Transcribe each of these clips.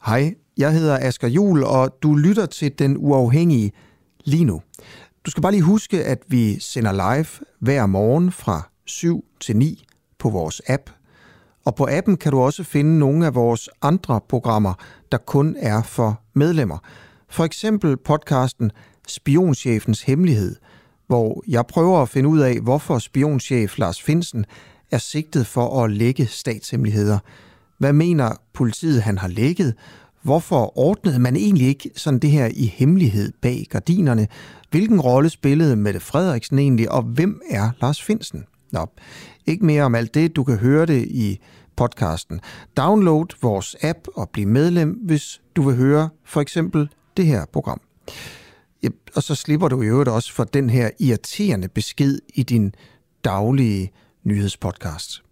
Hej, jeg hedder Asger Juhl, og du lytter til Den Uafhængige lige nu. Du skal bare lige huske, at vi sender live hver morgen fra 7 til 9 på vores app. Og på appen kan du også finde nogle af vores andre programmer, der kun er for medlemmer. For eksempel podcasten Spionchefens Hemmelighed, hvor jeg prøver at finde ud af, hvorfor spionchef Lars Findsen er sigtet for at lække statshemmeligheder. Hvad mener politiet, han har lækket? Hvorfor ordnede man egentlig ikke sådan det her i hemmelighed bag gardinerne? Hvilken rolle spillede Mette Frederiksen egentlig, og hvem er Lars Findsen? Nå, ikke mere om alt det. Du kan høre det i podcasten. Download vores app og bliv medlem, hvis du vil høre for eksempel det her program. Ja, og så slipper du i øvrigt også for den her irriterende besked i din daglige nyhedspodcast.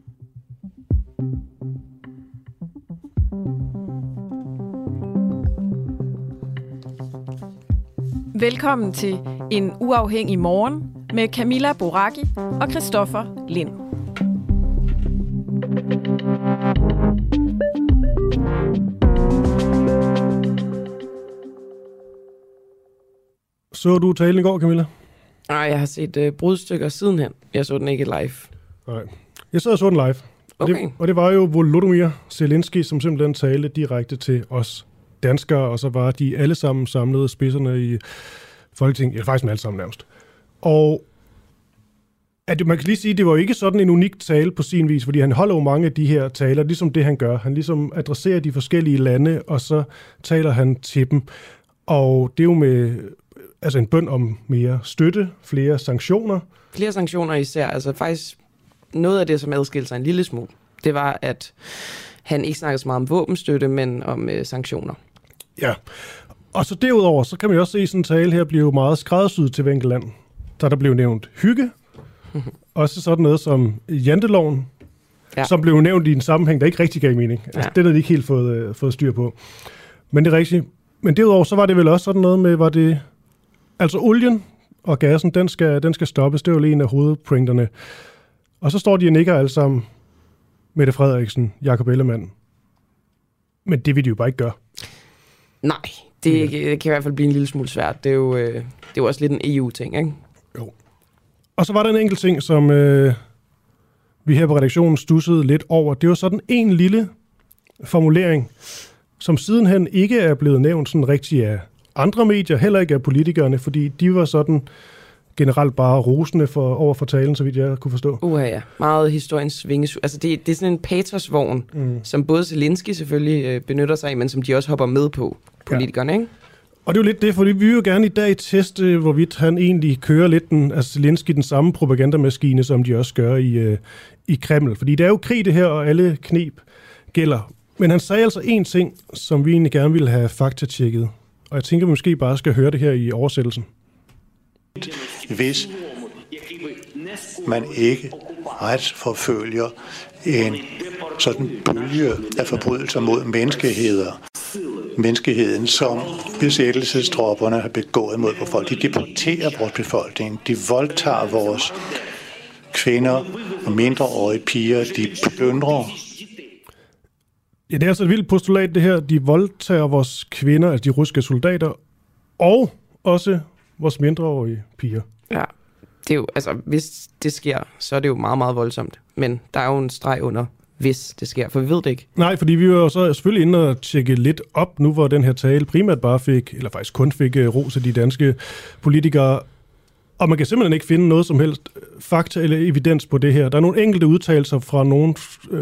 Velkommen til En Uafhængig Morgen med Camilla Boracchi og Christoffer Lind. Så du talen i går, Camilla? Nej, jeg har set brudstykker sidenhen. Jeg så den ikke live. Nej. Jeg sad og så den live. Okay. Og det var jo Volodymyr Zelensky, som simpelthen talte direkte til os danskere, og så var de alle sammen samlede spidserne i Folketinget. Ja, faktisk med alle sammen nærmest. Og man kan lige sige, at det var jo ikke sådan en unik tale på sin vis, fordi han holder jo mange af de her taler, ligesom det han gør. Han ligesom adresserer de forskellige lande, og så taler han til dem. Og det er jo med en bøn om mere støtte, flere sanktioner. Flere sanktioner især. Altså faktisk noget af det, som adskilte sig en lille smule, det var, at han ikke snakkede så meget om våbenstøtte, men om sanktioner. Ja, og så derudover, så kan man jo også se, at sådan en tale her bliver meget skræddersyet til hver enkelt land. Der blev nævnt hygge, også sådan noget som janteloven, som blev nævnt i en sammenhæng, der ikke rigtig gav mening. Altså, det havde de ikke helt fået styr på. Men det er rigtigt. Men derudover, så var det vel også sådan noget med, altså olien og gassen, den skal stoppes. Det er jo en af hovedpointerne. Og så står de og nikker alle sammen, Mette Frederiksen, Jakob Ellemann. Men det vil de jo bare ikke gøre. Nej, det kan i hvert fald blive en lille smule svært. Det er jo også lidt en EU-ting, ikke? Jo. Og så var der en enkelt ting, som vi her på redaktionen stussede lidt over. Det var sådan en lille formulering, som sidenhen ikke er blevet nævnt sådan rigtig af andre medier, heller ikke af politikerne, fordi de var sådan generelt bare rosende over for talen, så vidt jeg kunne forstå. Ja. Meget historiens vinges. Altså det er sådan en patosvogn, som både Zelensky selvfølgelig benytter sig af, men som de også hopper med på, politikerne, ikke? Og det er jo lidt det, fordi vi vil jo gerne i dag teste, hvorvidt han egentlig kører lidt Zelensky den samme propagandamaskine, som de også gør i Kreml. Fordi det er jo krig det her, og alle knep gælder. Men han sagde altså en ting, som vi egentlig gerne ville have faktatjekket. Og jeg tænker, vi måske bare skal høre det her i oversættelsen. Hvis man ikke retsforfølger en sådan bølge af forbrydelser mod menneskeheden, som besættelsestropperne har begået mod vores folk. De deporterer vores befolkning, de voldtager vores kvinder og mindreårige piger, de plyndrer. Ja, det er altså et vildt postulat, det her. De voldtager vores kvinder, altså de russiske soldater, og også vores mindreårige piger. Ja, det er jo, altså hvis det sker, så er det jo meget, meget voldsomt. Men der er jo en streg under, hvis det sker, for vi ved det ikke. Nej, fordi vi var jo så selvfølgelig inde og tjekke lidt op, nu hvor den her tale primært bare fik, eller faktisk kun fik ros af de danske politikere. Og man kan simpelthen ikke finde noget som helst fakta eller evidens på det her. Der er nogle enkelte udtalelser fra nogle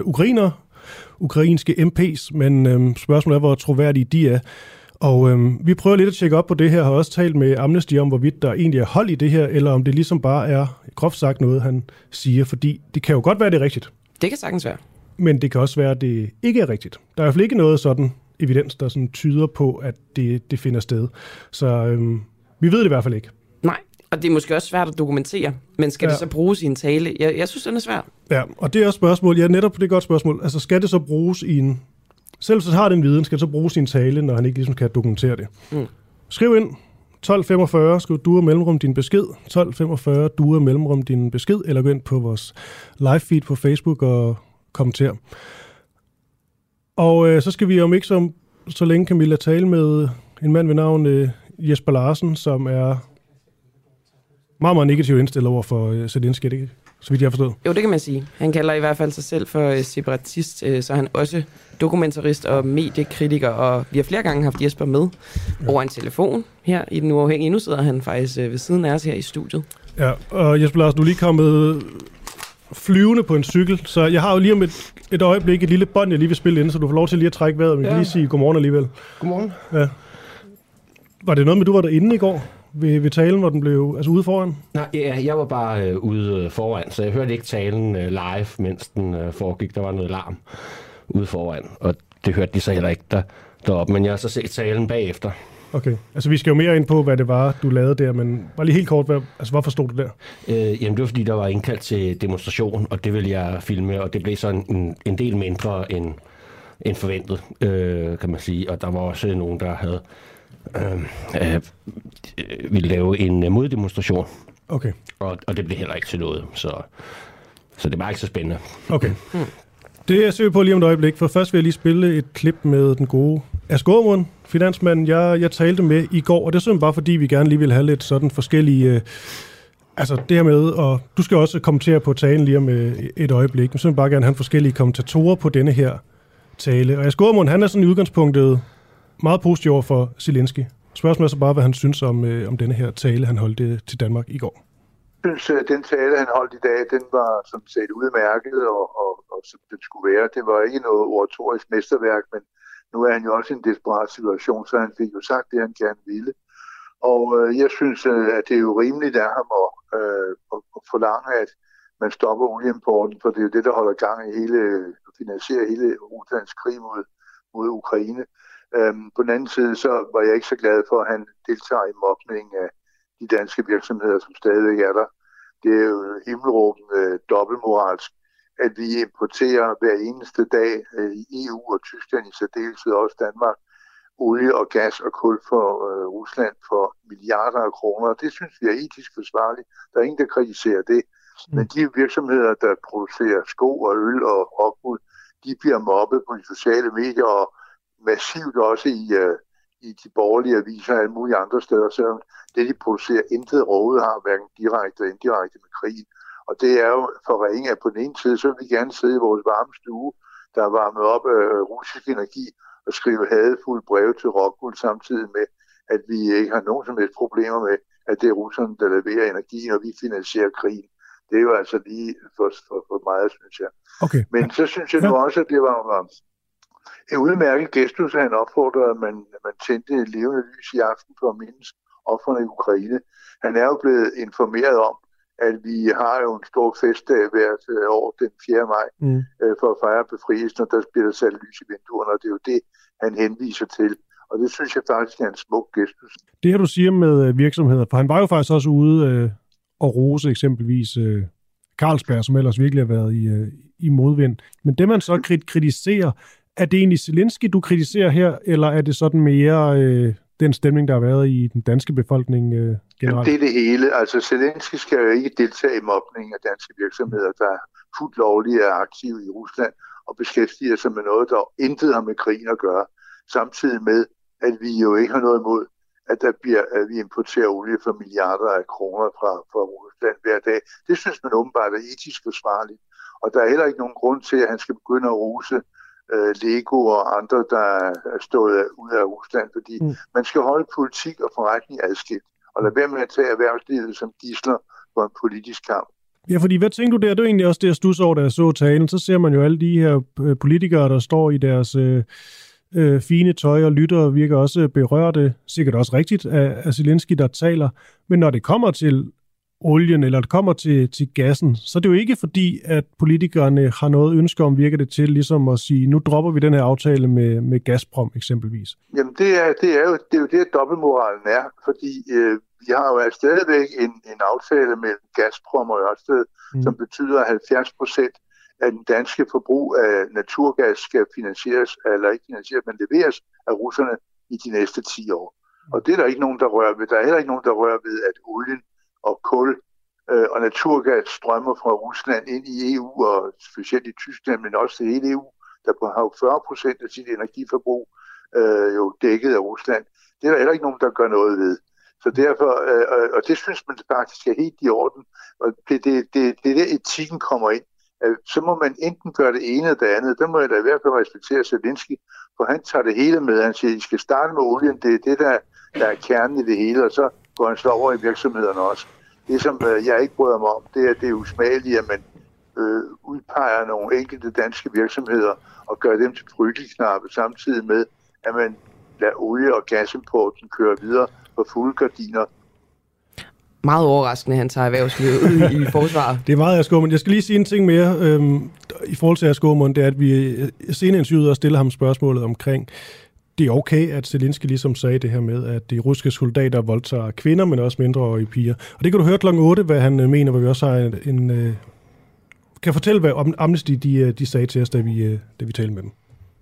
ukrainske MP's, men spørgsmålet er, hvor troværdige de er. Og vi prøver lidt at tjekke op på det her, har også talt med Amnesty om, hvorvidt der egentlig er hold i det her, eller om det ligesom bare er groft sagt noget, han siger, fordi det kan jo godt være, det er rigtigt. Det kan sagtens være. Men det kan også være, at det ikke er rigtigt. Der er i hvert fald ikke noget sådan evidens, der sådan tyder på, at det finder sted. Så vi ved det i hvert fald ikke. Nej, og det er måske også svært at dokumentere, men skal det så bruges i en tale? Jeg synes, den er svær. Ja, og det er også spørgsmål. Ja, netop det er et godt spørgsmål. Altså, skal det så bruges i en... Selv så har den viden, skal det så bruges i en tale, når han ikke ligesom kan dokumentere det. Skriv ind 1245, skriv du og mellemrum din besked. 1245, du og mellemrum din besked, eller gå ind på vores live feed på Facebook og kommenter. Og så skal vi om ikke så så længe, Camilla, tale med en mand ved navn Jesper Larsen, som er meget, meget negativt indstillet over for Zelensky, det så vidt jeg har forstået. Jo, det kan man sige. Han kalder i hvert fald sig selv for separatist, så er han også dokumentarist og mediekritiker, og vi har flere gange haft Jesper med over en telefon her i Den Uafhængige. Nu sidder han faktisk ved siden af os her i studiet. Ja, og Jesper Larsen, du er lige kommet flyvende på en cykel, så jeg har jo lige om et øjeblik et lille bånd, jeg lige vil spille ind, så du får lov til lige at trække vejret, men jeg kan lige sige godmorgen alligevel. Godmorgen. Ja. Var det noget med, du var derinde i går ved talen, hvor den blev ude foran? Nej, jeg var bare ude foran, så jeg hørte ikke talen live, mens den foregik. Der var noget larm ude foran, og det hørte de så heller ikke deroppe, men jeg har så set talen bagefter. Okay, altså vi skal jo mere ind på, hvad det var, du lavede der, men bare lige helt kort, hvorfor stod du der? Jamen det var, fordi der var indkaldt til demonstration, og det ville jeg filme, og det blev så en del mindre end forventet, kan man sige. Og der var også nogen, der havde ville lave en moddemonstration. Okay. Og det blev heller ikke til noget, så det var ikke så spændende. Okay. Det er jeg søger på lige om et øjeblik, for først vil jeg lige spille et klip med den gode Asger Aamund, finansmanden, jeg talte med i går, og det er simpelthen bare fordi, vi gerne lige vil have lidt sådan forskellige, altså det her med, og du skal også kommentere på talen lige om et øjeblik, men simpelthen bare gerne have forskellige kommentatorer på denne her tale. Og Asger Aamund, han er sådan i udgangspunktet meget positiv over for Zelensky. Spørgsmålet er så bare, hvad han synes om denne her tale, han holdt til Danmark i går. Jeg synes, at den tale, han holdt i dag, den var som set udmærket, og som den skulle være. Det var ikke noget oratorisk mesterværk, men nu er han jo også i en desperat situation, så han fik jo sagt det, han gerne ville. Og jeg synes, at det er jo rimeligt af ham at forlange, at man stopper olieimporten, for det er jo det, der holder gang i finansierer hele Ruslands krig mod Ukraine. På den anden side, så var jeg ikke så glad for, at han deltager i mobning af de danske virksomheder, som stadigvæk er der. Det er jo himmelråbende dobbeltmoralsk, at vi importerer hver eneste dag i EU og Tyskland i særdeleshed også Danmark olie og gas og kul for Rusland for milliarder af kroner. Det synes vi er etisk forsvarligt. Der er ingen, der kritiserer det. Men de virksomheder, der producerer sko og øl og rockwool, de bliver mobbet på de sociale medier og massivt også i de borgerlige aviser og alle mulige andre steder, selvom det, de producerer, intet råd har, hverken direkte og indirekte med krigen. Og det er jo for ringe, at på den ene side, så vil vi gerne sidde i vores varme stue, der er varmet op af russisk energi, og skrive hadefulde breve til Rockwool, samtidig med, at vi ikke har nogen som helst problemer med, at det er russerne, der leverer energien, og vi finansierer krigen. Det er jo altså lige for meget, synes jeg. Okay. Men så synes jeg nu også, at det var en udmærket gestus, at han opfordrede, at man tændte et levende lys i aften for at mindes ofrene i Ukraine. Han er jo blevet informeret om, at vi har jo en stor festdag hvert år den 4. maj for at fejre befrielsen, og der bliver der sat lys i vinduerne, og det er jo det, han henviser til. Og det synes jeg faktisk er en smuk gestus. Det her, du siger med virksomheder, for han var jo faktisk også ude og rose eksempelvis Carlsberg, som ellers virkelig har været i modvind. Men det, man så kritiserer, er det egentlig Zelensky, du kritiserer her, eller er det sådan mere den stemning, der har været i den danske befolkning generelt? Jamen, det er det hele. Altså, Zelensky skal jo ikke deltage i mobning af danske virksomheder, der er fuldt lovlige og aktive i Rusland, og beskæftiger sig med noget, der intet har med krigen at gøre. Samtidig med, at vi jo ikke har noget imod, at vi importerer olie for milliarder af kroner fra Rusland hver dag. Det synes man åbenbart er etisk forsvarligt. Og der er heller ikke nogen grund til, at han skal begynde at rose Lego og andre, der er stået ud af Rusland, fordi man skal holde politik og forretning adskilt, og lade være med at tage erhvervslivet som gidsler for en politisk kamp. Ja, fordi hvad tænker du der? Det er egentlig også det, jeg studser over, da jeg så talen. Så ser man jo alle de her politikere, der står i deres fine tøj og lytter og virker også berørte, sikkert også rigtigt, af Zelensky, der taler. Men når det kommer til olien, eller det kommer til gassen, så er det jo ikke fordi, at politikerne har noget ønske om, virker det til, ligesom at sige, nu dropper vi den her aftale med Gazprom eksempelvis. Jamen det er jo det, dobbeltmoralen er, fordi vi har jo stadigvæk en aftale mellem Gazprom og Ørsted, som betyder, at 70% af den danske forbrug af naturgas skal finansieres, eller ikke finansieres, men leveres af russerne i de næste 10 år. Og det er der ikke nogen, der rører ved. Der er heller ikke nogen, der rører ved, at olien og kul og naturgas strømmer fra Rusland ind i EU, og specielt i Tyskland, men også til hele EU, der har jo 40% af sit energiforbrug jo dækket af Rusland. Det er der heller ikke nogen, der gør noget ved. Så derfor, og det synes man faktisk er helt i orden, og det er der etikken kommer ind. Så må man enten gøre det ene eller det andet. Der må jeg da i hvert fald respektere Zelensky, for han tager det hele med. Han siger, at I skal starte med olien, det er det, der er kernen i det hele, og så går han så over i virksomhederne også. Det, som jeg ikke bryder mig om, det er det usmagelige, at man udpeger nogle enkelte danske virksomheder og gør dem til prygelknappe, samtidig med, at man lader olie- og gasimporten køre videre på fulde gardiner. Meget overraskende, han tager erhvervslivet ud i forsvaret. Det er meget af Skovmund. Jeg skal lige sige en ting mere i forhold til Skovmund, det er, at vi senere interviewet og stiller ham spørgsmålet omkring, det er okay, at Zelensky ligesom sagde det her med, at de russiske soldater voldtager kvinder, men også mindreårige piger. Og det kan du høre kl. 8, hvad han mener, hvor vi også har kan fortælle, hvad Amnesty de sagde til os, da vi talte med dem.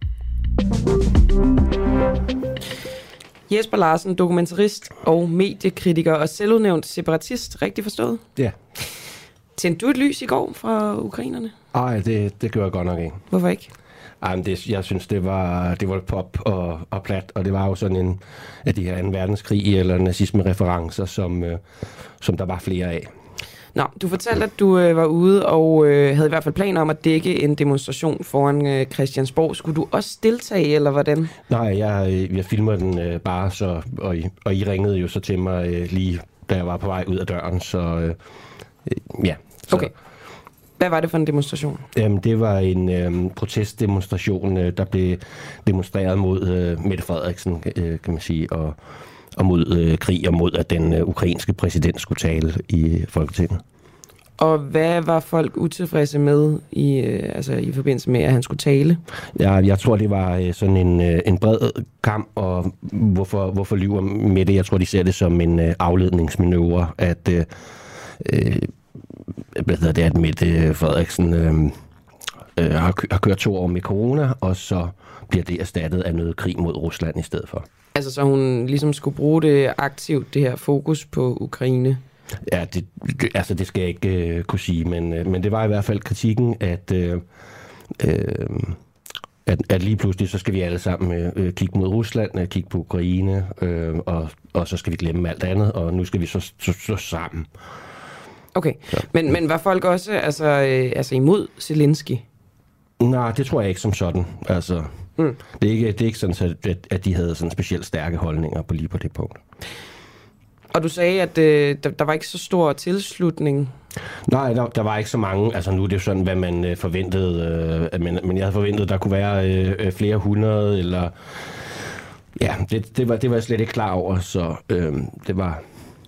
Jesper Larsen, dokumentarist og mediekritiker og selvudnævnt separatist. Rigtig forstået? Ja. Tændte du et lys i går fra ukrainerne? Nej, det gør jeg godt nok ikke. Hvorfor ikke? Jeg synes, det var pop og plat, og det var jo sådan en af de her 2. verdenskrig eller nazisme-referencer, som der var flere af. Nå, du fortalte, at du var ude og havde i hvert fald planer om at dække en demonstration foran Christiansborg. Skulle du også deltage, eller hvordan? Nej, jeg filmer den bare, så, og I ringede jo så til mig lige, da jeg var på vej ud af døren, så ja. Så. Okay. Hvad var det for en demonstration? Det var en protestdemonstration, der blev demonstreret mod Mette Frederiksen, kan man sige, og mod krig og mod, at den ukrainske præsident skulle tale i Folketinget. Og hvad var folk utilfredse med i forbindelse med, at han skulle tale? Ja, jeg tror, det var sådan en bred kamp, og hvorfor lyver Mette? Jeg tror, de ser det som en afledningsmanøvre, at at Mette Frederiksen har kørt 2 år med corona, og så bliver det erstattet af noget krig mod Rusland i stedet for. Altså, så hun ligesom skulle bruge det aktivt, det her fokus på Ukraine? Ja, det skal jeg ikke kunne sige, men det var i hvert fald kritikken, at lige pludselig, så skal vi alle sammen kigge mod Rusland, kigge på Ukraine, og så skal vi glemme alt andet, og nu skal vi så sammen. Okay, men var folk også altså imod Zelensky? Nej, det tror jeg ikke som sådan. Altså, det er ikke sådan, at de havde sådan specielt stærke holdninger lige på det punkt. Og du sagde, at der var ikke så stor tilslutning? Nej, der var ikke så mange. Altså nu er det jo sådan, hvad man forventede. Men jeg havde forventet, at der kunne være flere hundrede, eller... Ja, det var jeg slet ikke klar over, så det var...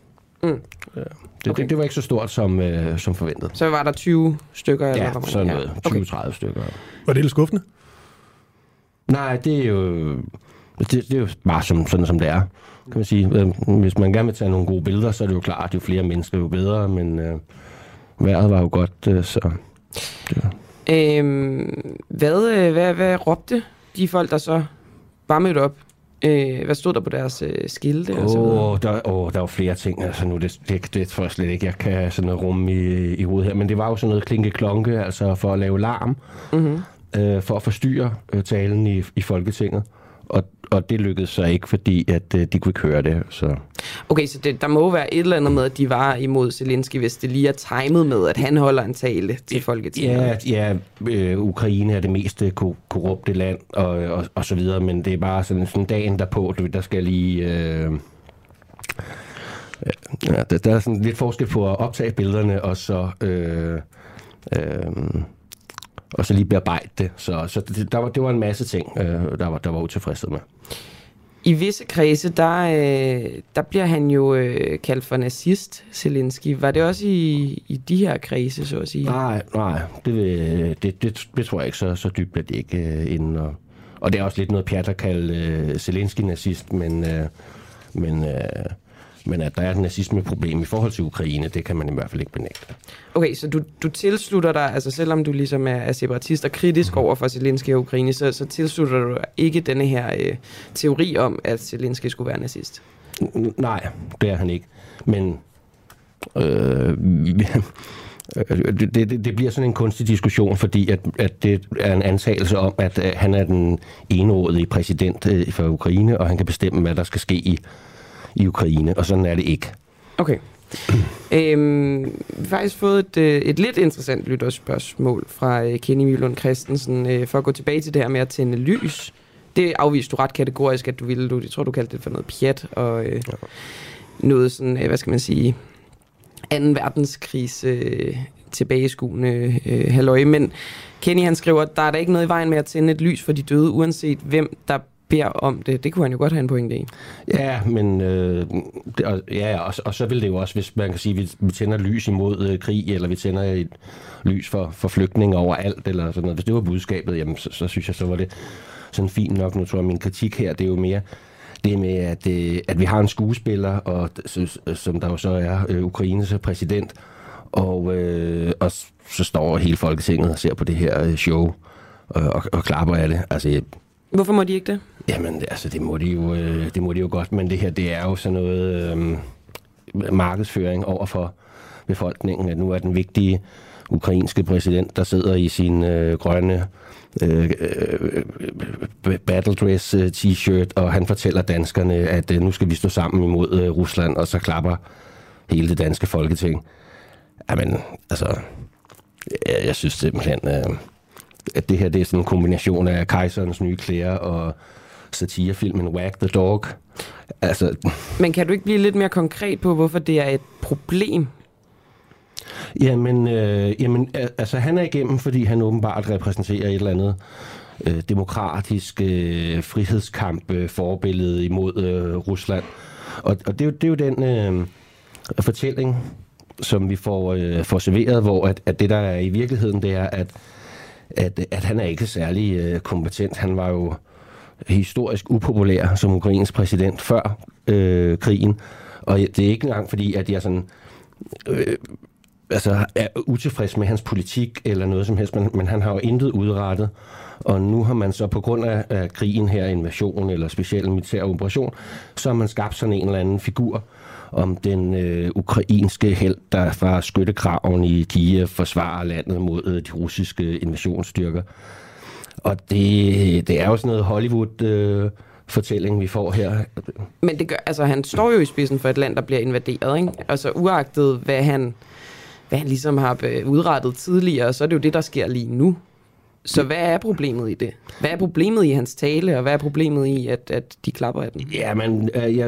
Det var ikke så stort som forventet. Så var der 20 stykker? Ja, eller sådan noget. 20-30 stykker. Var det lidt skuffende? Nej, det er jo bare sådan, som det er, kan man sige. Hvis man gerne vil tage nogle gode billeder, så er det jo klart, at jo flere mennesker, jo bedre, men vejret var jo godt, så... Hvad råbte de folk, der så var mødt op? Hvad stod der på deres skilte? Der var flere ting. Altså nu, det tror jeg slet ikke, jeg kan sådan noget rumme i hovedet her. Men det var jo sådan noget klinke-klonke, altså for at lave larm, for at forstyrre talen i Folketinget. Og det lykkedes så ikke, fordi at de kunne ikke høre det. Så. Okay, så der må være et eller andet med, at de var imod Zelensky, hvis det lige er timet med, at han holder en tale til Folketinget. Ja, Ukraine er det mest korrupte land, og så videre, men det er bare sådan dagen derpå, der skal lige... der er sådan lidt forskel på at optage billederne, og så... og så lige bearbejde det. Så det var en masse ting, der var utilfredshed med. I visse kredse, der bliver han jo kaldt for nazist, Zelensky. Var det også i de her kredse, så at sige? Nej, det tror jeg ikke, så dybt er det ikke inde. Og det er også lidt noget pjat at kalde Zelensky nazist, men at der er et nazismeproblem i forhold til Ukraine, det kan man i hvert fald ikke benægte. Okay, så du tilslutter dig, altså selvom du ligesom er separatist og kritisk over for Zelensky og Ukraine, så tilslutter du ikke denne her teori om, at Zelensky skulle være nazist? Nej, det er han ikke. Men Det bliver sådan en kunstig diskussion, fordi at det er en antagelse om, at han er den enrådige præsident for Ukraine, og han kan bestemme, hvad der skal ske i Ukraine, og sådan er det ikke. Okay. Vi har faktisk fået et lidt interessant lytterspørgsmål fra Kenny Mølund Christensen, for at gå tilbage til det her med at tænde lys. Det afviste du ret kategorisk, at du ville. Jeg tror, du kaldte det for noget pjat, og noget sådan, hvad skal man sige, 2. verdenskrigs tilbageskuende halløj. Men Kenny, han skriver, at der er da ikke noget i vejen med at tænde et lys for de døde, uanset hvem der beder om det. Det kunne han jo godt have en pointe i. Ja, men og så vil det jo også, hvis man kan sige, at vi tænder lys imod krig, eller vi tænder et lys for flygtninge overalt, eller sådan noget. Hvis det var budskabet, jamen, så synes jeg, så var det sådan fint nok. Nu tror jeg, min kritik her, det er jo mere det med, at vi har en skuespiller, og som der jo så er Ukraines præsident, og så står hele Folketinget og ser på det her show og klapper af det. Altså, hvorfor må de ikke det? Jamen, altså, det må de jo godt, men det her, det er jo sådan noget markedsføring over for befolkningen, at nu er den vigtige ukrainske præsident, der sidder i sin grønne battledress t-shirt, og han fortæller danskerne, at nu skal vi stå sammen imod Rusland, og så klapper hele det danske folketing. Jamen, altså, jeg synes simpelthen, at det her, det er sådan en kombination af Kejserens nye klæder og satirefilmen Wag the Dog. Altså, men kan du ikke blive lidt mere konkret på, hvorfor det er et problem? Jamen, altså han er igennem, fordi han åbenbart repræsenterer et eller andet demokratisk frihedskamp forbillede imod Rusland. Og det er jo den fortælling, som vi får serveret, hvor at det der er i virkeligheden, det er, at han er ikke særlig kompetent. Han var jo historisk upopulær som Ukraines præsident før krigen, og det er ikke engang fordi, at jeg sådan er utilfreds med hans politik eller noget som helst, men han har jo intet udrettet, og nu har man så på grund af krigen her, invasion eller speciel militær operation, så har man skabt sådan en eller anden figur om den ukrainske helt, der fra skyttegraven i Kiev forsvarer landet mod de russiske invasionsstyrker. Og det er jo sådan noget Hollywood-fortælling, vi får her. Men det gør, altså, han står jo i spidsen for et land, der bliver invaderet, ikke? Altså uagtet, hvad han ligesom har udrettet tidligere, så er det jo det, der sker lige nu. Så hvad er problemet i det? Hvad er problemet i hans tale, og hvad er problemet i, at de klapper af den? Ja, men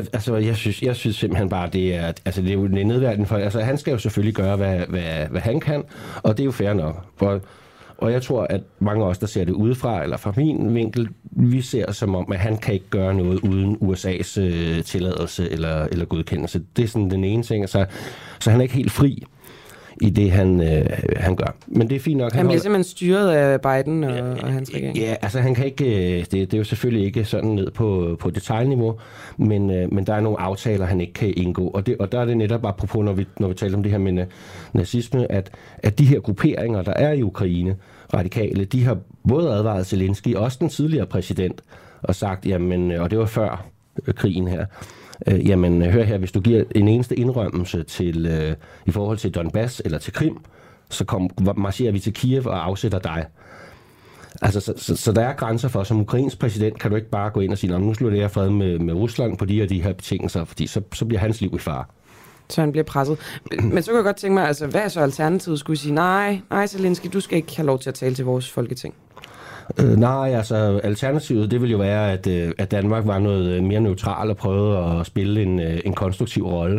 jeg synes simpelthen bare, det er jo nedværdigende for. Altså, han skal jo selvfølgelig gøre, hvad han kan, og det er jo fair nok. Og jeg tror, at mange af os, der ser det udefra, eller fra min vinkel, vi ser som om, at han kan ikke gøre noget uden USA's tilladelse eller godkendelse. Det er sådan den ene ting. Så han er ikke helt fri i det, han gør. Men det er fint nok. Han bliver simpelthen styret af Biden og hans regering. Ja, altså han kan ikke, det er jo selvfølgelig ikke sådan ned på detaljniveau, men der er nogle aftaler, han ikke kan indgå. Og der er det netop, apropos, når vi taler om det her med nazisme, at de her grupperinger, der er i Ukraine, radikale, de har både advaret Zelensky, også den tidligere præsident, og sagt, jamen, og det var før krigen her, jamen hør her, hvis du giver en eneste indrømmelse til i forhold til Donbass eller til Krim, så marcherer vi til Kiev og afsætter dig. Altså, så der er grænser for, som ukrainsk præsident kan du ikke bare gå ind og sige, nu slutter jeg fred med Rusland på de og de her betingelser, fordi så bliver hans liv i fare. Så han bliver presset. Men så kan jeg godt tænke mig, altså, hvad er så alternativet? Skulle I sige, nej, Zelensky, du skal ikke have lov til at tale til vores folketing? Nej, altså alternativet, det vil jo være, at Danmark var noget mere neutral og prøvede at spille en konstruktiv rolle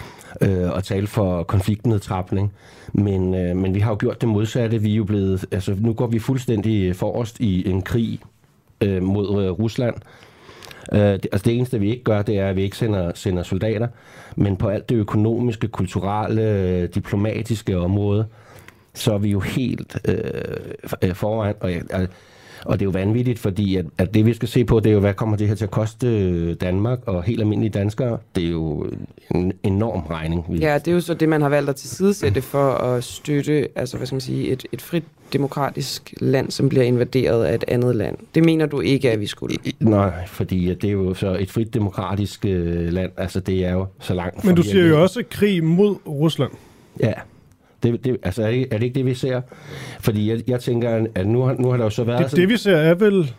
og tale for konfliktnedtrapning. Men vi har jo gjort det modsatte. Vi er jo blevet, altså nu går vi fuldstændig forrest i en krig mod Rusland. Det eneste, vi ikke gør, det er, at vi ikke sender soldater, men på alt det økonomiske, kulturelle, diplomatiske område, så er vi jo helt foran, og det er jo vanvittigt, fordi at det, vi skal se på, det er jo, hvad kommer det her til at koste Danmark og helt almindelige danskere? Det er jo en enorm regning. Ja, det er jo så det, man har valgt at tilsidesætte for at støtte, altså hvad skal man sige, et frit demokratisk land, som bliver invaderet af et andet land. Det mener du ikke, at vi skulle? Nej, fordi det er jo så et frit demokratisk land, altså det er jo så langt. Men du siger jo også krig mod Rusland. Ja. Altså, er det ikke det, vi ser? Fordi jeg tænker, at nu har der jo så været... Det vi ser er vel,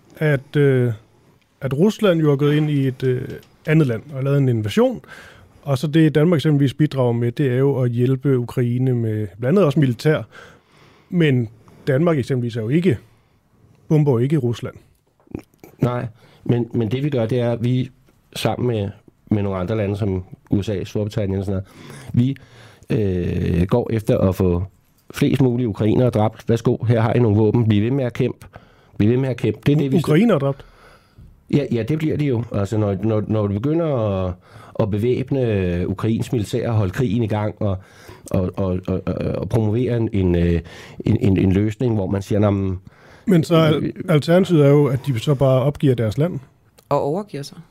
at Rusland jo er gået ind i et andet land og lavet en invasion, og så det Danmark eksempelvis bidrager med, det er jo at hjælpe Ukraine med blandt andet også militær, men Danmark eksempelvis er jo ikke, bomber ikke Rusland. Nej, men det vi gør, det er, at vi sammen med nogle andre lande, som USA, Storbritannien og sådan noget, vi går efter at få flest mulige ukrainere dræbt. Værsgo, her har I nogle våben. Bliv ved med at kæmpe. Det er det, Ukrainere dræbt? Ja, det bliver de jo. Altså, når du begynder at bevæbne Ukrains militær og holde krigen i gang og promovere en løsning, hvor man siger... Men så alternativet er jo, at de så bare opgiver deres land? Og overgiver sig?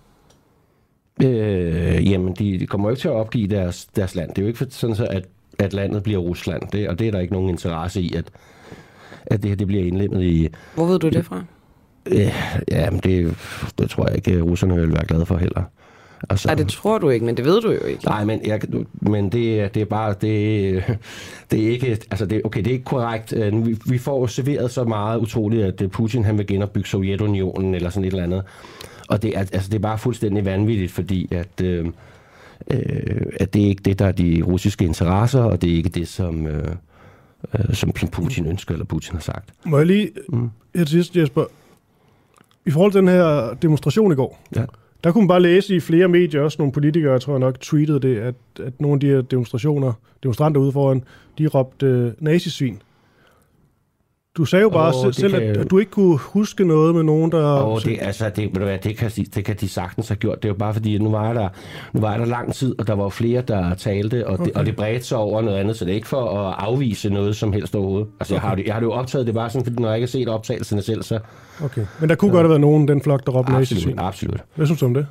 Jamen, de kommer jo ikke til at opgive deres land. Det er jo ikke sådan, så, at landet bliver Rusland. Og det er der ikke nogen interesse i, at det her det bliver indlemmet i... Hvor ved du det fra? Jamen, det tror jeg ikke, russerne vil være glade for heller. Altså, det tror du ikke, men det ved du jo ikke. Nej, men det er bare... Det er ikke... Altså, det er ikke korrekt. Vi får serveret så meget utroligt, at Putin han vil genopbygge Sovjetunionen eller sådan et eller andet. Og det er bare fuldstændig vanvittigt, fordi at det er ikke det, der er de russiske interesser, og det er ikke det, som Putin ønsker, eller Putin har sagt. Må jeg lige her til sidst, Jesper, i forhold til den her demonstration i går, der kunne man bare læse i flere medier, også nogle politikere, jeg tror nok, tweetede det, at nogle af de her demonstranter ude foran, de råbte nazisvin. Du sagde jo bare selv, at du ikke kunne huske noget med nogen, der... Det kan de sagtens have gjort. Det er jo bare fordi, nu var der lang tid, og der var flere, der talte, og det bredte sig over noget andet, så det er ikke for at afvise noget som helst overhovedet. Altså, jeg har det jo optaget, det bare sådan, fordi når jeg ikke har set optagelserne selv, så... Okay, men der kunne godt have været nogen, den flok, der råbte nazisvin. Absolut. Hvad synes du om det?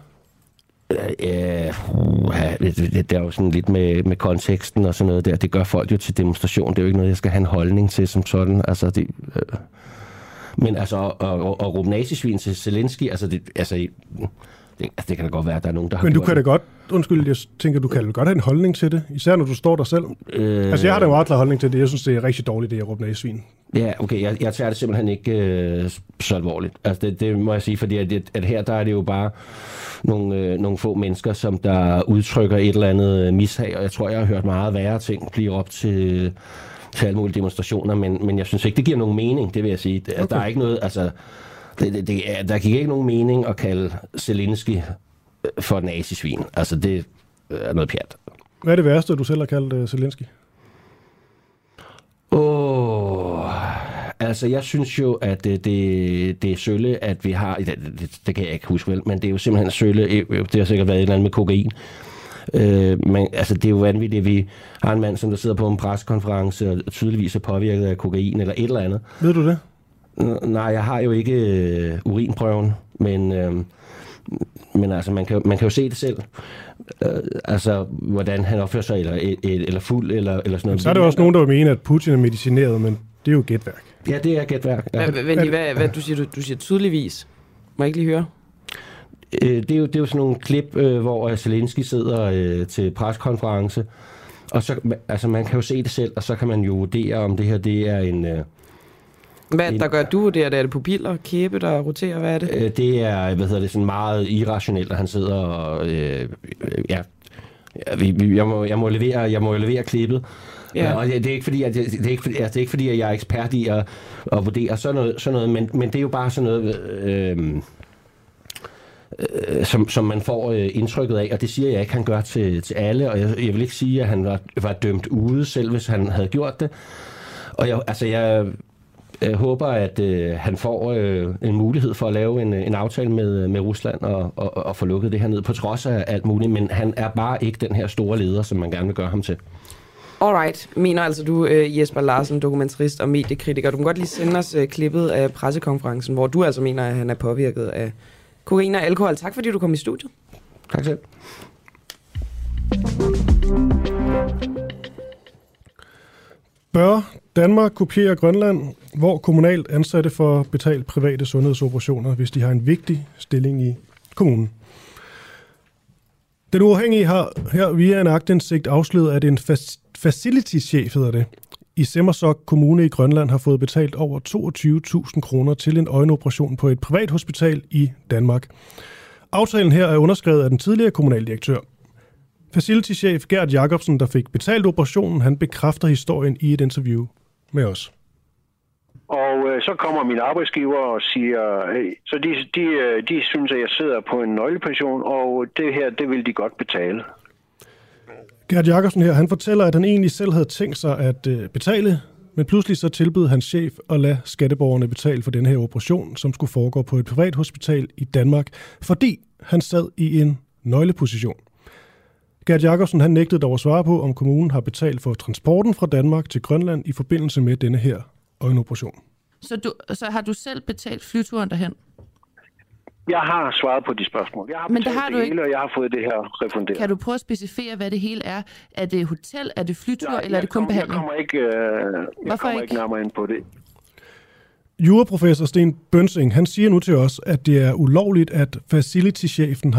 Det er jo sådan lidt med konteksten og sådan noget der. Det gør folk jo til demonstration. Det er jo ikke noget, jeg skal have en holdning til som sådan. Altså, men altså, at råbe nazisvin til Zelensky, det kan da godt være, at der er nogen, der har... Men du kan da godt... Undskyld, jeg tænker, du kan godt have en holdning til det, især når du står der selv. Jeg har da en meget klar holdning til det. Jeg synes, det er rigtig dårligt, det at råbe nazisvin. Ja, okay. Jeg tager det simpelthen ikke så alvorligt. Altså, det må jeg sige, fordi at her der er det jo bare nogle få mennesker, som der udtrykker et eller andet mishag, og jeg tror, jeg har hørt meget værre ting blive op til alle mulige demonstrationer, men jeg synes ikke, det giver nogen mening, det vil jeg sige. Okay. Der er ikke noget... Altså, der gik ikke nogen mening at kalde Zelensky for et nazisvin. Altså, det er noget pjat. Hvad er det værste, du selv har kaldt Zelensky? Altså, jeg synes jo, at det er sølle, at vi har... Det kan jeg ikke huske vel, men det er jo simpelthen sølle. Det har sikkert været et eller andet med kokain. Men altså, det er jo vanvittigt, at vi har en mand, som der sidder på en pressekonference og tydeligvis er påvirket af kokain eller et eller andet. Ved du det? Nej, jeg har jo ikke urinprøven, men altså, man kan jo se det selv. Altså, hvordan han opfører sig, eller fuld, eller sådan noget. Men så er der også nogen, der vil mene, at Putin er medicineret, men det er jo gætværk. Ja, det er gætværk. Ja. Hvad du siger tydeligvis? Må jeg ikke lige høre? Det er jo sådan nogle klip, hvor Zelensky sidder til pressekonference, og så, altså, man kan jo se det selv, og så kan man jo vurdere, om det her, det er en... Hvad der gør du det? Er det pupiller, kæbe, der roterer? Hvad er det? Det er, sådan meget irrationelt, at han sidder og... Jeg må levere klippet. Ja. Og det er ikke fordi, at jeg er ekspert i at vurdere sådan noget, men det er jo bare sådan noget... som man får indtrykket af, og det siger jeg ikke, han gør til alle, og jeg vil ikke sige, at han var dømt ude, selv hvis han havde gjort det. Og jeg håber, at han får en mulighed for at lave en aftale med Rusland og få lukket det her ned, på trods af alt muligt, men han er bare ikke den her store leder, som man gerne vil gøre ham til. Alright. Mener altså du, Jesper Larsen, dokumentarist og mediekritiker. Du kan godt lige sende os klippet af pressekonferencen, hvor du altså mener, at han er påvirket af kokain og alkohol. Tak fordi du kom i studiet. Tak selv. Bør Danmark kopiere Grønland, hvor kommunalt ansatte får betalt private sundhedsoperationer, hvis de har en vigtig stilling i kommunen? Den uafhængige har her via en aktindsigt afsløret, at en facility-chef hedder det, i Sermersooq Kommune i Grønland har fået betalt over 22.000 kroner til en øjenoperation på et privat hospital i Danmark. Aftalen her er underskrevet af den tidligere kommunaldirektør. Facility-chef Gert Jacobsen, der fik betalt operationen, han bekræfter historien i et interview med os. Og så kommer min arbejdsgiver og siger, hey, så de synes, at jeg sidder på en nøglepension, og det her, det vil de godt betale. Gert Jacobsen her, han fortæller, at han egentlig selv havde tænkt sig at betale, men pludselig så tilbød hans chef at lade skatteborgerne betale for den her operation, som skulle foregå på et privat hospital i Danmark, fordi han sad i en nøgleposition. Gert Jacobsen, han nægtede dog at svare på, om kommunen har betalt for transporten fra Danmark til Grønland i forbindelse med denne her øjenoperation. Så har du selv betalt flyturen derhen? Jeg har svaret på de spørgsmål. Jeg har men betalt har du det ikke... hele, og jeg har fået det her refunderet. Kan du prøve at specificere, hvad det hele er? Er det hotel, er det flytur, eller er det kun behandling? Jeg kommer ikke nærmere ind på det. Juraprofessor Sten Bønsing, han siger nu til os, at det er ulovligt, at facility-chefen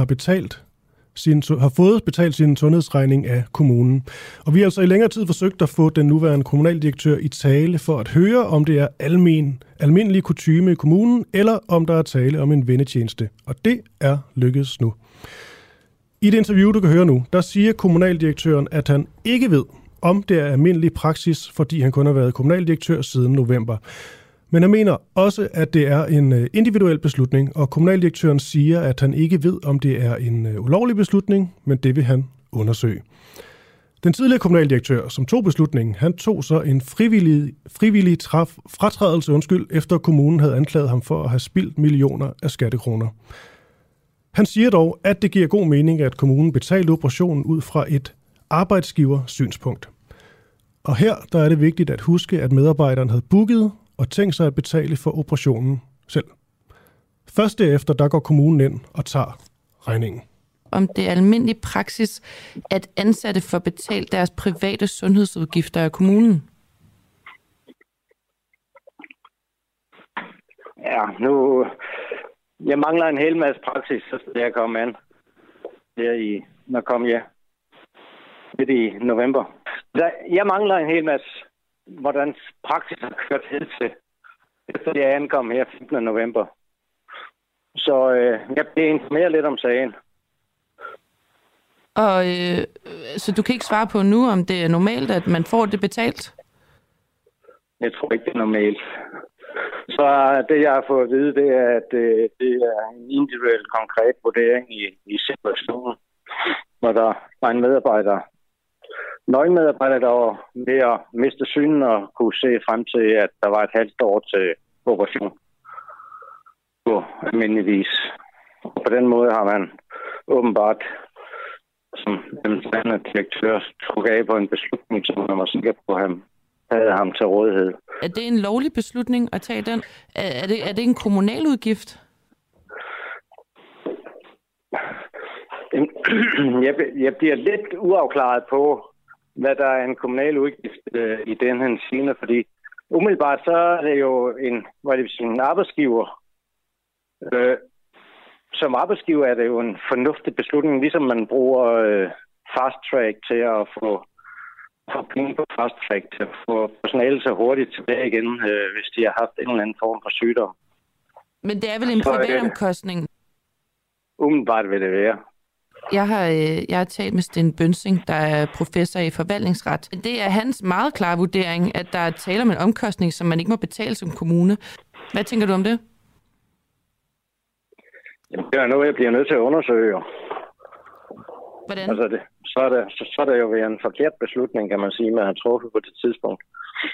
har fået betalt sin sundhedsregning af kommunen. Og vi har altså i længere tid forsøgt at få den nuværende kommunaldirektør i tale for at høre, om det er almindelig kutyme i kommunen, eller om der er tale om en vennetjeneste. Og det er lykkedes nu. I det interview, du kan høre nu, der siger kommunaldirektøren, at han ikke ved, om det er almindelig praksis, fordi han kun har været kommunaldirektør siden november. Men han mener også, at det er en individuel beslutning, og kommunaldirektøren siger, at han ikke ved, om det er en ulovlig beslutning, men det vil han undersøge. Den tidligere kommunaldirektør, som tog beslutningen, han tog så en frivillig fratrædelse, efter kommunen havde anklaget ham for at have spildt millioner af skattekroner. Han siger dog, at det giver god mening, at kommunen betalte operationen ud fra et arbejdsgiver-synspunkt. Og her der er det vigtigt at huske, at medarbejderen havde booket og tænkt sig at betale for operationen selv. Først derefter, der går kommunen ind og tager regningen. Om det er almindelig praksis, at ansatte får betalt deres private sundhedsudgifter af kommunen? Ja, jeg mangler en hel masse praksis, så det jeg kom an. Når kom jeg midt i november. Jeg mangler en hel masse, hvordan praksis har kørt hen til, efter jeg ankom her 15. november. Så jeg blev informeret lidt om sagen. Og så du kan ikke svare på nu, om det er normalt, at man får det betalt? Jeg tror ikke, det er normalt. Så det, jeg har fået at vide, det er, at det er en individuel konkret vurdering i situationen, hvor der var en nøglemedarbejder, der var ved at miste synen og kunne se frem til, at der var et halvt år til operation på almindelig vis. På den måde har man åbenbart som administrerende direktør trukket af på en beslutning, som man var sikker på, at han havde ham til rådighed. Er det en lovlig beslutning at tage den? Er det en kommunal udgift? Jeg bliver lidt uafklaret på, hvad der er en kommunal udgift i den her scene, fordi umiddelbart så er det jo en arbejdsgiver. Som arbejdsgiver er det jo en fornuftig beslutning, ligesom man bruger fast track til at få penge på fast track til at få personalet så hurtigt tilbage igen, hvis de har haft en eller anden form for sygdom. Men det er vel en privat omkostning? Umiddelbart vil det være. Jeg har talt med Sten Bønsing, der er professor i forvaltningsret. Det er hans meget klare vurdering, at der er tale om en omkostning, som man ikke må betale som kommune. Hvad tænker du om det? Jamen, det er noget, jeg bliver nødt til at undersøge. Hvordan? Altså så er det jo en forkert beslutning, kan man sige, man har truffet på det tidspunkt.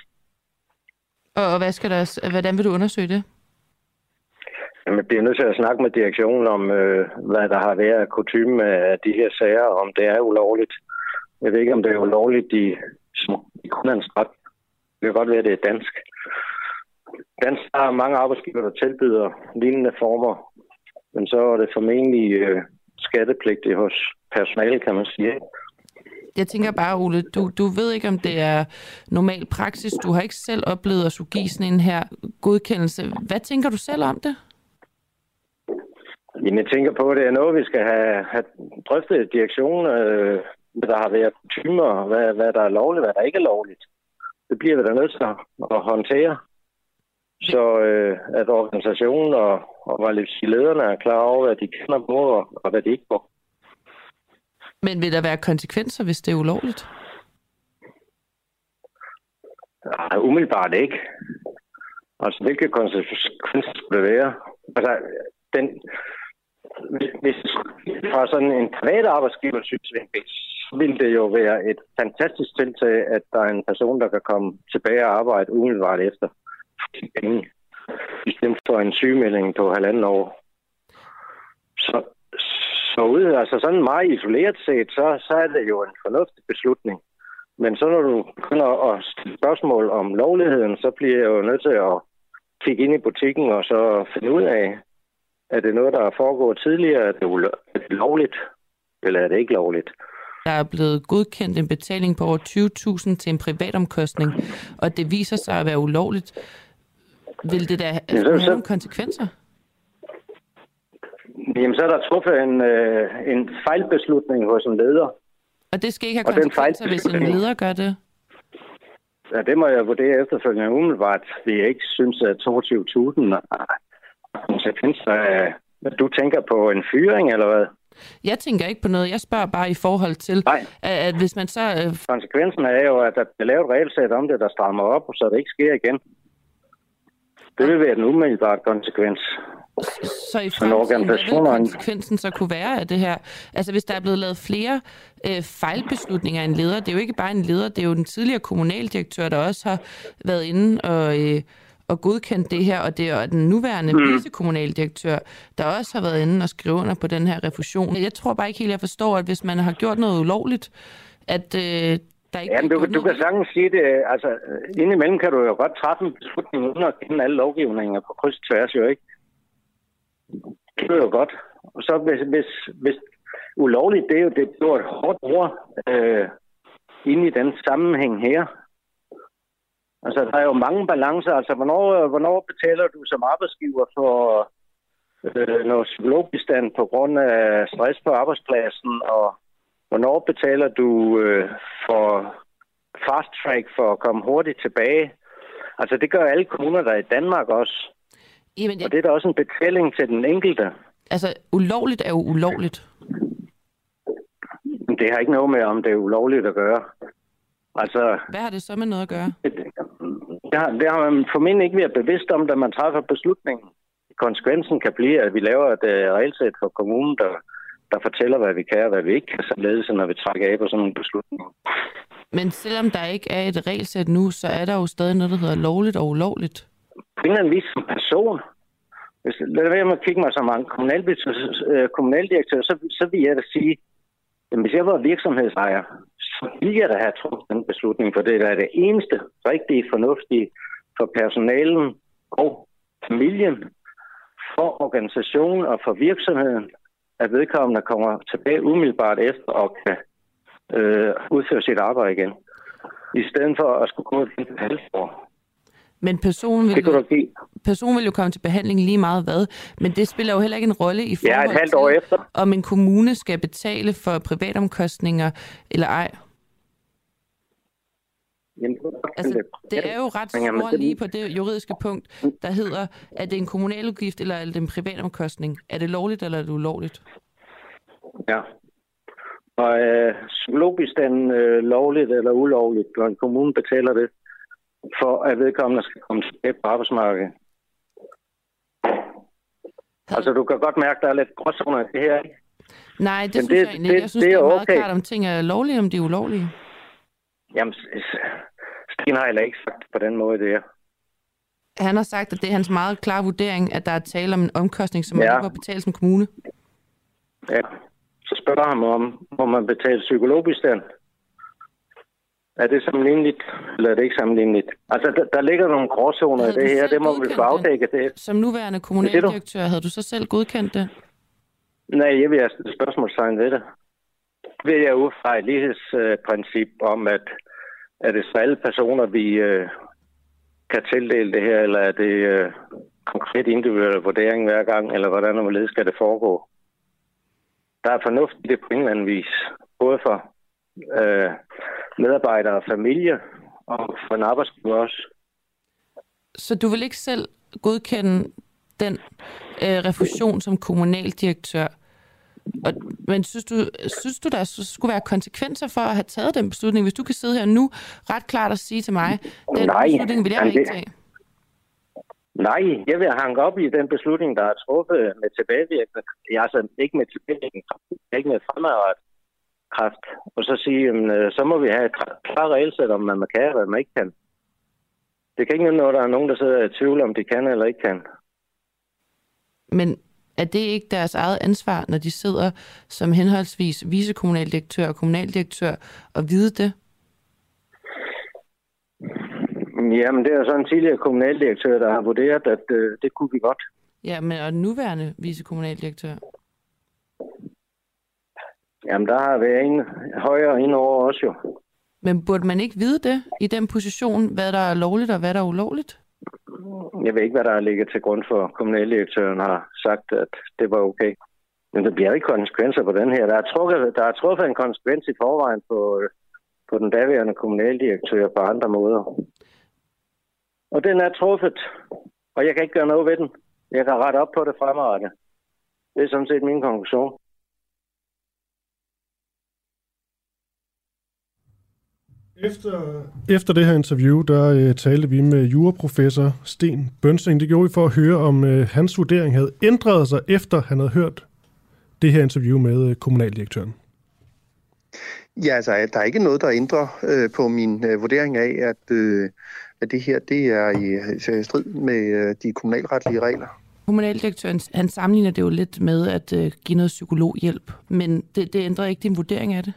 Og hvordan vil du undersøge det? Jeg bliver nødt til at snakke med direktionen om, hvad der har været af kutyme af de her sager, om det er ulovligt. Jeg ved ikke, om det er ulovligt i Grønlands ret. Det kan godt være, at det er dansk. Dansk har mange arbejdsgiver, der tilbyder lignende former, men så er det formentlig skattepligtigt hos personale, kan man sige. Jeg tænker bare, Ole, du ved ikke, om det er normal praksis. Du har ikke selv oplevet at skulle give sådan en her godkendelse. Hvad tænker du selv om det? Jamen, jeg tænker på, at det er noget, vi skal have drøftet i direktionen. hvad der har været kutymer, hvad der er lovligt, hvad der ikke er lovligt. Det bliver vi da nødt til at håndtere. Så at organisationen og lederne er klar over, hvad de kender på, og hvad de ikke på. Men vil der være konsekvenser, hvis det er ulovligt? Nej, umiddelbart ikke. Altså, hvilke konsekvenser skulle det være? Altså, hvis fra sådan en privat arbejdsgiver synsvinkel, så vil det jo være et fantastisk tiltag, at der er en person, der kan komme tilbage og arbejde umiddelbart efter penge, i stedet for en sygemelding på 1,5 år. Så ude, altså sådan meget isoleret set, så er det jo en fornuftig beslutning. Men så når du begynder at stille spørgsmål om lovligheden, så bliver jeg jo nødt til at kigge ind i butikken og så finde ud af, er det noget, der er foregået tidligere? Er det lovligt, eller er det ikke lovligt? Der er blevet godkendt en betaling på over 20.000 til en privatomkostning, og det viser sig at være ulovligt. Vil det da have nogle konsekvenser? Jamen, så er der truffet en fejlbeslutning hos en leder. Og det skal ikke have konsekvenser, hvis en leder gør det? Ja, det må jeg vurdere efterfølgende umiddelbart. Vi ikke synes, at 22.000 konsekvenser af... Du tænker på en fyring, eller hvad? Jeg tænker ikke på noget. Jeg spørger bare i forhold til, at hvis man så... Konsekvensen er jo, at der bliver lavet regelsæt om det, der strammer op, så det ikke sker igen. Det vil være den umiddelbare konsekvens. Så i fremtiden, hvad vil konsekvensen så kunne være af det her? Altså, hvis der er blevet lavet flere fejlbeslutninger af en leder, det er jo ikke bare en leder, det er jo den tidligere kommunaldirektør, der også har været inde og godkendt det her, og det er den nuværende vicekommunaldirektør, der også har været inde og skrive under på den her refusion. Jeg tror bare ikke helt, jeg forstår, at hvis man har gjort noget ulovligt, at der ikke... Ja, du kan sagtens sige det. Altså, indimellem kan du jo godt træffe en beslutning uden at kende alle lovgivninger på kryds og tværs, jo ikke? Det er jo godt. Og så hvis ulovligt, det er jo et hårdt ord inde i den sammenhæng her. Altså, der er jo mange balancer. Altså, hvornår betaler du som arbejdsgiver for noget psykologbistand på grund af stress på arbejdspladsen, og hvornår betaler du for fast track for at komme hurtigt tilbage? Altså, det gør alle kommuner, der er i Danmark også. Jamen, og det er da også en betaling til den enkelte. Altså, ulovligt er jo ulovligt. Det har ikke noget med, om det er ulovligt at gøre. Altså, hvad har det så med noget at gøre? Det har man formentlig ikke været bevidst om, da man træffer beslutningen. Konsekvensen kan blive, at vi laver et regelsæt for kommunen, der fortæller, hvad vi kan og hvad vi ikke kan, som ledelse, når vi trækker af på sådan en beslutning. Men selvom der ikke er et regelsæt nu, så er der jo stadig noget, der hedder lovligt og ulovligt. På en eller anden vis som person. Lad være med at kigge mig som en kommunaldirektør, så vil jeg da sige, at hvis jeg var virksomhedsejer, så ville jeg da have truffet den beslutning, for det er det eneste rigtige fornuftige for personalen og familien, for organisationen og for virksomheden, at vedkommende kommer tilbage umiddelbart efter og kan udføre sit arbejde igen. I stedet for at skulle gå et halvår. Men personen vil jo komme til behandling lige meget hvad, men det spiller jo heller ikke en rolle i forhold et halvt år til, efter. Om en kommune skal betale for privatomkostninger eller ej. Altså, det er jo ret stort lige på det juridiske punkt, der hedder, at det er en kommunaludgift eller er det en privatomkostning. Er det lovligt eller er det ulovligt? Ja. Og psykologbistand lovligt eller ulovligt, når en kommune betaler det, for at vedkommende skal komme tilbage på arbejdsmarkedet. Altså, du kan godt mærke, at der er lidt gråzoner i det her, ikke? Nej, det synes jeg egentlig ikke. Jeg synes, det er meget klart, om ting er lovlige, om de er ulovlige. Jamen, Sten har heller ikke sagt på den måde, det er. Han har sagt, at det er hans meget klare vurdering, at der er tale om en omkostning, som man ikke må betale som kommune. Ja, så spørger ham om, må man betale psykologbistand? Er det sammenligneligt, eller er det ikke sammenligneligt? Altså, der ligger nogle gråzoner i det her, det må vi få afdækket det. Som nuværende kommunaldirektør, havde du så selv godkendt det? Nej, jeg vil have et spørgsmålstegn ved det. Det vil jeg ud fra et lighedsprincip om, at er det så alle personer, vi kan tildele det her, eller er det konkret individuel vurdering hver gang, eller hvordan og skal det foregå? Der er fornuft i det på en eller anden vis, både for medarbejdere og familie, og for en arbejdsgiver også. Så du vil ikke selv godkende den refusion som kommunaldirektør? Men synes du, der skulle være konsekvenser for at have taget den beslutning? Hvis du kan sidde her nu ret klart og sige til mig, den beslutning vil jeg ikke tage. Nej, jeg vil hanke op i den beslutning, der er truffet med tilbagevirkende. Altså ikke med tilbagevirkende kraft, ikke med fremadrettet kraft. Og så sige, så må vi have et klart regelsæt om, hvad man kan og hvad man ikke kan. Det kan ikke noget, der er nogen, der sidder i tvivl om, de kan eller ikke kan. Men er det ikke deres eget ansvar, når de sidder som henholdsvis vicekommunaldirektør og kommunaldirektør, og vide det? Jamen, det er så en tidligere kommunaldirektør, der har vurderet, at det kunne vi godt. Ja, men og den nuværende vicekommunaldirektør? Jamen, der har været en højere ind over også jo. Men burde man ikke vide det i den position, hvad der er lovligt og hvad der er ulovligt? Jeg ved ikke, hvad der er ligget til grund for, kommunaldirektøren har sagt, at det var okay. Men der bliver ikke konsekvenser på den her. Der er truffet en konsekvens i forvejen på den daværende kommunaldirektør på andre måder. Og den er truffet, og jeg kan ikke gøre noget ved den. Jeg kan rette op på det fremadrettet. Det er sådan set min konklusion. Efter det her interview, der talte vi med juraprofessor Sten Bønsing. Det gjorde vi for at høre, om hans vurdering havde ændret sig, efter han havde hørt det her interview med kommunaldirektøren. Ja, altså, der er ikke noget, der ændrer på min vurdering af, at det her det er i strid med de kommunalretlige regler. Kommunaldirektøren, han sammenligner det jo lidt med at give noget psykologhjælp, men det ændrer ikke din vurdering af det?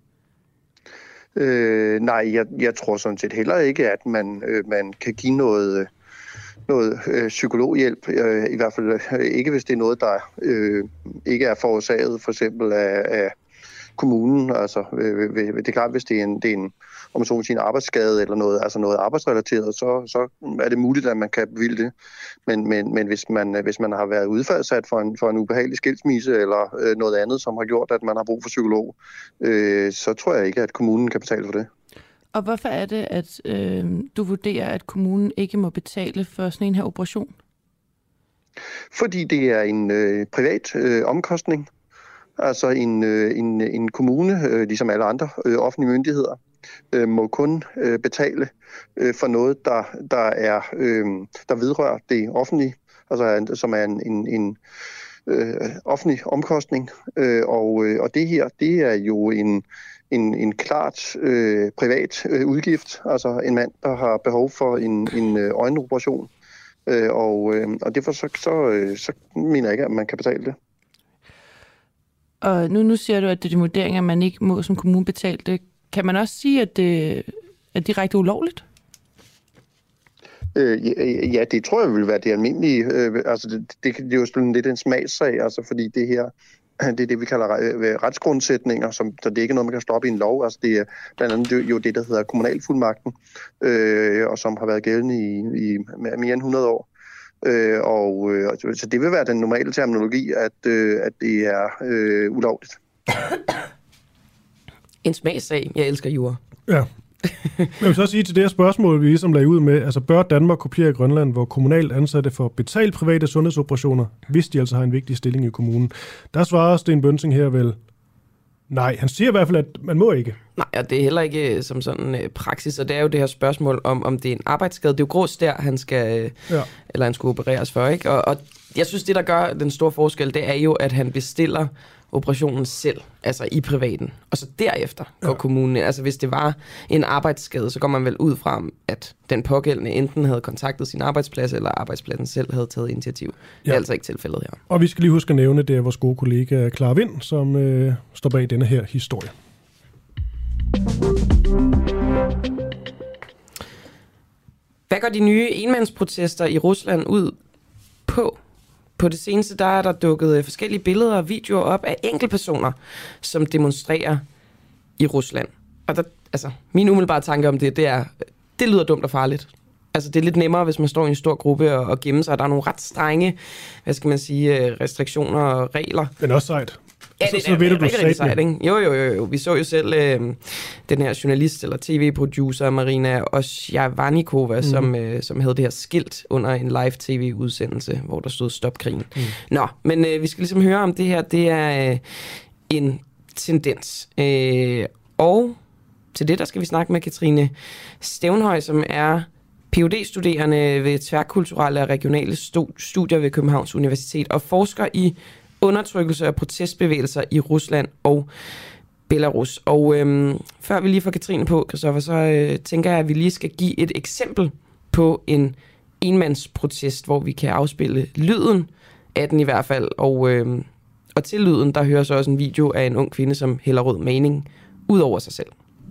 Nej, jeg tror sådan set heller ikke, at man kan give noget psykologhjælp. I hvert fald ikke, hvis det er noget, der ikke er forårsaget for eksempel af kommunen. Altså, det er klart, hvis det er en om så må sige, en arbejdsskade eller noget, altså noget arbejdsrelateret, så er det muligt, at man kan bevilge det. Men hvis man har været udsat for en ubehagelig skilsmisse eller noget andet, som har gjort, at man har brug for psykolog, så tror jeg ikke, at kommunen kan betale for det. Og hvorfor er det, at du vurderer, at kommunen ikke må betale for sådan en her operation? Fordi det er en privat omkostning. Altså en kommune, ligesom alle andre offentlige myndigheder, må kun betale for noget, der vedrører det offentlige, altså som er en offentlig omkostning. Og det her, det er jo en klart privat udgift, altså en mand, der har behov for en øjenoperation. Og derfor så mener jeg ikke, at man kan betale det. Og nu siger du, at det er de vurderinger, man ikke må som kommune betale det. Kan man også sige, at det er direkte ulovligt? Ja, det tror jeg vil være det almindelige. Altså det er jo sådan lidt en smagssag, altså fordi det her, det er det, vi kalder retsgrundsætninger, så det er ikke noget, man kan stoppe i en lov. Altså det er blandt andet jo det, der hedder kommunalfuldmagten, og som har været gældende i mere end 100 år. Så det vil være den normale terminologi, at det er ulovligt. En smagssag. Jeg elsker jura. Ja. Jeg vil så sige til det her spørgsmål, vi ligesom lagde ud med, altså bør Danmark kopiere Grønland, hvor kommunalt ansatte får betalt private sundhedsoperationer, hvis de altså har en vigtig stilling i kommunen? Der svarer Sten Bønsing her vel, nej, han siger i hvert fald, at man må ikke. Nej, og det er heller ikke som sådan praksis, og det er jo det her spørgsmål om det er en arbejdsskade. Det er jo grå stær, han skal, eller han skulle opereres for, ikke? Og jeg synes, det der gør den store forskel, det er jo, at han bestiller operationen selv, altså i privaten. Og så derefter går kommunen. Altså hvis det var en arbejdsskade, så går man vel ud fra, at den pågældende enten havde kontaktet sin arbejdsplads, eller arbejdspladsen selv havde taget initiativ. Det er altså ikke tilfældet her. Og vi skal lige huske at nævne, det er vores gode kollega Clara Vind, som står bag denne her historie. Hvad går de nye enmandsprotester i Rusland ud på? På det seneste, der er der dukket forskellige billeder og videoer op af enkeltpersoner, som demonstrerer i Rusland. Og der, altså, min umiddelbare tanke om det er, det lyder dumt og farligt. Altså, det er lidt nemmere, hvis man står i en stor gruppe og gemmer sig. Der er nogle ret strenge, restriktioner og regler. Men også sejt. Ja, så ved du rigtig sejt, ikke? Jo. Vi så jo selv den her journalist eller tv-producer Marina Osjavanikova, som havde det her skilt under en live tv-udsendelse, hvor der stod stop krigen. Nå, men vi skal ligesom høre om det her. Det er en tendens. Og til det, der skal vi snakke med Katrine Stævnhøj, som er Ph.D.-studerende ved tværkulturelle og regionale studier ved Københavns Universitet og forsker i undertrykkelse og protestbevægelser i Rusland og Belarus. Og før vi lige får Katrine på, Christoffer, så tænker jeg, at vi lige skal give et eksempel på en enmandsprotest, hvor vi kan afspille lyden af den i hvert fald. Og til lyden, der hører så også en video af en ung kvinde, som hælder rød maling ud over sig selv.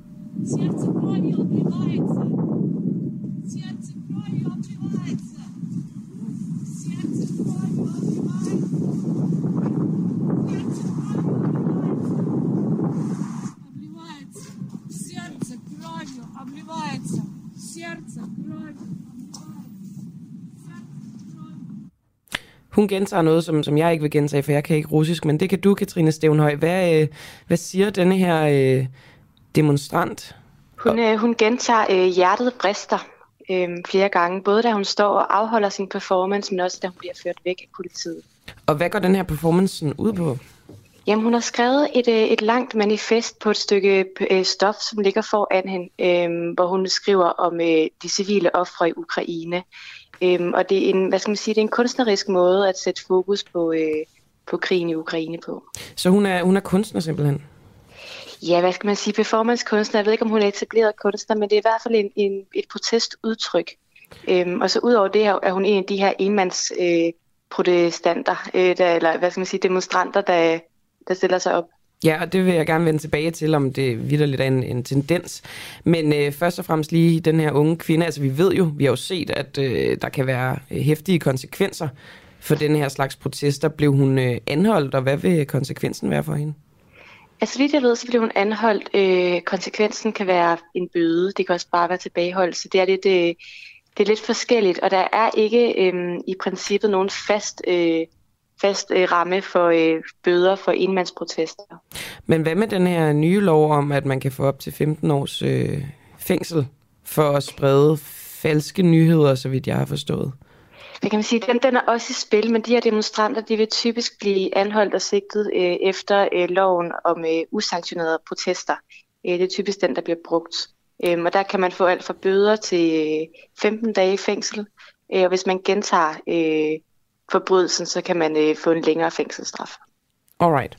Hun gentager noget, som jeg ikke vil gentage, for jeg kan ikke russisk, men det kan du, Katrine Stævnhøj. Hvad siger denne her demonstrant? Hun gentager, hjertet brister flere gange, både da hun står og afholder sin performance, men også da hun bliver ført væk af politiet. Og hvad går den her performance ud på? Jamen, hun har skrevet et langt manifest på et stykke stof, som ligger foran hende, hvor hun skriver om de civile ofre i Ukraine. Og det er det er en kunstnerisk måde at sætte fokus på krigen i Ukraine på. Så hun er kunstner simpelthen? Ja, hvad skal man sige? Performancekunstner. Jeg ved ikke, om hun er etableret kunstner, men det er i hvert fald et protestudtryk. Og så udover det er hun en af de her enmandsprotestanter, eller demonstranter, der stiller sig op. Ja, og det vil jeg gerne vende tilbage til, om det vitterligt er en tendens. Men først og fremmest lige den her unge kvinde. Altså vi har jo set, at der kan være heftige konsekvenser for den her slags protester. Blev hun anholdt, og hvad vil konsekvensen være for hende? Altså vidt jeg ved, så blev hun anholdt. Konsekvensen kan være en bøde. Det kan også bare være tilbageholdelse. Det er lidt forskelligt, og der er ikke i princippet nogen fast ramme for bøder for enmandsprotester. Men hvad med den her nye lov om, at man kan få op til 15 års fængsel for at sprede falske nyheder, så vidt jeg har forstået? Det kan man sige, den er også i spil, men de her demonstranter, de vil typisk blive anholdt og sigtet efter loven om usanktionerede protester. Det er typisk den, der bliver brugt. Og der kan man få alt fra bøder til 15 dage i fængsel. Og hvis man gentager forbrydelsen, så kan man få en længere fængselsstraf. Alright.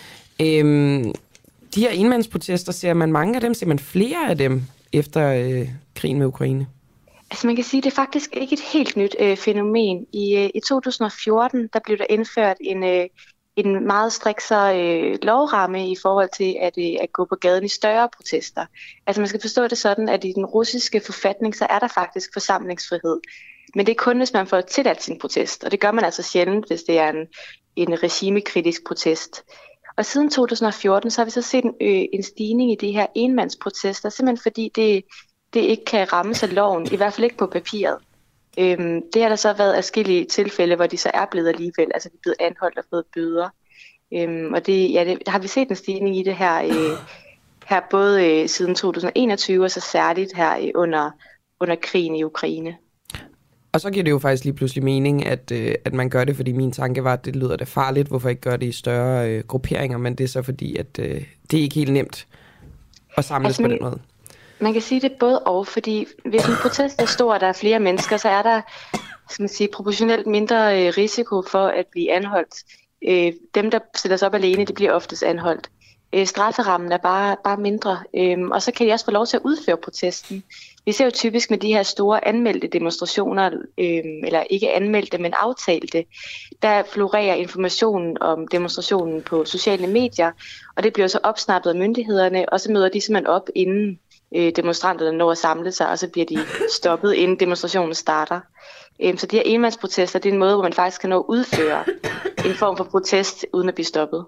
De her enmandsprotester, ser man flere af dem efter krigen med Ukraine? Altså man kan sige, at det er faktisk ikke et helt nyt fænomen. I 2014, der blev der indført en meget striksere lovramme i forhold til at gå på gaden i større protester. Altså man skal forstå det sådan, at i den russiske forfatning, så er der faktisk forsamlingsfrihed. Men det er kun, hvis man får tilladt sin protest, og det gør man altså sjældent, hvis det er en regimekritisk protest. Og siden 2014, så har vi så set en stigning i de her enmandsprotester, simpelthen fordi det ikke kan rammes af loven, i hvert fald ikke på papiret. Det har der så været adskillige tilfælde, hvor de så er blevet alligevel, altså de er blevet anholdt og fået bøder. Og det har vi set en stigning i det her både siden 2021, og så særligt her under krigen i Ukraine. Og så giver det jo faktisk lige pludselig mening, at man gør det, fordi min tanke var, at det lyder da farligt, hvorfor ikke gøre det i større grupperinger, men det er så fordi, at det er ikke helt nemt at samles på den måde. Man kan sige det både og, fordi hvis en protest er stor, og der er flere mennesker, så er der proportionelt mindre risiko for at blive anholdt. Dem, der stiller sig op alene, det bliver oftest anholdt. Strafferammen er bare mindre, og så kan de også få lov til at udføre protesten. Vi ser jo typisk med de her store anmeldte demonstrationer, eller ikke anmeldte, men aftalte, der florerer informationen om demonstrationen på sociale medier, og det bliver så opsnappet af myndighederne, og så møder de simpelthen op, inden demonstranterne når at samle sig, og så bliver de stoppet, inden demonstrationen starter. Så de her enmandsprotester, det er en måde, hvor man faktisk kan nå at udføre en form for protest, uden at blive stoppet.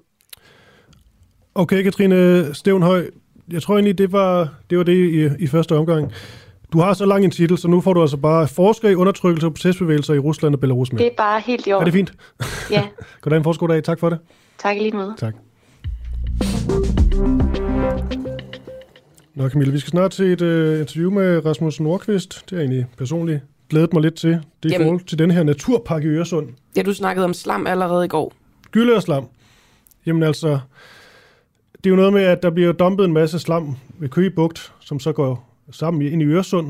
Okay, Katrine Stævnhøj, jeg tror egentlig, det var det i første omgang. Du har så lang en titel, så nu får du altså bare forsker i undertrykkelse og protestbevægelser i Rusland og Belarus med. Det er bare helt i orden. Er det fint? Ja. Goddag, en forskud dag. Tak for det. Tak i lige måde. Tak. Nå Camilla, vi skal snart til et interview med Rasmus Nordqvist. Det er egentlig personligt glædet mig lidt til. Det er i forhold til den her naturpakke i Øresund. Ja, du snakkede om slam allerede i går. Gylde og slam. Jamen altså, det er jo noget med, at der bliver dumpet en masse slam ved Køge Bugt, som så går sammen ind i Øresund.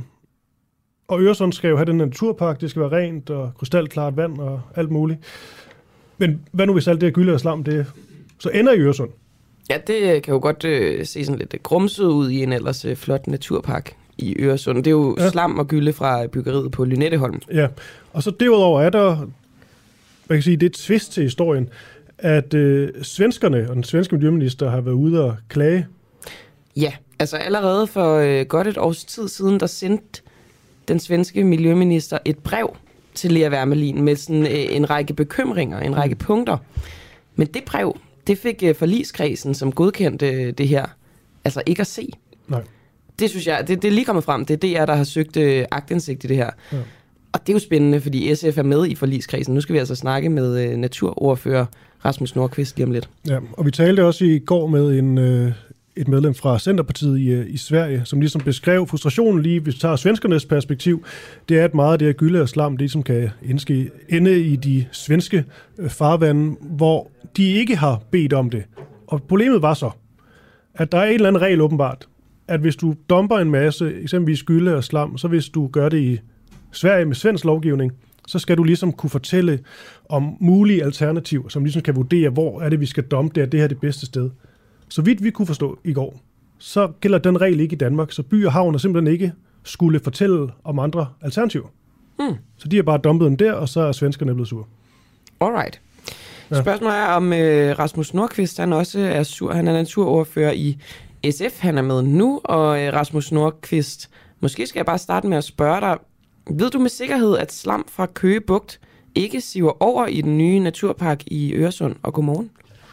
Og Øresund skal jo have den naturpakke, det skal være rent og krystalklart vand og alt muligt. Men hvad nu hvis alt det her gylde og slam, det så ender i Øresund? Ja, det kan jo godt se sådan lidt grumset ud i en ellers flot naturpark i Øresund. Det er jo slam og gylde fra byggeriet på Lynetteholm. Ja, og så derudover er der, man kan sige, det er et twist til historien, at svenskerne og den svenske miljøminister har været ude og klage. Ja, altså allerede for godt et års tid siden, der sendte den svenske miljøminister et brev til Lea Wermelin med sådan en række bekymringer, en række punkter. Men det brev, det fik forligskredsen, som godkendte det her, altså ikke at se. Nej. Det synes jeg, det er lige kommet frem. Det er DR, der har søgt aktindsigt i det her. Ja. Og det er jo spændende, fordi SF er med i forligskredsen. Nu skal vi altså snakke med naturordfører Rasmus Nordqvist lige om lidt. Ja, og vi talte også i går med et medlem fra Centerpartiet i Sverige, som ligesom beskrev frustrationen lige, hvis vi tager svenskernes perspektiv, det er, at meget af det her gylde og slam, det som kan ende i de svenske farvande, hvor de ikke har bedt om det. Og problemet var så, at der er en eller anden regel åbenbart, at hvis du dumper en masse, eksempelvis gylde og slam, så hvis du gør det i Sverige med svensk lovgivning, så skal du ligesom kunne fortælle om mulige alternativer, som ligesom kan vurdere, hvor er det, vi skal dumpe det, det her er det bedste sted. Så vidt vi kunne forstå i går, så gælder den regel ikke i Danmark, så by og havner simpelthen ikke skulle fortælle om andre alternativer. Så de har bare dumpet dem der, og så er svenskerne blevet sure. Alright. Ja. Spørgsmålet er, om Rasmus Nordqvist, han også er sur. Han er naturordfører i SF, han er med nu, og Rasmus Nordqvist, måske skal jeg bare starte med at spørge dig, ved du med sikkerhed, at slam fra Køge Bugt ikke siver over i den nye naturpark i Øresund? Og godmorgen.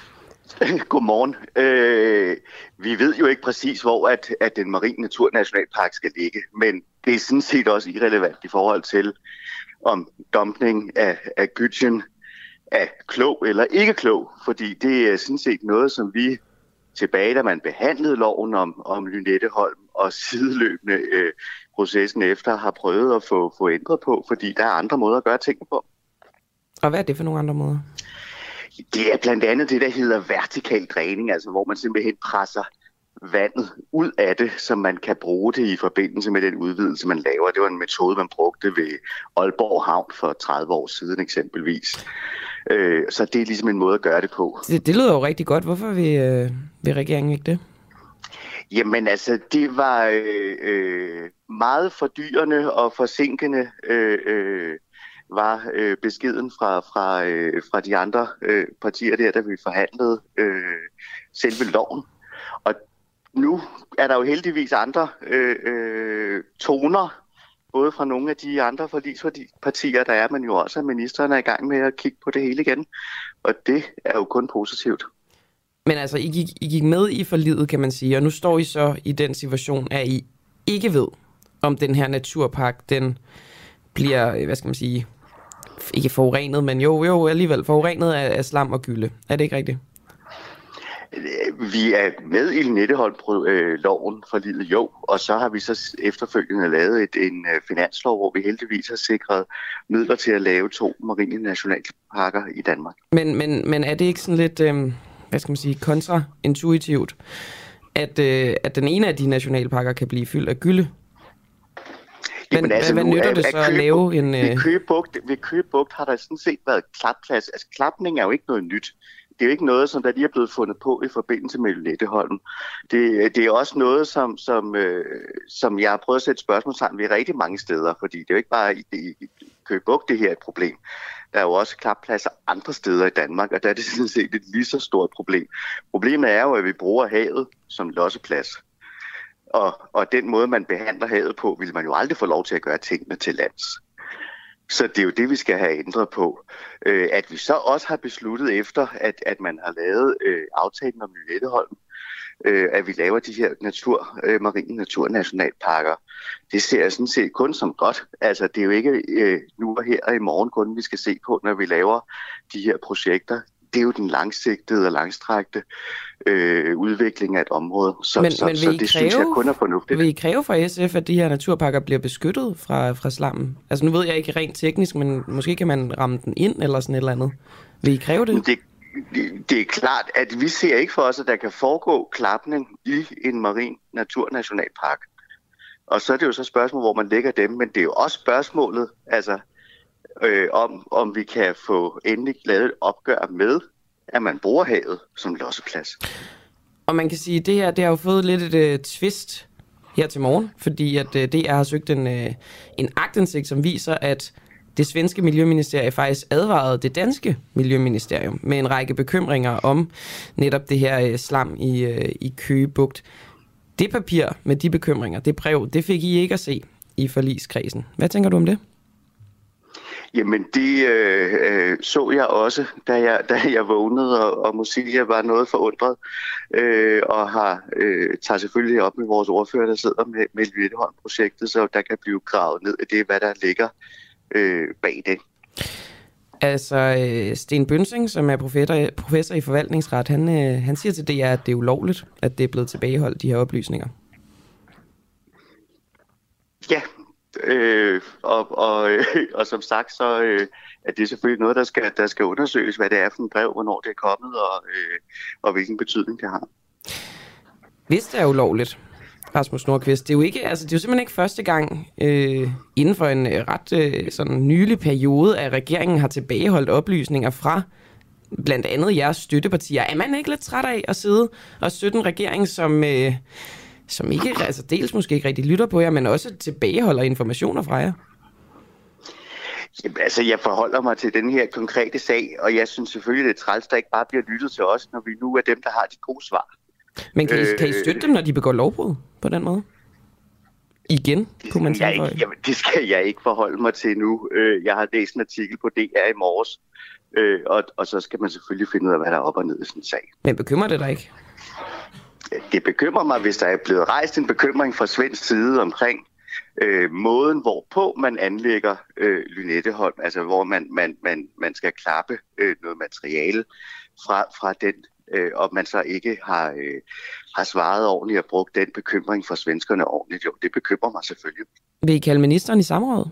Godmorgen. Vi ved jo ikke præcis, hvor at den marine naturnationalpark skal ligge, men det er sådan set også irrelevant i forhold til, om dumpning af gytjen er klog eller ikke klog, fordi det er sådan set noget, som vi tilbage, da man behandlede loven om Lynetteholm og sideløbende processen efter, har prøvet at få ændret på, fordi der er andre måder at gøre tingene på. Og hvad er det for nogle andre måder? Det er blandt andet det, der hedder vertikal dræning, altså hvor man simpelthen presser vandet ud af det, så man kan bruge det i forbindelse med den udvidelse, man laver. Det var en metode, man brugte ved Aalborg Havn for 30 år siden eksempelvis. Så det er ligesom en måde at gøre det på. Det lyder jo rigtig godt. Hvorfor vil regeringen ikke det? Jamen altså, det var meget fordyrende og forsinkende var beskeden fra de andre partier der, da vi forhandlede selve loven. Og nu er der jo heldigvis andre toner, både fra nogle af de andre forligspartier, der er, men jo også at ministeren er i gang med at kigge på det hele igen. Og det er jo kun positivt. Men altså, I gik med i forliget, kan man sige, og nu står I så i den situation, at I ikke ved, om den her naturpark, den bliver, hvad skal man sige, ikke forurenet, men jo alligevel forurenet af slam og gylde. Er det ikke rigtigt? Vi er med i Lynetteholm-loven forliget, jo, og så har vi så efterfølgende lavet en finanslov, hvor vi heldigvis har sikret midler til at lave 2 marine nationalparker i Danmark. Men er det ikke sådan lidt, hvad skal man sige, kontraintuitivt, at den ene af de nationalparker kan blive fyldt af gylde? Men altså, hvad nytter det så at lave en... Ved Køge Bugt har der sådan set været klapplads. Altså klapning er jo ikke noget nyt. Det er jo ikke noget, som der lige er blevet fundet på i forbindelse med Lynetteholm. Det er også noget, som jeg har prøvet at sætte spørgsmålstegn ved rigtig mange steder, fordi det er jo ikke bare i Køge Bugt, det her er et problem. Der er jo også klappladser andre steder i Danmark, og der er det sådan set et lige så stort problem. Problemet er jo, at vi bruger havet som losseplads. Og den måde, man behandler havet på, vil man jo aldrig få lov til at gøre tingene til lands. Så det er jo det, vi skal have ændret på. At vi så også har besluttet efter, at man har lavet aftalen om Lynetteholm, at vi laver de her marine naturnationalparker. Det ser jeg sådan set kun som godt. Altså, det er jo ikke nu og her og i morgen kun, vi skal se på, når vi laver de her projekter. Det er jo den langsigtede og langstrakte udvikling af et område. Så det synes jeg kun er fornuftigt. Vil I kræve fra SF, at de her naturparker bliver beskyttet fra slammen? Altså nu ved jeg ikke rent teknisk, men måske kan man ramme den ind eller sådan et eller andet. Vil I kræve det? Det er klart, at vi ser ikke for os, at der kan foregå klapning i en marin naturnationalpark. Og så er det jo så spørgsmål, hvor man lægger dem, men det er jo også spørgsmålet, altså om vi kan få endelig lavet et opgør med, at man bruger havet som losseplads. Og man kan sige, at det her det har jo fået lidt et twist her til morgen, fordi at DR har søgt en aktindsigt, som viser, at det svenske miljøministerium faktisk advarede det danske miljøministerium med en række bekymringer om netop det her slam i Køge Bugt. Det papir med de bekymringer, det brev, det fik I ikke at se i forligskredsen. Hvad tænker du om det? Jamen det så jeg også, da jeg vågnede, og må sige, at jeg var noget forundret, og tager selvfølgelig op med vores ordfører, der sidder med Lynetteholm-projektet, så der kan blive gravet ned i det, hvad der ligger bag det. Altså, Sten Bønsing, som er professor i forvaltningsret, han siger til DR, at det er ulovligt, at det er blevet tilbageholdt, de her oplysninger. Ja, og som sagt, så er det selvfølgelig noget, der skal undersøges, hvad det er for en brev, hvornår det er kommet, og hvilken betydning det har. Hvis det er ulovligt, Rasmus Nordqvist, det er jo simpelthen ikke første gang inden for en ret sådan nylig periode, at regeringen har tilbageholdt oplysninger fra blandt andet jeres støttepartier. Er man ikke lidt træt af at sidde og støtte en regering, som ikke, altså dels måske ikke rigtig lytter på jer, men også tilbageholder informationer fra jer? Altså, jeg forholder mig til den her konkrete sag, og jeg synes selvfølgelig, det er træls, der ikke bare bliver lyttet til os, når vi nu er dem, der har de gode svar. Men kan I støtte dem, når de begår lovbrud på den måde? Igen, kunne man sige. Jamen, det skal jeg ikke forholde mig til nu. Jeg har læst en artikel på DR i morges, og så skal man selvfølgelig finde ud af, hvad der er op og ned i sådan en sag. Men bekymrer det dig ikke? Det bekymrer mig, hvis der er blevet rejst en bekymring fra svensk side omkring måden, hvorpå man anlægger Lynetteholm, altså hvor man skal klappe noget materiale fra den, og man så ikke har svaret ordentligt og brugt den bekymring fra svenskerne ordentligt. Jo, det bekymrer mig selvfølgelig. Vil I kalde ministeren i samråd?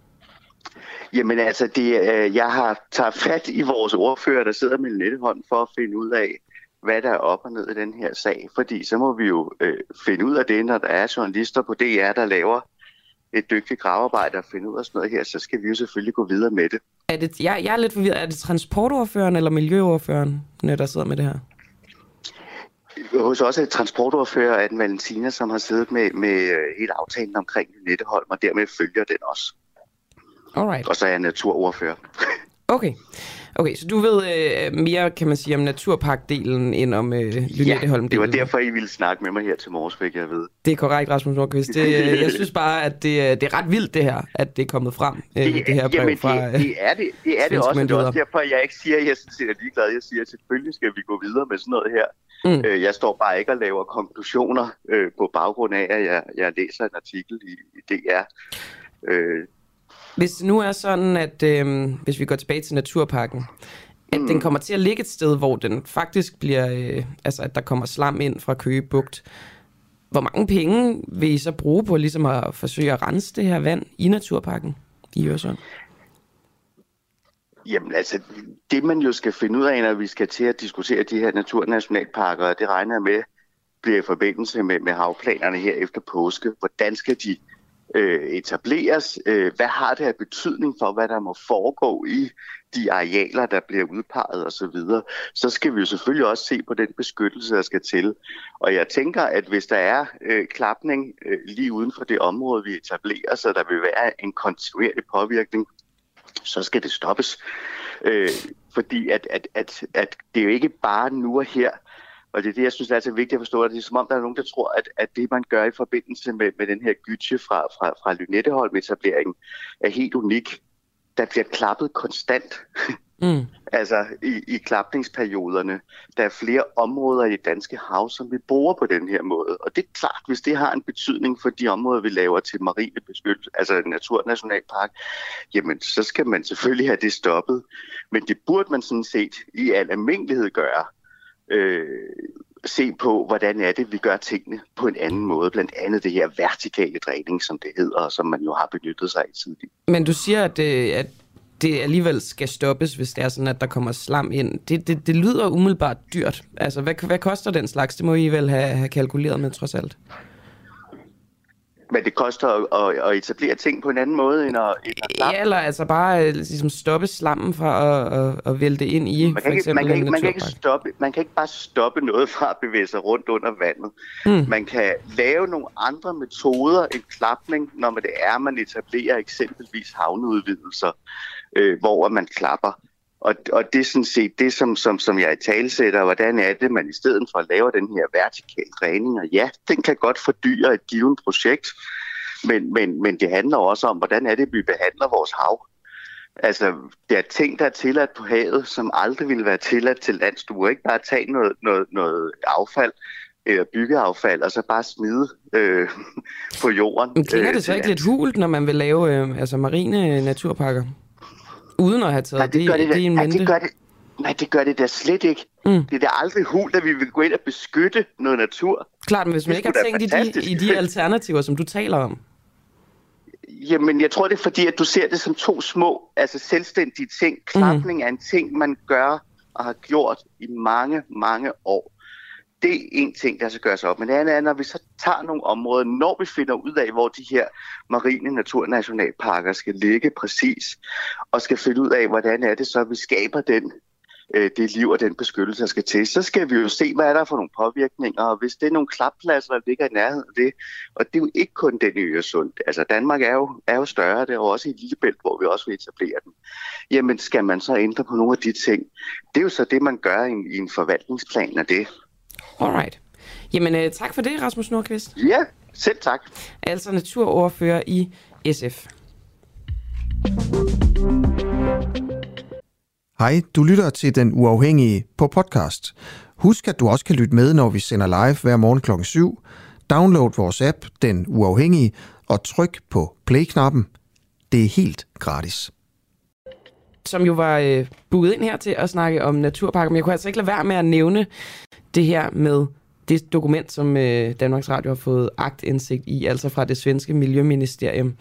Jamen altså, jeg tager fat i vores ordfører, der sidder med Lynetteholm, for at finde ud af, hvad der er op og ned i den her sag. Fordi så må vi jo finde ud af det, når der er journalister på DR, der laver et dygtigt gravearbejde og finde ud af sådan noget her, så skal vi jo selvfølgelig gå videre med det. Jeg er lidt forvirret. Er det transportordføreren eller miljøordføreren, der sidder med det her? Hos os er transportordfører Anne Valentina, som har siddet med hele aftalen omkring Lynetteholm, og dermed følger den også. Alright. Og så er jeg naturordfører. Okay, så du ved mere, kan man sige, om naturparkdelen end om Lynetteholm-delen? Det var derfor, I ville snakke med mig her til morges, fik jeg ved. Det er korrekt, Rasmus Nordqvist. Jeg synes bare, at det er ret vildt det her, at det er kommet frem, det her brev fra det er det også. Det er også derfor, jeg ikke siger, at jeg er ligeglad. Jeg siger, at selvfølgelig skal vi gå videre med sådan noget her. Jeg står bare ikke og laver konklusioner på baggrund af, at jeg læser en artikel i DR. Hvis det nu er sådan, at hvis vi går tilbage til naturparken, at den kommer til at ligge et sted, hvor den faktisk bliver, at der kommer slam ind fra Køge Bugt, hvor mange penge vil I så bruge på ligesom at forsøge at rense det her vand i naturparken i Øresund? Jamen altså, det man jo skal finde ud af, når vi skal til at diskutere de her naturnationalparker, det regner jeg med, bliver i forbindelse med havplanerne her efter påske. Hvordan skal de etableres? Hvad har det af betydning for, hvad der må foregå i de arealer, der bliver udpeget osv.? Så skal vi jo selvfølgelig også se på den beskyttelse, der skal til. Og jeg tænker, at hvis der er klapning lige uden for det område, vi etablerer, så der vil være en kontinuerlig påvirkning, så skal det stoppes. Fordi at det er jo ikke bare nu og her. Og det er det, jeg synes er så vigtigt at forstå, at det er som om, der er nogen, der tror, at det, man gør i forbindelse med den her gytje fra Lynetteholm-etableringen, er helt unik. Der bliver klappet konstant. Altså i klapningsperioderne. Der er flere områder i det danske hav, som vi bruger på den her måde. Og det er klart, hvis det har en betydning for de områder, vi laver til marine beskyttelse, altså en naturnationalpark, jamen så skal man selvfølgelig have det stoppet. Men det burde man sådan set i al almindelighed gøre. se på, hvordan er det, vi gør tingene på en anden måde. Blandt andet det her vertikale dræning, som det hedder, som man jo har benyttet sig af tidligere. Men du siger, at det alligevel skal stoppes, hvis det er sådan, at der kommer slam ind. Det lyder umiddelbart dyrt. Altså, hvad koster den slags? Det må I vel have kalkuleret med, trods alt. Men det koster at etablere ting på en anden måde end at ja, eller altså bare ligesom stoppe slammen fra at vælte ind i for eksempel en naturpark. Man kan ikke bare stoppe noget fra at bevæge sig rundt under vandet. Man kan lave nogle andre metoder end klapning, når det er, man etablerer eksempelvis havneudvidelser, hvor man klapper. Og det er sådan set det, som jeg italesætter, hvordan er det, man i stedet for at lave den her vertikale dræning, og ja, den kan godt fordyre et givet projekt, men det handler også om, hvordan er det, vi behandler vores hav. Altså, der er ting, der er tilladt på havet, som aldrig ville være tilladt til lands. Du må ikke bare tage noget affald, byggeaffald, og så bare smide på jorden. Men klinger det så ikke lidt hult, når man vil lave marine naturparker? Uden at have taget det i mente? Nej, det gør det da slet ikke. Det er da aldrig hult, at vi vil gå ind og beskytte noget natur. Klart, men hvis man ikke har tænkt i de alternativer, som du taler om. Jamen, jeg tror, det er fordi, at du ser det som to små, selvstændige ting. Klapning er en ting, man gør og har gjort i mange, mange år. Det er en ting, der skal gøres op. Men det andet er, når vi så tager nogle områder, når vi finder ud af, hvor de her marine naturnationalparker skal ligge præcis, og skal finde ud af, hvordan er det så, at vi skaber det liv og den beskyttelse, der skal til, så skal vi jo se, hvad er der for nogle påvirkninger, og hvis det er nogle klappladser, der ligger i nærheden af det, og det er jo ikke kun den i Øresund. Altså Danmark er jo større, det er jo også i Lillebælt, hvor vi også vil etablere den. Jamen skal man så ændre på nogle af de ting? Det er jo så det, man gør i en forvaltningsplan af det. Alright. Jamen tak for det, Rasmus Nordqvist. Ja, selv tak. Altså naturordfører i SF. Hej, du lytter til Den Uafhængige på podcast. Husk, at du også kan lytte med, når vi sender live hver morgen kl. 7. Download vores app, Den Uafhængige, og tryk på play-knappen. Det er helt gratis. Som jo var booket ind her til at snakke om naturparker, men jeg kunne altså ikke lade være med at nævne det her med det dokument, som Danmarks Radio har fået aktindsigt i, altså fra det svenske miljøministerium,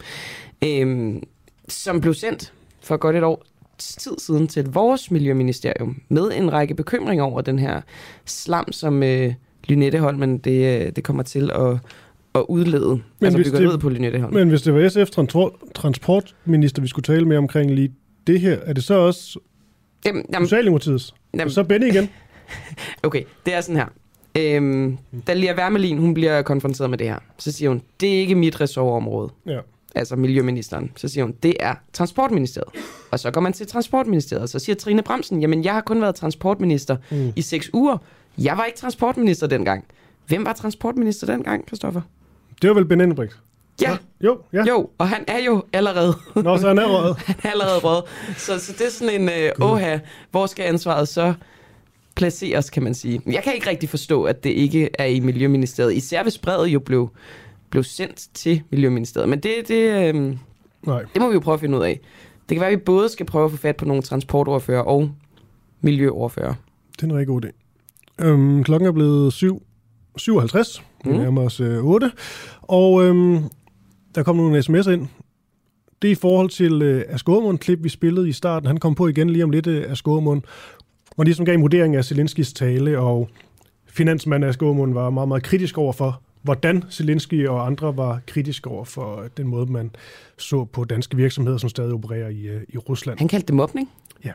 som blev sendt for godt et år tid siden til vores miljøministerium med en række bekymringer over den her slam, som Lynetteholmen det kommer til at udlede, altså byggeriet på Lynetteholmen. Men hvis det var SF transportminister, vi skulle tale med omkring lige det her, er det så også Socialdemokratiets? Så Benny igen? Okay, det er sådan her. Da Lea Wermelin, hun bliver konfronteret med det her, så siger hun, det er ikke mit ressortområde. Ja. Altså miljøministeren. Så siger hun, det er Transportministeriet. Og så går man til Transportministeriet, og så siger Trine Bramsen, jamen jeg har kun været transportminister i 6 uger. Jeg var ikke transportminister dengang. Hvem var transportminister dengang, Christoffer? Det var vel Ben Engelbrecht. Ja. Jo, og han er jo allerede... Nå, så han er røget. Han er allerede røget. Så det er sådan en, hvor skal ansvaret så placeres, kan man sige. Jeg kan ikke rigtig forstå, at det ikke er i Miljøministeriet. Især hvis brevet jo blev sendt til Miljøministeriet. Men det må vi jo prøve at finde ud af. Det kan være, at vi både skal prøve at få fat på nogle transportordfører og miljøordfører. Det er en rigtig god idé. Klokken er blevet 7:57. Vi nærmer os 8. Og der kom nogle sms'er ind. Det er i forhold til Asger Aamund-klip, vi spillede i starten. Han kom på igen lige om lidt Asger Aamund, hvor ligesom gav en vurdering af Zelenskyjs tale, og finansmand Asger Aamund var meget, meget kritisk over for, hvordan Zelenskyj og andre var kritiske over for den måde, man så på danske virksomheder, som stadig opererer i Rusland. Han kaldte det mobning? Ja.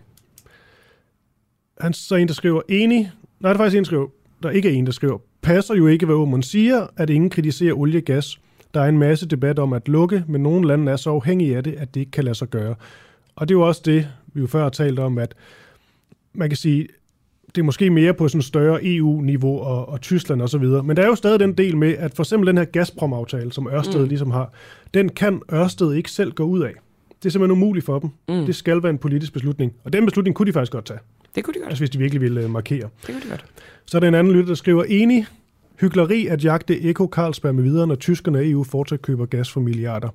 Han så en, der skriver enig. Nej, det er faktisk en, der skriver, der ikke er en, der skriver, passer jo ikke, hvad Aamund siger, at ingen kritiserer olie og gas. Der er en masse debat om at lukke, men nogle lande er så afhængige af det, at det ikke kan lade sig gøre. Og det er jo også det, vi jo før har talt om, at man kan sige, det er måske mere på sådan større EU-niveau og Tyskland osv. Men der er jo stadig den del med, at for eksempel den her Gazprom-aftale, som Ørsted ligesom har, den kan Ørsted ikke selv gå ud af. Det er simpelthen umuligt for dem. Det skal være en politisk beslutning. Og den beslutning kunne de faktisk godt tage. Det kunne de godt. Altså hvis de virkelig ville markere. Det kunne de godt. Så er der en anden lytter, der skriver, enig, hykleri at jagte Eko Carlsberg med videre, når tyskerne og EU fortsat køber gas for milliarder.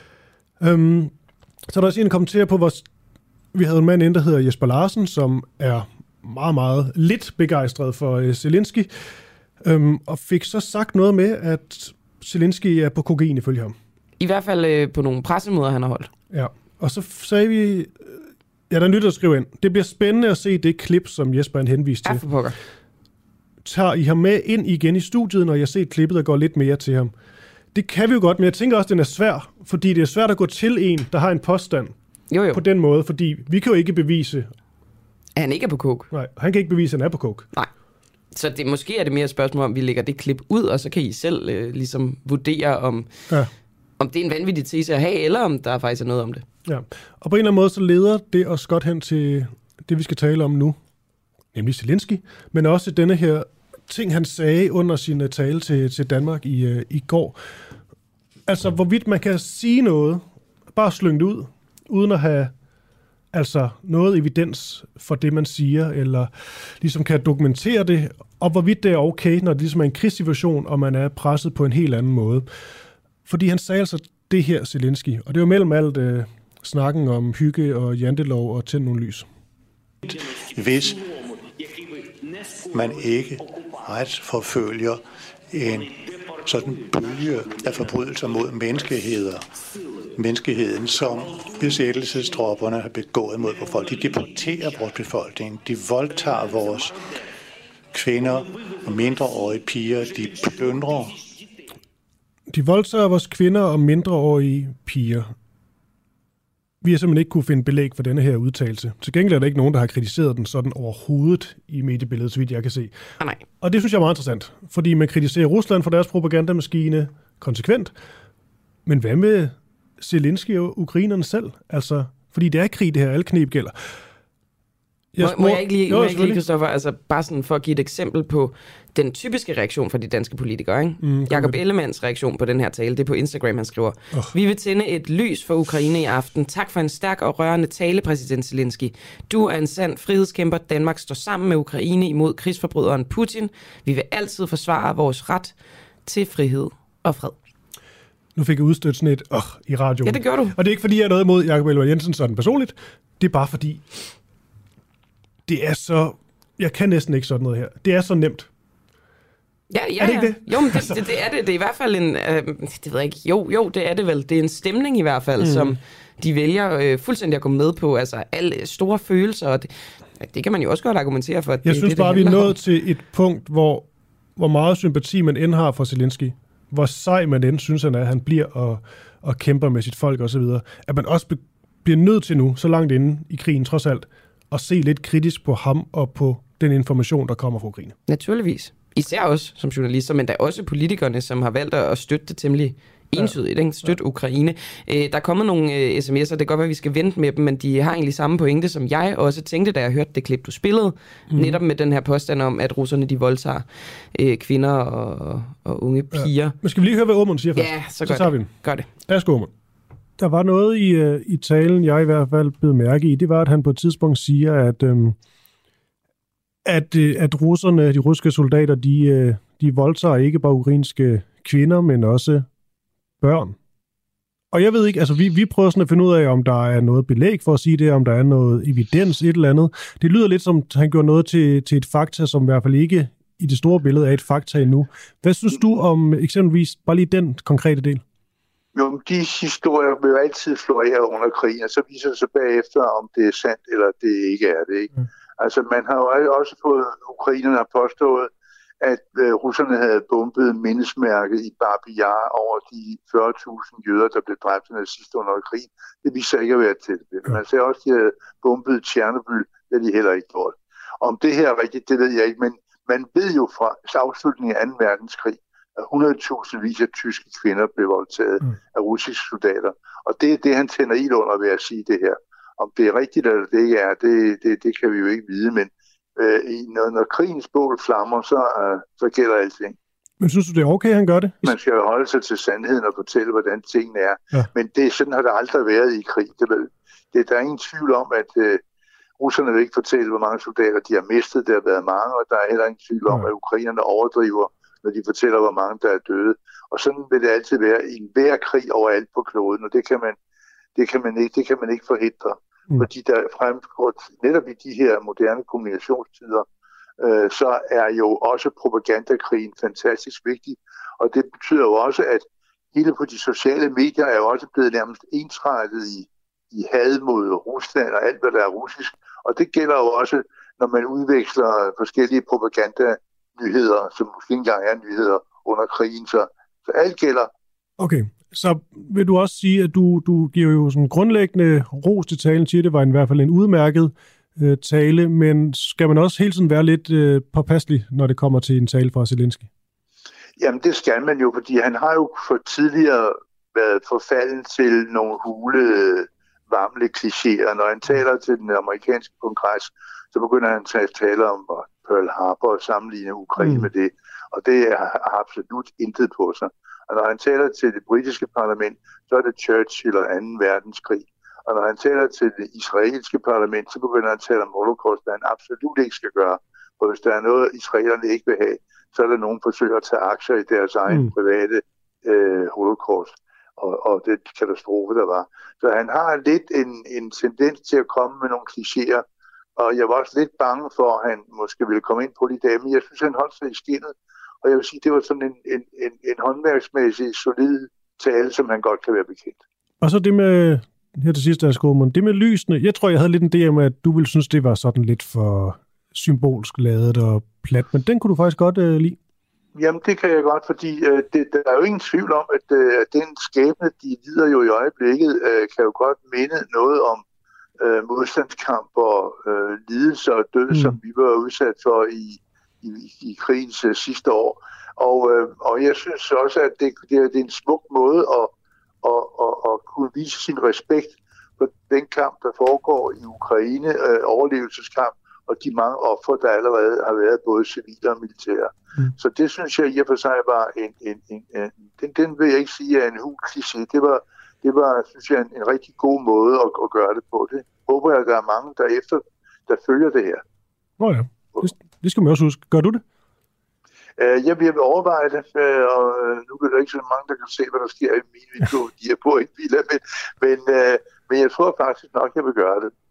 Så er der også en kommentar på vores... Vi havde en mand ind, der hedder Jesper Larsen, som er meget, meget lidt begejstret for Zelensky. Og fik så sagt noget med, at Zelensky er på kokain ifølge ham. I hvert fald på nogle pressemøder, han har holdt. Ja, og så sagde vi... Ja, der er nyt at skrive ind. Det bliver spændende at se det klip, som Jesper han henviste til. Ja, for pokker. Tager I ham med ind igen i studiet, når jeg ser klippet og går lidt mere til ham? Det kan vi jo godt, men jeg tænker også, at den er svær, fordi det er svært at gå til en, der har en påstand jo. På den måde, fordi vi kan jo ikke bevise... At han ikke er på coke. Nej, han kan ikke bevise, at han er på coke. Nej. Så måske er det mere et spørgsmål om, vi lægger det klip ud, og så kan I selv ligesom vurdere, om det er en vanvittig tese at have, eller om der faktisk er noget om det. Ja, og på en eller anden måde, så leder det os godt hen til det, vi skal tale om nu, nemlig Zelensky, men også denne her ting, han sagde under sin tale til Danmark i går. Altså, hvorvidt man kan sige noget, bare slynge det ud, uden at have noget evidens for det, man siger, eller ligesom kan dokumentere det, og hvorvidt det er okay, når det ligesom er en krigssituation, og man er presset på en helt anden måde. Fordi han sagde altså det her, Zelensky, og det var mellem alt snakken om hygge og jantelov og tænde nogle lys. Hvis man ikke retsforfølger en sådan bølge af forbrydelser mod menneskeheden, som besættelsestropperne har begået mod folk. De deporterer vores befolkning, de voldtager vores kvinder og mindreårige piger, de plyndrer. De voldtager vores kvinder og mindreårige piger. Vi har simpelthen ikke kunne finde belæg for denne her udtalelse. Til gengæld er der ikke nogen, der har kritiseret den sådan overhovedet i mediebilledet, så vidt jeg kan se. Nej. Og det synes jeg er meget interessant, fordi man kritiserer Rusland for deres propagandamaskine konsekvent. Men hvad med Zelensky og ukrainerne selv? Altså, fordi det er krig, det her. Alle kneb gælder. Må jeg ikke lige, Christoffer, altså bare sådan for at give et eksempel på den typiske reaktion fra de danske politikere, ikke? Jakob Ellemanns reaktion på den her tale, det er på Instagram, han skriver: Vi vil tænde et lys for Ukraine i aften. Tak for en stærk og rørende tale, præsident Zelensky. Du er en sand frihedskæmper. Danmark står sammen med Ukraine imod krigsforbryderen Putin. Vi vil altid forsvare vores ret til frihed og fred. Nu fik jeg udstødt sådan et i radioen. Ja, det gør du. Og det er ikke, fordi jeg er noget imod Jakob Ellemann Jensen sådan personligt. Det er bare fordi, det er så... Jeg kan næsten ikke sådan noget her. Det er så nemt. Ja. Er det ikke det? Jo, men det er det. Det er i hvert fald en... det ved jeg ikke. Jo, det er det vel. Det er en stemning i hvert fald, som de vælger fuldstændig at gå med på. Altså, alle store følelser, og det kan man jo også godt argumentere for. Jeg synes bare, vi er nået til et punkt, hvor meget sympati man end har for Zelensky. Hvor sej man end synes, han bliver og kæmper med sit folk osv. At man også bliver nødt til nu, så langt inde i krigen trods alt, at se lidt kritisk på ham og på den information, der kommer fra Ukraine. Naturligvis. Især også som journalister, men der er også politikerne, som har valgt at støtte det temmelig entydigt, ikke? Støtte Ukraine. Der er kommet nogle sms'er, det kan godt være, at vi skal vente med dem, men de har egentlig samme pointe, som jeg også tænkte, da jeg hørte det klip, du spillede, netop med den her påstand om, at russerne de voldtager kvinder og unge piger. Ja. Men skal vi lige høre, hvad Aamund siger først? Ja, så tager vi den. Gør det. Værsgo, Aamund. Der var noget i talen, jeg i hvert fald blev mærke i, det var, at han på et tidspunkt siger, at russerne, de russiske soldater, de voldtager ikke bare ukrainske kvinder, men også børn. Og jeg ved ikke, altså vi prøver sådan at finde ud af, om der er noget belæg for at sige det, om der er noget evidens, et eller andet. Det lyder lidt som, han gjorde noget til et fakta, som i hvert fald ikke i det store billede er et fakta endnu. Hvad synes du om eksempelvis bare lige den konkrete del? Jo, de historier vil jo altid florere under krigen, og så viser det sig bagefter, om det er sandt eller det ikke er det. Ikke? Altså, man har jo også fået, ukrainerne har påstået, at russerne havde bombet mindesmærket i Babi Yar over de 40.000 jøder, der blev dræbt af nazister under krigen. Det viser ikke at være tilfældet. Man siger også, at de havde bombet Tjernobyl, det de heller ikke gjort. Om det her er rigtigt, det ved jeg ikke, men man ved jo fra afslutningen af 2. verdenskrig, at 100.000 vis af tyske kvinder blev voldtaget af russiske soldater. Og det er det, han tænder ild under ved at sige det her. Om det er rigtigt eller det ikke er, det kan vi jo ikke vide, men når krigens bål flammer, så gælder alting. Men synes du, det er okay, han gør det? Man skal jo holde sig til sandheden og fortælle, hvordan tingene er. Ja. Men sådan har det aldrig været i krig. Der er ingen tvivl om, at russerne vil ikke fortælle, hvor mange soldater de har mistet. Der har været mange, og der er heller ingen tvivl om, at ukrainerne overdriver, når de fortæller, hvor mange der er døde. Og sådan vil det altid være i enhver krig overalt på kloden, og det kan man ikke forhindre. Fordi der fremgår netop i de her moderne kommunikationstider så er jo også propagandakrigen fantastisk vigtig. Og det betyder jo også, at hele på de sociale medier er jo også blevet nærmest ensrettet i had mod Rusland og alt, hvad der er russisk. Og det gælder jo også, når man udveksler forskellige propagandanyheder, som måske ikke engang er nyheder under krigen. Så alt gælder. Okay, så vil du også sige, at du giver jo sådan grundlæggende ros til talen, siger det var i hvert fald en udmærket tale, men skal man også hele tiden være lidt påpasselig, når det kommer til en tale fra Zelensky? Jamen det skal man jo, fordi han har jo for tidligere været forfalden til nogle hule, varmle klichéer. Når han taler til den amerikanske kongres, så begynder han at tale om Pearl Harbor og sammenligne Ukraine med det, og det har absolut intet på sig. Og når han taler til det britiske parlament, så er det Churchill og 2. verdenskrig. Og når han taler til det israelske parlament, så begynder han at tale om holocaust, hvad han absolut ikke skal gøre. For hvis der er noget, israelerne ikke vil have, så er der nogen, der forsøger at tage aktier i deres egen private holocaust og den katastrofe, der var. Så han har lidt en tendens til at komme med nogle klichéer, og jeg var også lidt bange for, at han måske ville komme ind på det i dag, men jeg synes, han holdt sig i skindet, og jeg vil sige, det var sådan en håndværksmæssig, solid tale, som han godt kan være bekendt. Og så det med, her til sidst, det med lysene, jeg tror, jeg havde lidt en idé om, at du ville synes, det var sådan lidt for symbolsk ladet og plat, men den kunne du faktisk godt lide. Jamen, det kan jeg godt, fordi der er jo ingen tvivl om, at den skæbne, de lider jo i øjeblikket, kan jo godt minde noget om modstandskamp og lidelse og død, som vi var udsat for i krigens sidste år. Og jeg synes også, at det er en smuk måde at kunne vise sin respekt for den kamp, der foregår i Ukraine, overlevelseskamp, og de mange ofre, der allerede har været både civile og militære. Så det synes jeg i og for sig var den vil jeg ikke sige er en hul kliché. Det var synes jeg, en rigtig god måde at gøre det på. Det håber jeg, at der er mange, der følger det her. Nå ja, det skal man også huske. Gør du det? Jeg vil overveje det, og nu er der ikke så mange, der kan se, hvad der sker i min video, de er på en bil, men jeg tror faktisk nok, jeg vil gøre det.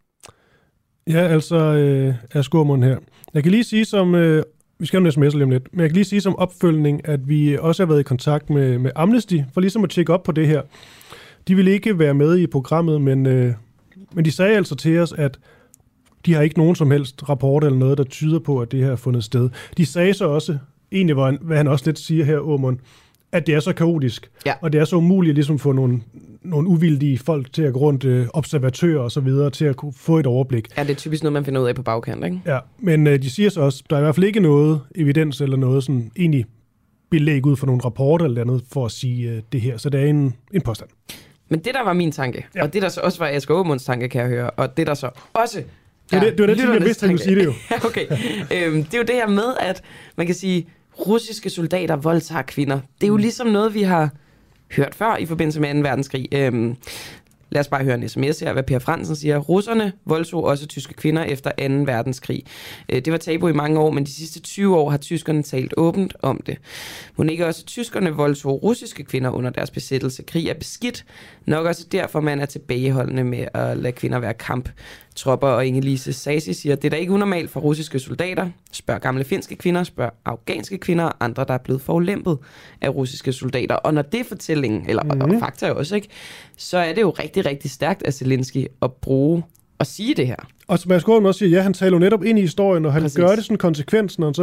Ja, altså er Skormund her. Jeg kan lige sige som, vi skal jo en sms lige om lidt, men jeg kan lige sige som opfølgning, at vi også har været i kontakt med Amnesty, for ligesom at tjekke op på det her. De ville ikke være med i programmet, men de sagde altså til os, at de har ikke nogen som helst rapport eller noget, der tyder på, at det her er fundet sted. De sagde så også, egentlig hvad han også lidt siger her, Aamund, at det er så kaotisk, og det er så umuligt ligesom at få nogle uvildige folk til at gå rundt, observatører og så videre, til at kunne få et overblik. Ja, det er typisk noget, man finder ud af på bagkant, ikke? Ja, men de siger så også, der er i hvert fald ikke noget evidens eller noget sådan egentlig belæg ud for nogle rapporter eller andet for at sige det her, så det er en påstand. Men det, der var min tanke, og det, der så også var Asger Aamunds tanke, kan jeg høre, og det, der så også... Det var det, jeg vidste, han ville sige det jo. Okay. Det er jo det her med, at man kan sige, russiske soldater voldtager kvinder. Det er jo ligesom noget, vi har hørt før i forbindelse med 2. verdenskrig. Lad os bare høre en sms her, hvad Per Fransen siger. Russerne voldtog også tyske kvinder efter 2. verdenskrig. Det var tabu i mange år, men de sidste 20 år har tyskerne talt åbent om det. Må ikke også tyskerne voldtog russiske kvinder under deres besættelse. Krig er beskidt. Nok også derfor, man er tilbageholdende med at lade kvinder være kamptropper. Og Inge-Lise Sasi siger, det er da ikke unormalt for russiske soldater. Spørg gamle finske kvinder, spørg afghanske kvinder og andre, der er blevet forulempet af russiske soldater. Og når det er fortællingen, eller og fakta også, ikke, så er det jo rigtig, rigtig stærkt af Zelensky at bruge og sige det her. Og som Asger også siger, han taler jo netop ind i historien, og han gør det sådan konsekvent, når han så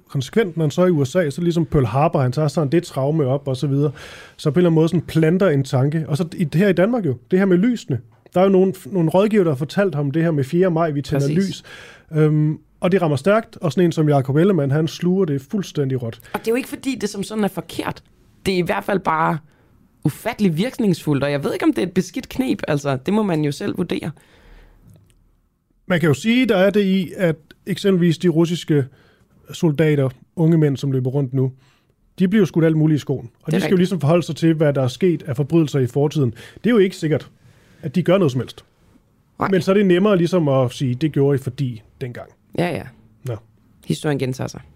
er i USA, så ligesom Pearl Harbor, han tager sådan det traume op og så videre. Så på en eller anden måde sådan planter en tanke. Og så her i Danmark jo, det her med lysene. Der er jo nogle rådgiver, der har fortalt ham det her med 4. maj, vi tænder lys. Og det rammer stærkt, og sådan en som Jakob Ellemann, han sluger det fuldstændig råt. Og det er jo ikke fordi, det som sådan er forkert. Det er i hvert fald bare ufattelig virkningsfuldt, og jeg ved ikke, om det er et beskidt kneb. Altså, det må man jo selv vurdere. Man kan jo sige, der er det i, at eksempelvis de russiske soldater, unge mænd, som løber rundt nu, de bliver jo skudt alt muligt i skoen. Og de skal jo ligesom forholde sig til, hvad der er sket af forbrydelser i fortiden. Det er jo ikke sikkert, at de gør noget som helst. Nej. Men så er det nemmere ligesom at sige, det gjorde I fordi dengang. Ja. Nå. Historien gentager sig.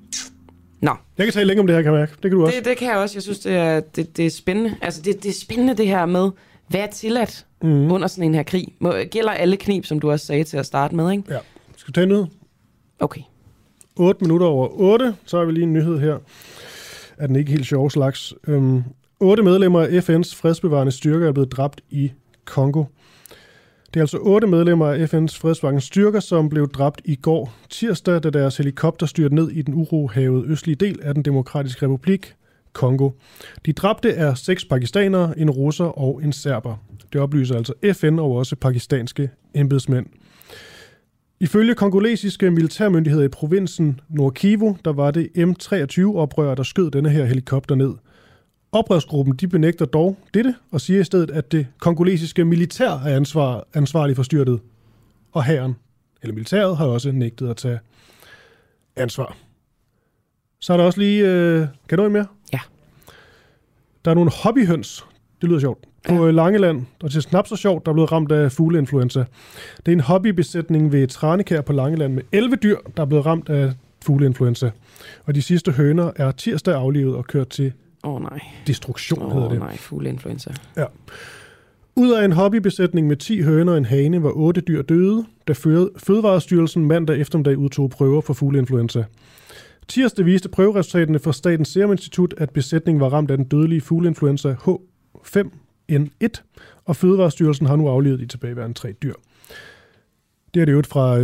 Nå. Jeg kan tale længe om det her, kan jeg mærke. Det kan du også. Det kan jeg også. Jeg synes, det er spændende. Altså, det er spændende det her med, hvad er tilladt under sådan en her krig. Gælder alle knib, som du også sagde til at starte med, ikke? Ja. Skal du tage noget? Okay. 8 minutter over 8. Så har vi lige en nyhed her. Er den ikke helt sjov slags. 8 medlemmer af FN's fredsbevarende styrker er blevet dræbt i Kongo. Det er altså 8 medlemmer af FN's fredsbevarende styrker, som blev dræbt i går tirsdag, da deres helikopter styrte ned i den urohavede østlige del af den demokratiske republik Kongo. De dræbte er 6 pakistanere, en russer og en serber. Det oplyser altså FN og også pakistanske embedsmænd. Ifølge kongolesiske militærmyndigheder i provinsen Nord-Kivu, der var det M23-oprørere, der skød denne her helikopter ned. Oprørsgruppen de benægter dog dette og siger i stedet, at det kongolesiske militær er ansvarlig for styrtet. Og hæren, eller militæret, har også nægtet at tage ansvar. Så er der også lige... kan du en mere? Ja. Der er nogle hobbyhøns. Det lyder sjovt. På Langeland, og til knap så sjovt, der er blevet ramt af fugleinfluenza. Det er en hobbybesætning ved Tranekær på Langeland med 11 dyr, der er blevet ramt af fugleinfluenza. Og de sidste høner er tirsdag aflivet og kørt til destruktion, hedder det. Fugleinfluenza. Ja. Ud af en hobbybesætning med 10 høner og en hane var 8 dyr døde, da Fødevarestyrelsen mandag eftermiddag udtog prøver for fugleinfluenza. Tirsdag viste prøveresultaterne fra Statens Serum Institut, at besætningen var ramt af den dødelige fugleinfluenza H5N1, og Fødevarestyrelsen har nu aflivet de tilbageværende 3 dyr. Det er det jo fra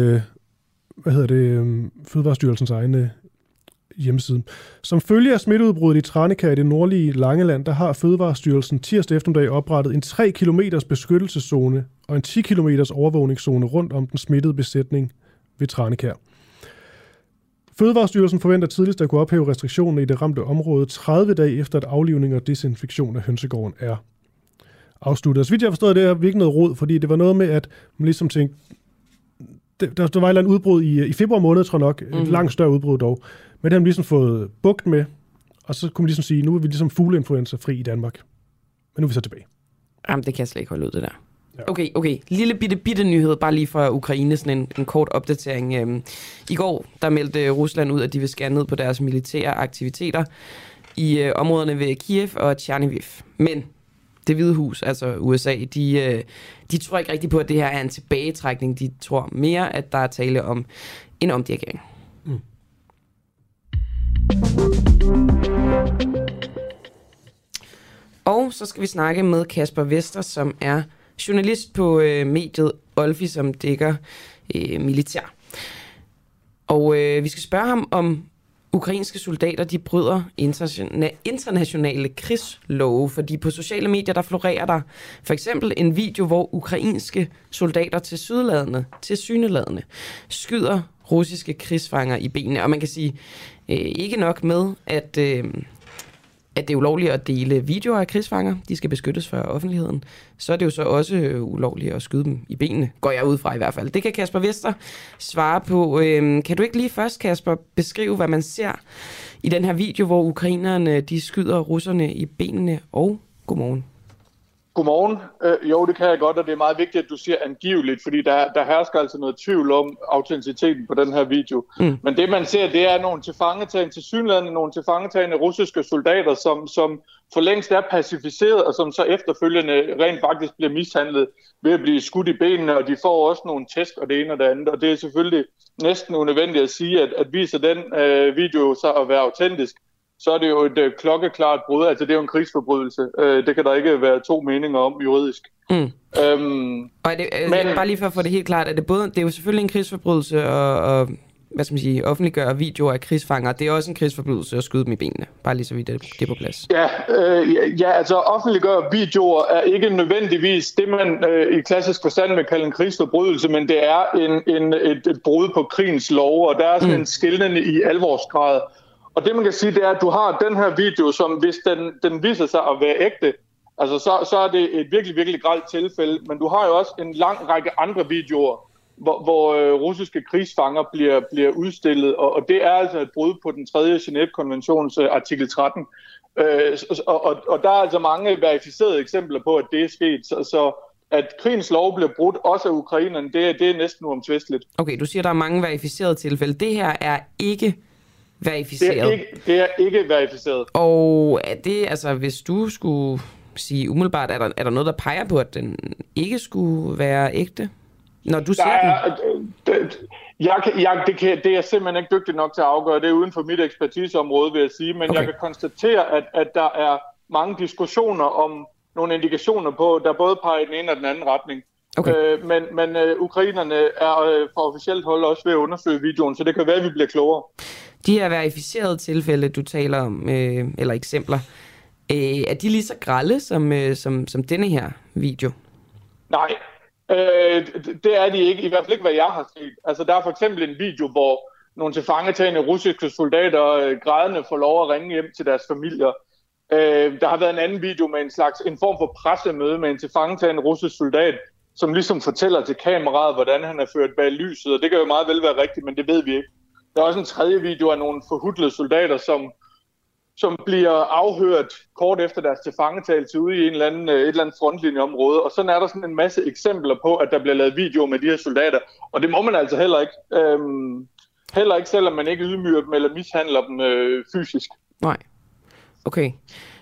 Fødevarestyrelsens egne hjemmeside. Som følge af smitteudbruddet i Tranekær i det nordlige Langeland, der har Fødevarestyrelsen tirsdag eftermiddag oprettet en 3 km beskyttelseszone og en 10 km overvågningszone rundt om den smittede besætning ved Tranekær. Fødevarestyrelsen forventer tidligst at kunne ophæve restriktionerne i det ramte område 30 dage efter, at aflivning og desinfektion af hønsegården er afsluttet. Så vidt jeg har forstået, det er virkelig noget rod, fordi det var noget med, at man ligesom tænkte, der var et eller andet udbrud i februar måned, tror jeg nok, et langt større udbrud dog, men det har man ligesom fået bugt med, og så kunne man ligesom sige, nu er vi ligesom fugleinfluenza fri i Danmark. Men nu er vi så tilbage. Jamen, det kan jeg slet ikke holde ud, det der. Okay. Lille bitte nyhed, bare lige fra Ukraine, sådan en kort opdatering. I går, der meldte Rusland ud, at de vil skære ned på deres militære aktiviteter i områderne ved Kiev og Tjerniviv. Men Det Hvide Hus, altså USA, de tror ikke rigtig på, at det her er en tilbagetrækning. De tror mere, at der er tale om en omdirigering. Og så skal vi snakke med Kasper Vester, som er journalist på mediet Olfi, som dækker militær. Og vi skal spørge ham, om ukrainske soldater de bryder internationale krigslove, fordi på sociale medier der florerer der for eksempel en video, hvor ukrainske soldater tilsyneladende skyder russiske krigsfanger i benene. Og man kan sige, ikke nok med, at det er ulovligt at dele videoer af krigsfanger, de skal beskyttes fra offentligheden, så er det jo så også ulovligt at skyde dem i benene, går jeg ud fra i hvert fald. Det kan Kasper Vester svare på. Kan du ikke lige først, Kasper, beskrive, hvad man ser i den her video, hvor ukrainerne de skyder russerne i benene, og godmorgen? Godmorgen. Jo, det kan jeg godt, og det er meget vigtigt, at du siger angiveligt, fordi der hersker altså noget tvivl om autenticiteten på den her video. Men det man ser, det er nogle tilfangetagende russiske soldater, som for længst er pacificeret, og som så efterfølgende rent faktisk bliver mishandlet ved at blive skudt i benene, og de får også nogle tæsk og det ene og det andet. Og det er selvfølgelig næsten unødvendigt at sige, at viser den video så at være autentisk, så er det jo et klokkeklart brud. Altså, det er jo en krigsforbrydelse. Det kan der ikke være to meninger om juridisk. Og er det, bare lige for at få det helt klart, det er jo selvfølgelig en krigsforbrydelse og hvad skal man sige, offentliggøre videoer af krigsfanger. Det er også en krigsforbrydelse at skyde dem i benene. Bare lige så vidt det er på plads. Ja, altså offentliggøre videoer er ikke nødvendigvis det, man i klassisk forstand vil kalde en krigsforbrydelse, men det er et brud på krigens lov, og der er sådan en skelnen i alvorsgrad. Og det man kan sige, det er, at du har den her video, som hvis den viser sig at være ægte, altså så er det et virkelig, virkelig grelt tilfælde. Men du har jo også en lang række andre videoer, hvor russiske krigsfanger bliver udstillet. Og det er altså et brud på den 3. Genève-konventions artikel 13. Og der er altså mange verificerede eksempler på, at det er sket. Så at krigens lov bliver brudt, også af ukrainerne, det er næsten uomtvisteligt. Okay, du siger, der er mange verificerede tilfælde. Det her er ikke verificeret. Det er ikke verificeret. Og er det, altså hvis du skulle sige umiddelbart, er der noget, der peger på, at den ikke skulle være ægte? når du ser den? Det er jeg simpelthen ikke dygtig nok til at afgøre. Det er uden for mit ekspertiseområde, vil jeg sige. Men jeg kan konstatere, at der er mange diskussioner om nogle indikationer på, der både peger i den ene og den anden retning. Okay. Men ukrainerne er fra officielt hold også ved at undersøge videoen, så det kan være, at vi bliver klogere. De her verificerede tilfælde, du taler om, eller eksempler, er de lige så grelle som denne her video? Nej, det er de ikke. I hvert fald ikke, hvad jeg har set. Altså, der er for eksempel en video, hvor nogle tilfangetagende russiske soldater grædende får lov at ringe hjem til deres familier. Der har været en anden video med en form for pressemøde med en tilfangetagende russisk soldat, som ligesom fortæller til kameraet, hvordan han er ført bag lyset, og det kan jo meget vel være rigtigt, men det ved vi ikke. Der er også en tredje video af nogle forhudlede soldater, som bliver afhørt kort efter deres tilfangetagelse ude i et eller andet frontlinjeområde, og sådan er der sådan en masse eksempler på, at der bliver lavet videoer med de her soldater, og det må man altså heller ikke. Heller ikke, selvom man ikke ydmyger dem eller mishandler dem fysisk. Nej. Okay.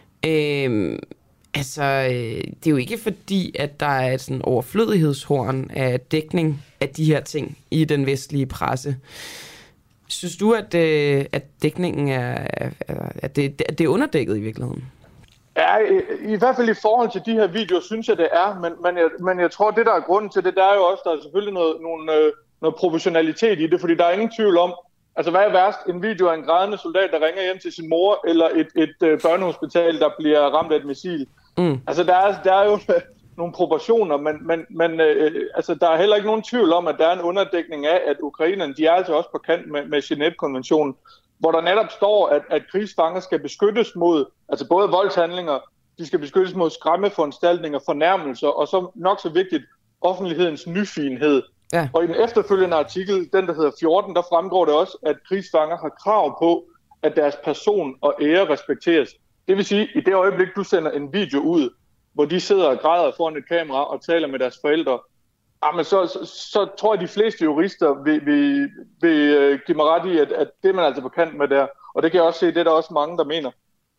Det er jo ikke fordi, at der er et sådan overflødighedshorn af dækning af de her ting i den vestlige presse. Synes du, at dækningen at det er underdækket i virkeligheden? Ja, i hvert fald i forhold til de her videoer, synes jeg, det er. Men jeg tror, det der er grunden til det, der er jo også, der er selvfølgelig noget proportionalitet i det, fordi der er ingen tvivl om, altså hvad er værst? En video af en grædende soldat, der ringer hjem til sin mor, eller et børnehospital, der bliver ramt af et missil. Altså der er jo nogle proportioner, men altså, der er heller ikke nogen tvivl om, at der er en underdækning af, at ukrainerne, de er altså også på kant med Genève-konventionen, hvor der netop står, at krigsfanger skal beskyttes mod, altså både voldshandlinger, de skal beskyttes mod skræmmeforanstaltninger, fornærmelser, og så nok så vigtigt, offentlighedens nyfigenhed. Ja. Og i den efterfølgende artikel, den der hedder 14, der fremgår det også, at krigsfanger har krav på, at deres person og ære respekteres. Det vil sige, i det øjeblik, du sender en video ud, hvor de sidder og græder foran et kamera og taler med deres forældre, så tror jeg, de fleste jurister vil give mig ret i, at det er man altså på kant med der. Og det kan jeg også se, det er der også mange, der mener.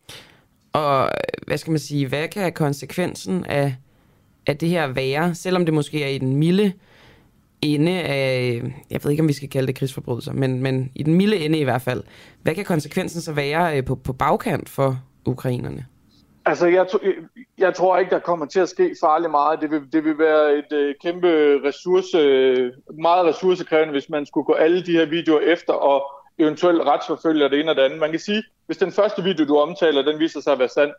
Og hvad skal man sige, hvad kan konsekvensen af det her være, selvom det måske er i den milde ende af, jeg ved ikke, om vi skal kalde det krigsforbrydelser, men i den milde ende i hvert fald. Hvad kan konsekvensen så være på bagkant for ukrainerne? Altså, jeg tror ikke, der kommer til at ske farligt meget. Det vil være et kæmpe meget ressourcekrævende, hvis man skulle gå alle de her videoer efter og eventuelt retsforfølge det ene og det andet. Man kan sige, hvis den første video, du omtaler, den viser sig at være sand,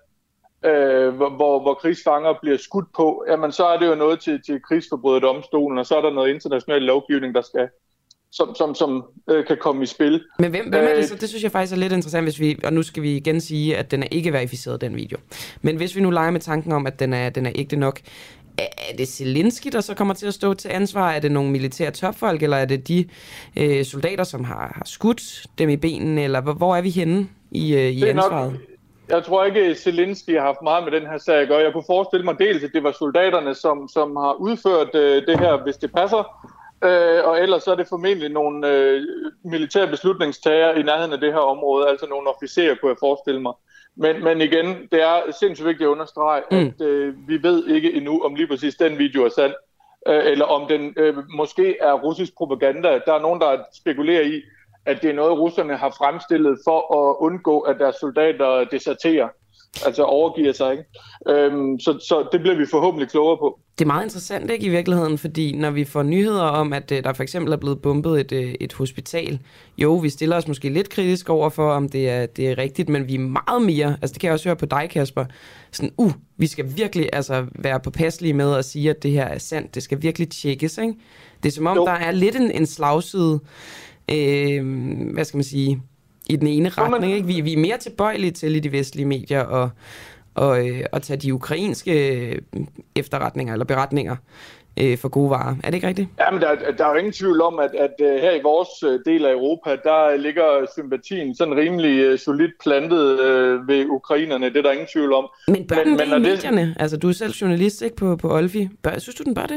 hvor krigsfanger bliver skudt på, jamen så er det jo noget til krigsforbryderdomstolen, og så er der noget international lovgivning, der skal som kan komme i spil. Men hvem er det så? Det synes jeg faktisk er lidt interessant, og nu skal vi igen sige, at den er ikke verificeret, den video. Men hvis vi nu leger med tanken om, at den er ægte nok, er det Zelensky, der så kommer til at stå til ansvar? Er det nogle militære topfolk, eller er det de soldater, som har skudt dem i benene, eller hvor er vi henne i ansvaret? Jeg tror ikke, at Zelensky har haft meget med den her sag at gøre. Jeg kunne forestille mig dels, at det var soldaterne, som har udført det her, hvis det passer. Og ellers så er det formentlig nogle militære beslutningstagere i nærheden af det her område, altså nogle officerer, kunne jeg forestille mig. Men igen, det er sindssygt vigtigt at understrege, at vi ved ikke endnu, om lige præcis den video er sand, eller om den måske er russisk propaganda. Der er nogen, der spekulerer i, at det er noget, russerne har fremstillet for at undgå, at deres soldater deserterer, altså overgiver sig, ikke? Så det bliver vi forhåbentlig klogere på. Det er meget interessant, ikke, i virkeligheden, fordi når vi får nyheder om, at der for eksempel er blevet bombet et hospital, jo, vi stiller os måske lidt kritisk over for, om det er rigtigt, men vi er meget mere, altså det kan jeg også høre på dig, Kasper, sådan, vi skal virkelig altså være påpasselige med at sige, at det her er sandt, det skal virkelig tjekkes, ikke? Det er som om, der er lidt en slagside, hvad skal man sige, i den ene retning, ikke? Vi er mere tilbøjelige til i de vestlige medier at tage de ukrainske efterretninger eller beretninger for gode varer. Er det ikke rigtigt? Jamen, der er jo ingen tvivl om, at her i vores del af Europa, der ligger sympatien sådan rimelig solidt plantet ved ukrainerne. Det er der ingen tvivl om. Men bør den i medierne? Altså, du er selv journalist, ikke, på Olfi. Synes du, den bør det?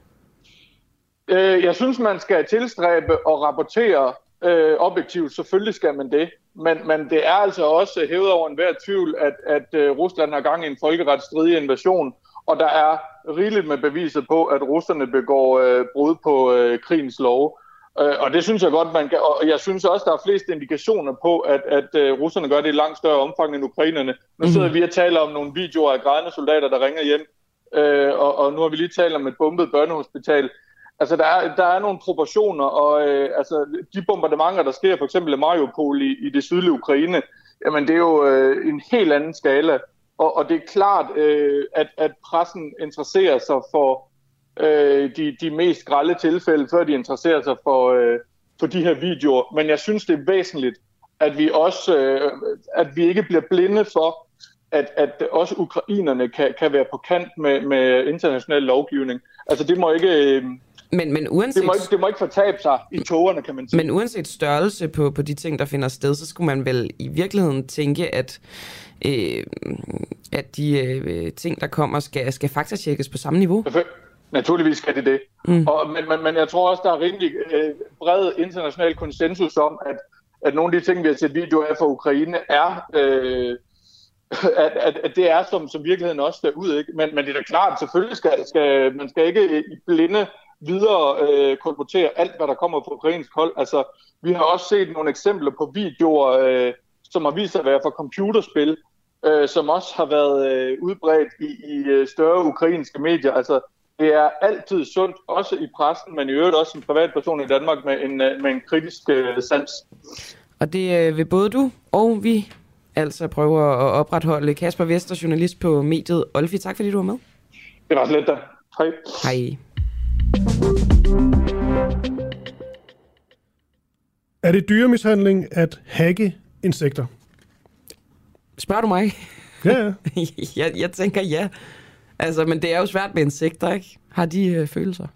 Jeg synes, man skal tilstræbe og rapportere objektivt. Selvfølgelig skal man det. Men det er altså også hævet over enhver tvivl, at Rusland har gang i en folkeretsstridig invasion, Og der er rigeligt med beviser på, at russerne begår brud på krigens lov. Og det synes jeg godt, man kan. Og jeg synes også, der er flest indikationer på, at russerne gør det i langt større omfang end ukrainerne. Nu sidder vi og taler om nogle videoer af grædende soldater, der ringer hjem. Og nu har vi lige talt om et bombet børnehospital. Altså, der er nogle proportioner, og altså, de bombardementer, der sker for eksempel i Mariupol i det sydlige Ukraine, jamen det er jo en helt anden skala. Og det er klart, at pressen interesserer sig for de mest grelle tilfælde, før de interesserer sig for de her videoer. Men jeg synes, det er væsentligt, at vi også at vi ikke bliver blinde for, at også ukrainerne kan være på kant med international lovgivning. Altså det må ikke... Men uanset, det må ikke fortabe sig i togerne, kan man sige. Men uanset størrelse på de ting, der finder sted, så skulle man vel i virkeligheden tænke, at de ting, der kommer, skal faktatjekkes på samme niveau. Naturligvis skal det. Men jeg tror også, der er rimelig bred international konsensus om, at nogle af de ting, vi har set videoer af fra Ukraine, er... at det er som virkeligheden også derud, ikke? Men det er da klart, selvfølgelig man skal ikke i blinde videre kolportere alt, hvad der kommer fra ukrainsk hold. Altså, vi har også set nogle eksempler på videoer, som har vist sig at være fra computerspil, som også har været udbredt i større ukrainske medier. Altså, det er altid sundt, også i pressen, men i øvrigt også som privatperson i Danmark med en kritisk sans. Og det vil både du og vi altså prøver at opretholde. Kasper Vester, journalist på mediet Olfi. Tak fordi du var med. Det var slet da. Hej. Hej. Er det dyremishandling at hacke insekter? Spørger du mig? Ja. jeg tænker ja. Altså, men det er jo svært med insekter, ikke? Har de følelser?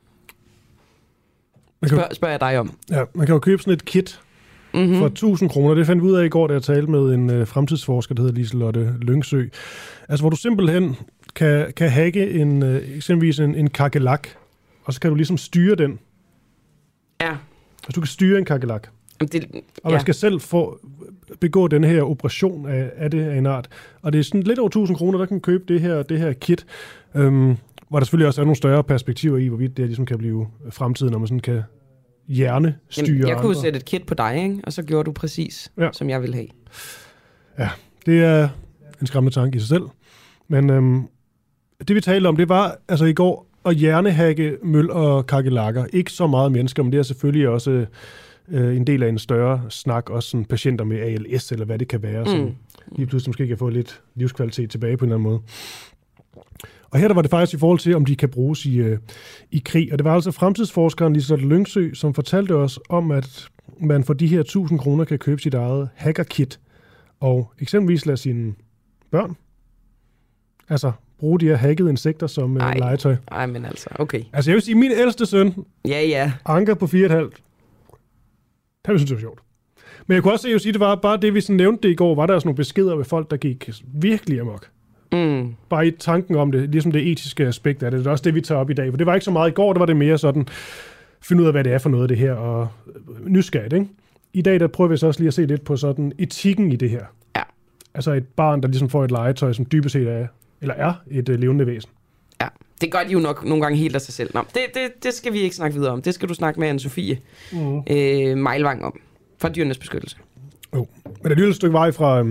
Spørger jeg dig om. Ja, man kan jo købe sådan et kit for 1.000 kroner. Det fandt vi ud af i går, da jeg talte med en fremtidsforsker, der hedder Liselotte Lyngsø. Altså, hvor du simpelthen kan hacke eksempelvis en kakelak, og så kan du ligesom styre den. Ja. Altså, du kan styre en kakelak. Og man skal selv begå den her operation af en art. Og det er sådan lidt over 1.000 kroner, der kan købe det her kit. Hvor der selvfølgelig også er nogle større perspektiver i, hvorvidt det ligesom kan blive fremtiden, når man sådan kan hjernestyre. Jeg kunne sætte et kit på dig, ikke? Og så gjorde du præcis, som jeg ville have. Ja, det er en skræmmende tanke i sig selv. Men det vi talte om, det var altså i går at hjernehacke møl og kakelakker. Ikke så meget mennesker, men det er selvfølgelig også en del af en større snak, også sådan patienter med ALS, eller hvad det kan være, som lige pludselig måske kan få lidt livskvalitet tilbage på en eller anden måde. Og her der var det faktisk i forhold til, om de kan bruges i krig. Og det var altså fremtidsforskeren Liselotte Lyngsø, som fortalte os om, at man for de her 1.000 kroner kan købe sit eget hackerkit, og eksempelvis lade sine børn altså bruge de her hackede insekter som legetøj. Nej, men altså, okay. Altså jeg vil sige, min ældste søn, Anker på 4,5, det synes jeg var sjovt. Men jeg kunne også sige, det var bare det, vi sådan nævnte det i går, var der også nogle beskeder ved folk, der gik virkelig amok. Bare i tanken om det, ligesom det etiske aspekt af det. Det er også det, vi tager op i dag. For det var ikke så meget i går, det var det mere sådan, finde ud af, hvad det er for noget det her, og nysgerrigt, ikke? I dag, der prøver vi så også lige at se lidt på sådan etikken i det her. Ja. Altså et barn, der ligesom får et legetøj, som dybest set er et levende væsen. Ja, det gør de jo nok nogle gange helt af sig selv. Nå, det skal vi ikke snakke videre om. Det skal du snakke med Anne-Sophie Meilvang om, fra Dyrenes Beskyttelse. Men det er lige et stykke vej fra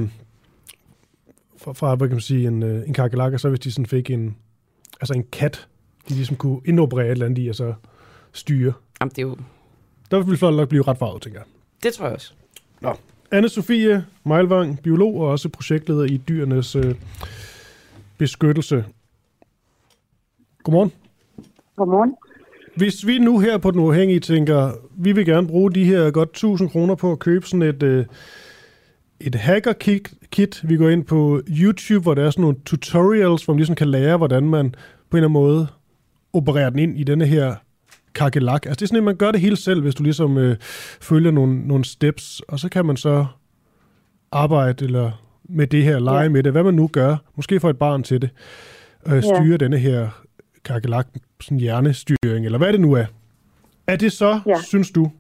hvad kan man sige, en kakelak, og så hvis de sådan fik en kat, de ligesom kunne indoperere et eller andet i, og så styre. Jamen, det er jo... Der ville folk nok blive ret farvet, tænker jeg. Det tror jeg også. Nå. Anne-Sophie Meilvang, biolog og også projektleder i Dyrenes Beskyttelse. Godmorgen. Godmorgen. Hvis vi nu her på Den Uafhængige tænker, vi vil gerne bruge de her godt 1.000 kroner på at købe sådan et hacker-kit. Vi går ind på YouTube, hvor der er sådan nogle tutorials, hvor man ligesom kan lære, hvordan man på en eller anden måde opererer den ind i denne her kakelak. Altså det er sådan, at man gør det hele selv, hvis du ligesom følger nogle steps, og så kan man så arbejde eller med det her, lege med det, hvad man nu gør, måske få et barn til det, styre denne her kakelak, sådan hjernestyring, eller hvad det nu er. Er det så, synes du,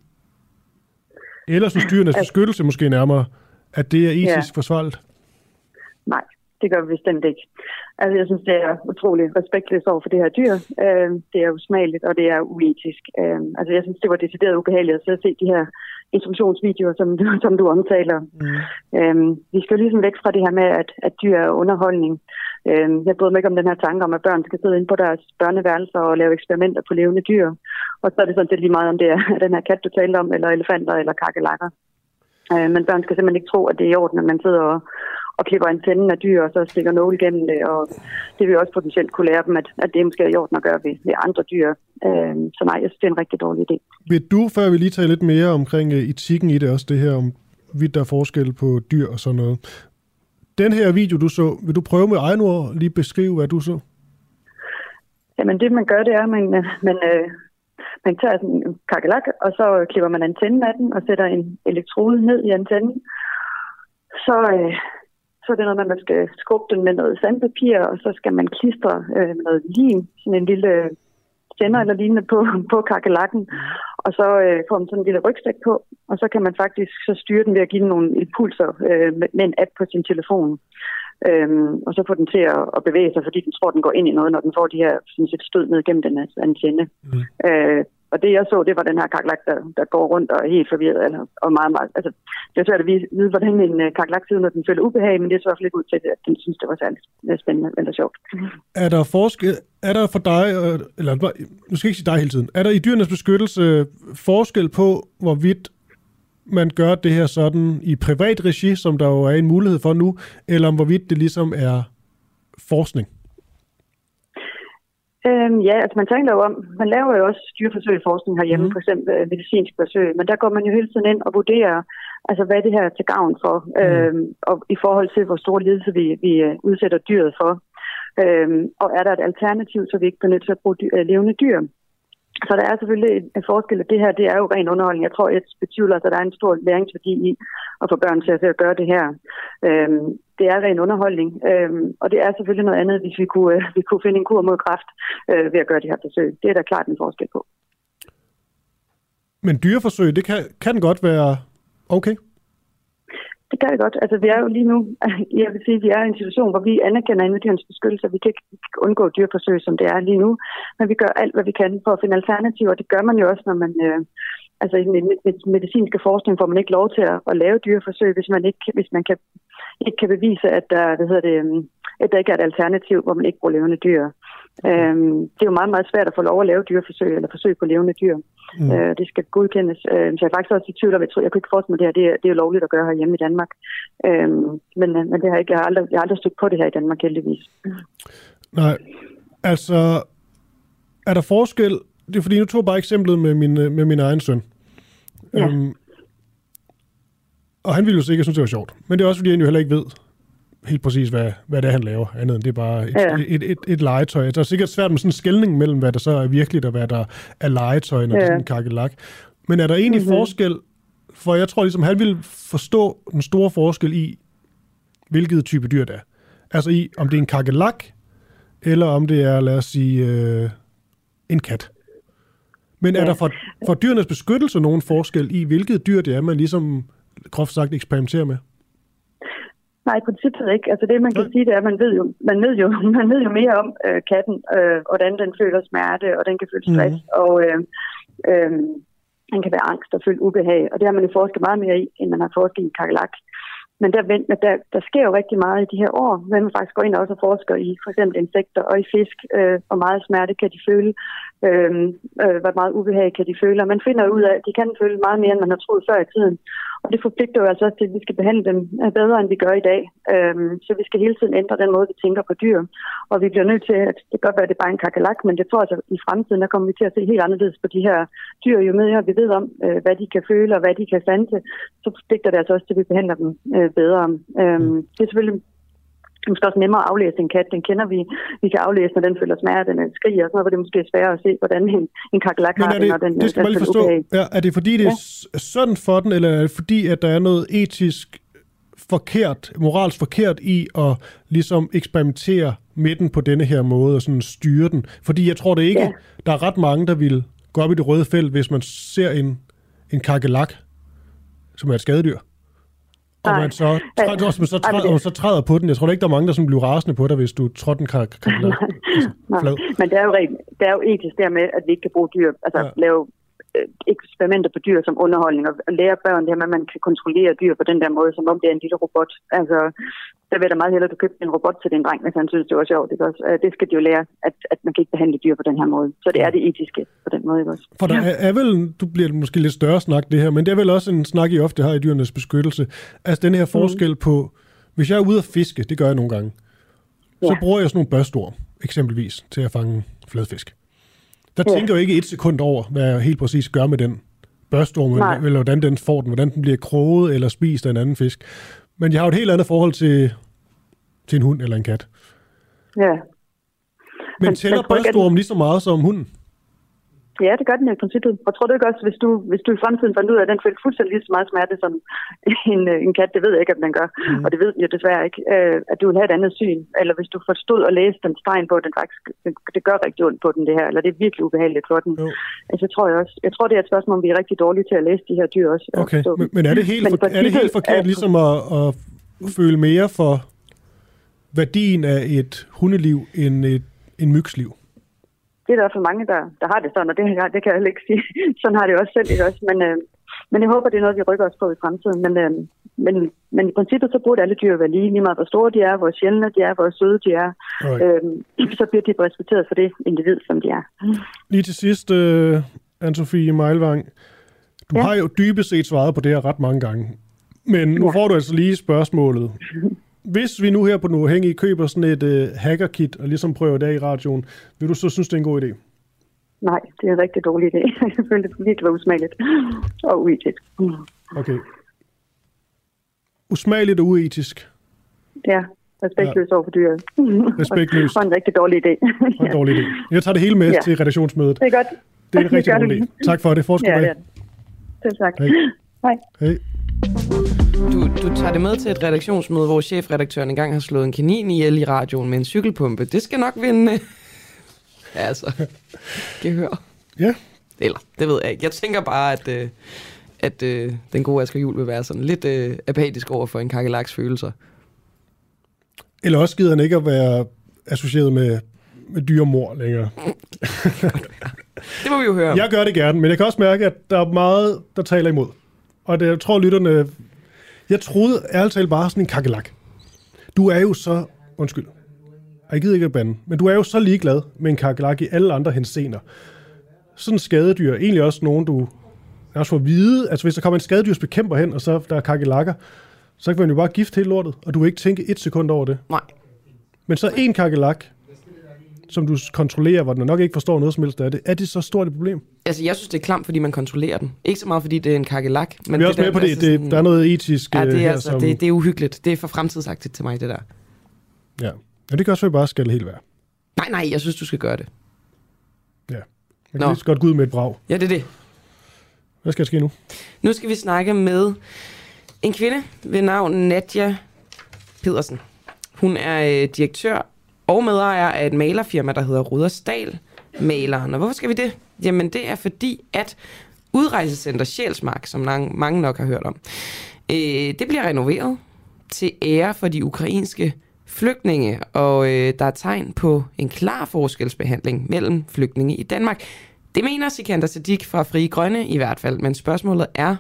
eller synes Dyrenes Beskyttelse måske nærmere, at det er etisk forsvarligt? Nej, Det gør vi bestemt ikke. Altså, jeg synes, det er utrolig respektløst over for det her dyr. Det er usmageligt, og det er uetisk. Altså, jeg synes, det var decideret ubehageligt at se de her instruktionsvideoer, som du omtaler. Vi skal jo ligesom væk fra det her med, at dyr er underholdning. Jeg bryder mig ikke om den her tanke om, at børn skal sidde inde på deres børneværelser og lave eksperimenter på levende dyr. Og så er det sådan set lige meget, om det er den her kat, du taler om, eller elefanter eller kakelakker. Men børn skal simpelthen ikke tro, at det er i orden, at man sidder og klipper antennen af dyr, og så stikker nåle gennem det, og det vil også potentielt kunne lære dem, at det måske er i orden at gøre ved andre dyr. Så nej, jeg synes, det er en rigtig dårlig idé. Vil du, før vi lige tager lidt mere omkring etikken i det, også det her om, vidt der er forskel på dyr og sådan noget. Den her video, du så, vil du prøve med egen ord lige beskrive, hvad du så? Jamen det, man gør, det er, at man tager sådan en kakelak, og så klipper man antennen af den, og sætter en elektrode ned i antennen. Så er det noget, man skal skubbe den med noget sandpapir, og så skal man klistre noget lim, sådan en lille tænder eller lignende på kakelakken, og så får man sådan en lille rygsæk på, og så kan man faktisk så styre den ved at give den nogle impulser med en app på sin telefon. Og så få den til at bevæge sig, fordi den tror, den går ind i noget, når den får de her sådan et stød ned gennem den antenne. Og det jeg så, det var den her kakelak, der går rundt og er helt forvirret. Og meget, altså, det er svært at vide, hvordan en kakelak ser ud, når den føler ubehag, men det er så i hvert fald ikke ud til, at den synes, det var særligt spændende eller sjovt. Er der for dig, eller nu skal jeg ikke sige dig hele tiden, er der i Dyrenes Beskyttelse forskel på, hvorvidt man gør det her sådan i privat regi, som der jo er en mulighed for nu, eller om hvorvidt det ligesom er forskning? Ja, altså man laver jo også dyreforsøg i forskning herhjemme, for eksempel medicinsk forsøg, men der går man jo hele tiden ind og vurderer, altså hvad det her er til gavn for, og i forhold til, hvor stor lidelse vi udsætter dyret for. Og er der et alternativ, så vi ikke bliver nødt til at bruge levende dyr. Så der er selvfølgelig en forskel, at det her, det er jo ren underholdning. Jeg tror, jeg betvivler, at der er en stor læringsværdi i at få børn til at gøre det her. Det er ren underholdning, og det er selvfølgelig noget andet, hvis vi kunne finde en kur mod kræft ved at gøre det her forsøg. Det er der klart en forskel på. Men dyreforsøg, det kan godt være okay? Det kan det godt. Altså, vi er jo lige nu, jeg vil sige, vi er i en situation, hvor vi anerkender inden Dyrenes Beskyttelse. Vi kan ikke undgå dyreforsøg, som det er lige nu, men vi gør alt, hvad vi kan for at finde alternativer. Det gør man jo også, når man, altså i den medicinske forskning får man ikke lov til at lave dyreforsøg, hvis man ikke kan bevise, at at der ikke er et alternativ, hvor man ikke bruger levende dyr. Det er jo meget, meget svært at få lov at lave dyreforsøg eller forsøg på levende dyr. Det skal godkendes. Så jeg er faktisk også i tvivl om, jeg kunne ikke forestille mig det her. Det er jo lovligt at gøre herhjemme i Danmark. Men det har jeg har aldrig stødt på det her i Danmark, heldigvis. Nej, altså er der forskel? Det er fordi, nu tog jeg bare eksemplet med min egen søn. Ja. Og han ville jo sikkert synes, det var sjovt. Men det er også fordi, han jo heller ikke ved helt præcis, hvad det er, han laver. Andet end det er bare et legetøj. Det er sikkert svært med sådan en skelning mellem, hvad der så er virkeligt, og hvad der er legetøj, når det er sådan en kakelak. Men er der egentlig forskel? For jeg tror ligesom, han ville forstå den store forskel i, hvilket type dyr det er. Altså i, om det er en kakelak, eller om det er, lad os sige, en kat. Men er der for Dyrenes Beskyttelse nogen forskel i, hvilket dyr det er, man ligesom groft sagt eksperimenterer med? Nej, i princippet ikke. Altså det, man kan sige, det er, at man ved jo mere om katten, hvordan den føler smerte, og den kan føle stress, og den kan være angst og føle ubehag, og det har man jo forsket meget mere i, end man har forsket i kakelak. Men der sker jo rigtig meget i de her år, hvor man faktisk går ind og også forsker i for eksempel insekter og i fisk. Hvor meget smerte kan de føle, hvor meget ubehag kan de føle. Og man finder ud af, at de kan føle meget mere, end man har troet før i tiden. Og det forpligter jo altså også til, at vi skal behandle dem bedre, end vi gør i dag. Så vi skal hele tiden ændre den måde, vi tænker på dyr. Og vi bliver nødt til, at det kan godt være, at det er bare en kakelak, men det tror jeg, at i fremtiden, der kommer vi til at se helt anderledes på de her dyr. Jo mere vi ved om, hvad de kan føle og hvad de kan sanse, så forpligter det altså også til, at vi behandler dem bedre. Det er selvfølgelig måske også nemmere at aflæse en kat. Den kender vi. Vi kan aflæse, når den føler smerte, den skriger og sådan noget, hvor det måske er sværere at se, hvordan en kakelak har det, når den det skal man lige forstå. Er det fordi, det er sådan for den, eller er det fordi, at der er noget etisk forkert, moralsk forkert i at ligesom eksperimentere med den på denne her måde og sådan styre den? Fordi jeg tror det ikke, der er ret mange, der vil gå op i det røde felt, hvis man ser en kakelak, som er et skadedyr, Og så træder på den. Jeg tror da ikke, der er mange, der bliver rasende på dig, hvis du trådte en flad. Men det er jo etisk dermed, at vi ikke kan bruge dyr, lave eksperimenter på dyr som underholdning, og lære børn det her med, at man kan kontrollere dyr på den der måde, som om det er en lille robot. Altså, der vil da meget hellere, at du køber en robot til din dreng, hvis han synes, det var sjovt. Ikke også? Det skal de jo lære, at man kan ikke behandle dyr på den her måde. Så det er det etiske på den måde, ikke også? For der er vel, du bliver måske lidt større snak det her, men det er vel også en snak, I ofte har i dyrenes beskyttelse. Altså den her forskel på, hvis jeg er ude at fiske, det gør jeg nogle gange, så bruger jeg sådan nogle børstor, eksempelvis, til at fange fladfisk. Der tænker jeg ikke et sekund over, hvad jeg helt præcis gør med den børstorm, eller hvordan den får den, hvordan den bliver kroget eller spist af en anden fisk. Men jeg har jo et helt andet forhold til en hund eller en kat. Ja. Men tæller børstormen lige så meget som hunden? Ja, det gør den i princippet. Og tror du ikke også, hvis du i fremtiden fandt ud af, at den følte fuldstændig lige så meget smerte som en kat, det ved jeg ikke, at den gør. Og det ved jeg desværre ikke, at du vil have et andet syn. Eller hvis du forstod og læste den tegn på, at den faktisk, det gør rigtig ondt på den det her, eller det er virkelig ubehageligt for den. Altså, jeg tror, det er et spørgsmål, om vi er rigtig dårlige til at læse de her dyr også. Okay, men er det helt forkert ligesom at føle mere for værdien af et hundeliv end en mygsliv? Det er der for mange, der har det sådan, og det kan jeg heller ikke sige. Sådan har det også selv, ikke også? Men jeg håber, det er noget, vi rykker os på i fremtiden. Men i princippet, så burde alle dyr være lige meget, hvor store de er, hvor sjældne de er, hvor søde de er. Så bliver de respekteret for det individ, som de er. Lige til sidst, Anne-Sophie Meilvang. Du har jo dybest set svaret på det her ret mange gange. Men nu får du altså lige spørgsmålet. Hvis vi nu her på Den Uafhængige køber sådan et hackerkit og ligesom prøver det i radioen, vil du så synes, det er en god idé? Nej, det er en rigtig dårlig idé. Jeg følte, det virkelig var usmageligt og uetisk. Okay. Usmageligt og uetisk? Ja, respektløs over for dyret. Respektløs. Og en rigtig dårlig idé. Og en dårlig idé. Jeg tager det hele med til redaktionsmødet. Det er godt. Det er en rigtig god idé. Tak for det. Forskud med. Selv tak. Hej. Hej. Du tager det med til et redaktionsmøde, hvor chefredaktøren engang har slået en kanin ihjel i radioen med en cykelpumpe. Det skal nok vinde. Ja, altså. Gehør. Ja. Eller, det ved jeg ikke. Jeg tænker bare, at den gode Asger Juhl vil være sådan lidt apatisk over for en kakelaks følelser. Eller også gider han ikke at være associeret med dyremor længere. Det må vi jo høre om. Jeg gør det gerne, men jeg kan også mærke, at der er meget, der taler imod. Og jeg tror, lytterne... Jeg troede ærligt talt bare sådan en kakelak. Du er jo så... Undskyld. Jeg gider ikke at bande. Men du er jo så ligeglad med en kakelak i alle andre henseender. Sådan en skadedyr. Egentlig også nogen, du også får at vide. Altså hvis der kommer en skadedyrsbekæmper hen, og så der er kakelakker, så kan man jo bare gifte hele lortet, og du vil ikke tænke et sekund over det. Nej. Men så en kakelak, som du kontrollerer, hvor den nok ikke forstår noget som helst af det, er det så stort et problem? Altså, jeg synes, det er klamt, fordi man kontrollerer den. Ikke så meget, fordi det er en kakelak. Men vi er også med på det. Der er noget etisk ja, det er, her, altså, som... det er uhyggeligt. Det er for fremtidsagtigt til mig, det der. Ja, det kan også være bare skal helt være. Nej, jeg synes, du skal gøre det. Ja, man kan lige så godt gå ud med et brag. Ja, det er det. Hvad skal der ske nu? Nu skal vi snakke med en kvinde ved navn Nadja Pedersen. Hun er direktør og medejer af et malerfirma, der hedder Rudersdal Maleren. Og hvorfor skal vi det? Jamen det er fordi, at Udrejsecenter Sjælsmark, som mange nok har hørt om, det bliver renoveret til ære for de ukrainske flygtninge, og der er tegn på en klar forskelsbehandling mellem flygtninge i Danmark. Det mener Sikander Siddique fra Frie Grønne i hvert fald, men spørgsmålet er,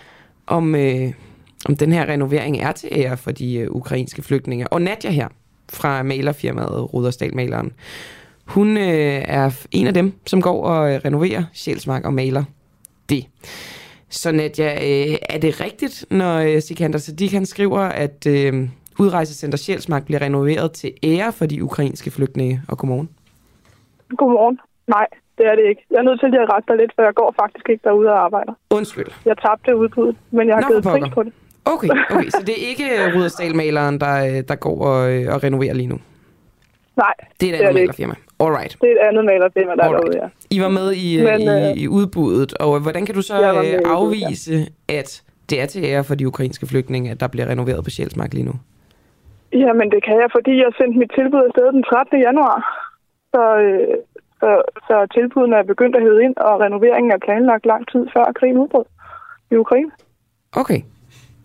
om den her renovering er til ære for de ukrainske flygtninge. Og Nadja her, fra malerfirmaet Rudersdal Maleren, hun er en af dem, som går og renoverer Sjælsmark og maler det. Så Nadja, er det rigtigt, når Sikander Siddique skriver, at Udrejsecenter Sjælsmark bliver renoveret til ære for de ukrainske flygtninge? Og godmorgen. Godmorgen. Nej, det er det ikke. Jeg er nødt til lige at rette dig lidt, for jeg går faktisk ikke derude og arbejder. Undskyld. Jeg tabte udbuddet, men jeg har givet pris på det. Okay, så det er ikke Rudersdal Maleren, der går og renoverer lige nu? Nej, det er et andet malerfirma. Alright. Det er et andet malerfirma, der er derude, ja. I var med i udbuddet, og hvordan kan du så afvise, at det er til ære for de ukrainske flygtninge, at der bliver renoveret på Sjælsmark lige nu? Jamen, det kan jeg, fordi jeg sendte mit tilbud afsted den 13. januar. Så tilbudene er begyndt at hæve ind, og renoveringen er planlagt lang tid før krigen udbrød i Ukraine. Okay.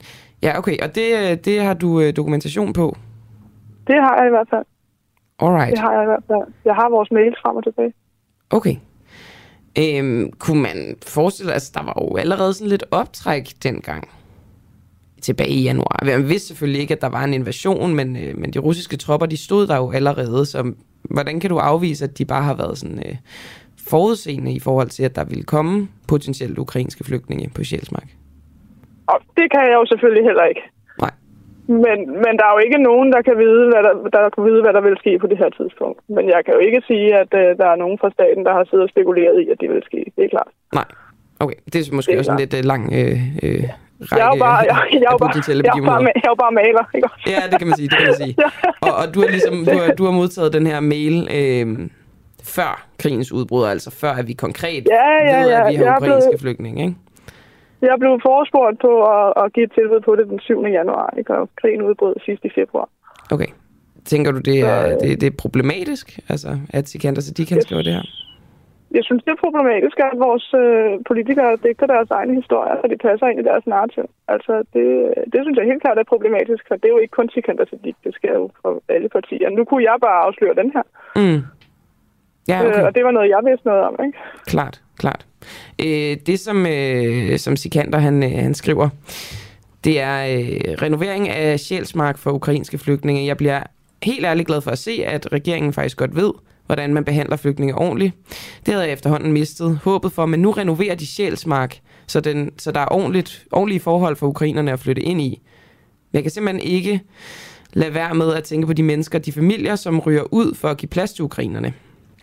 Ja, okay. Og det har du dokumentation på? Det har jeg i hvert fald. Alright. Det har jeg i hvert fald. Jeg har vores mails frem og tilbage. Okay. Kunne man forestille, altså der var jo allerede sådan lidt optræk dengang, tilbage i januar. Man vidste selvfølgelig ikke, at der var en invasion, men de russiske tropper, de stod der jo allerede, så hvordan kan du afvise, at de bare har været sådan forudseende i forhold til, at der ville komme potentielt ukrainske flygtninge på Sjælsmark? Og det kan jeg jo selvfølgelig heller ikke. Nej. Men der er jo ikke nogen, der kan vide, hvad der vil ske på det her tidspunkt. Men jeg kan jo ikke sige, at der er nogen fra staten, der har siddet og spekuleret i, at det vil ske. Det er klart. Nej. Okay, det er måske også en lidt lang række jeg er jo bare maler, ikke? Ja, det kan man sige. Og du har ligesom du har modtaget den her mail før krigens udbrud, altså før at vi konkret ved, at vi har ukrainske flygtninge, ikke? Jeg blev forespurgt på at give et tilbud på det den 7. januar, ikke? Og krigen udbrød sidst i februar. Okay. Tænker du, det er problematisk, altså, at Sikander Siddiq skriver det her? Jeg synes, det er problematisk, at vores politikere digter deres egne historier, så de passer ind i deres narrativ. Altså, det synes jeg helt klart er problematisk, for det er jo ikke kun Sikander Siddiq, det sker jo for alle partier. Nu kunne jeg bare afsløre den her. Mm. Ja, okay. Og det var noget, jeg vidste noget om, ikke? Klart. Det, som Sikander han skriver, det er renovering af Sjælsmark for ukrainske flygtninge. Jeg bliver helt ærligt glad for at se, at regeringen faktisk godt ved, hvordan man behandler flygtninge ordentligt. Det havde jeg efterhånden mistet håbet for, men nu renoverer de Sjælsmark, så der er ordentlige forhold for ukrainerne at flytte ind i. Jeg kan simpelthen ikke lade være med at tænke på de mennesker, de familier, som ryger ud for at give plads til ukrainerne.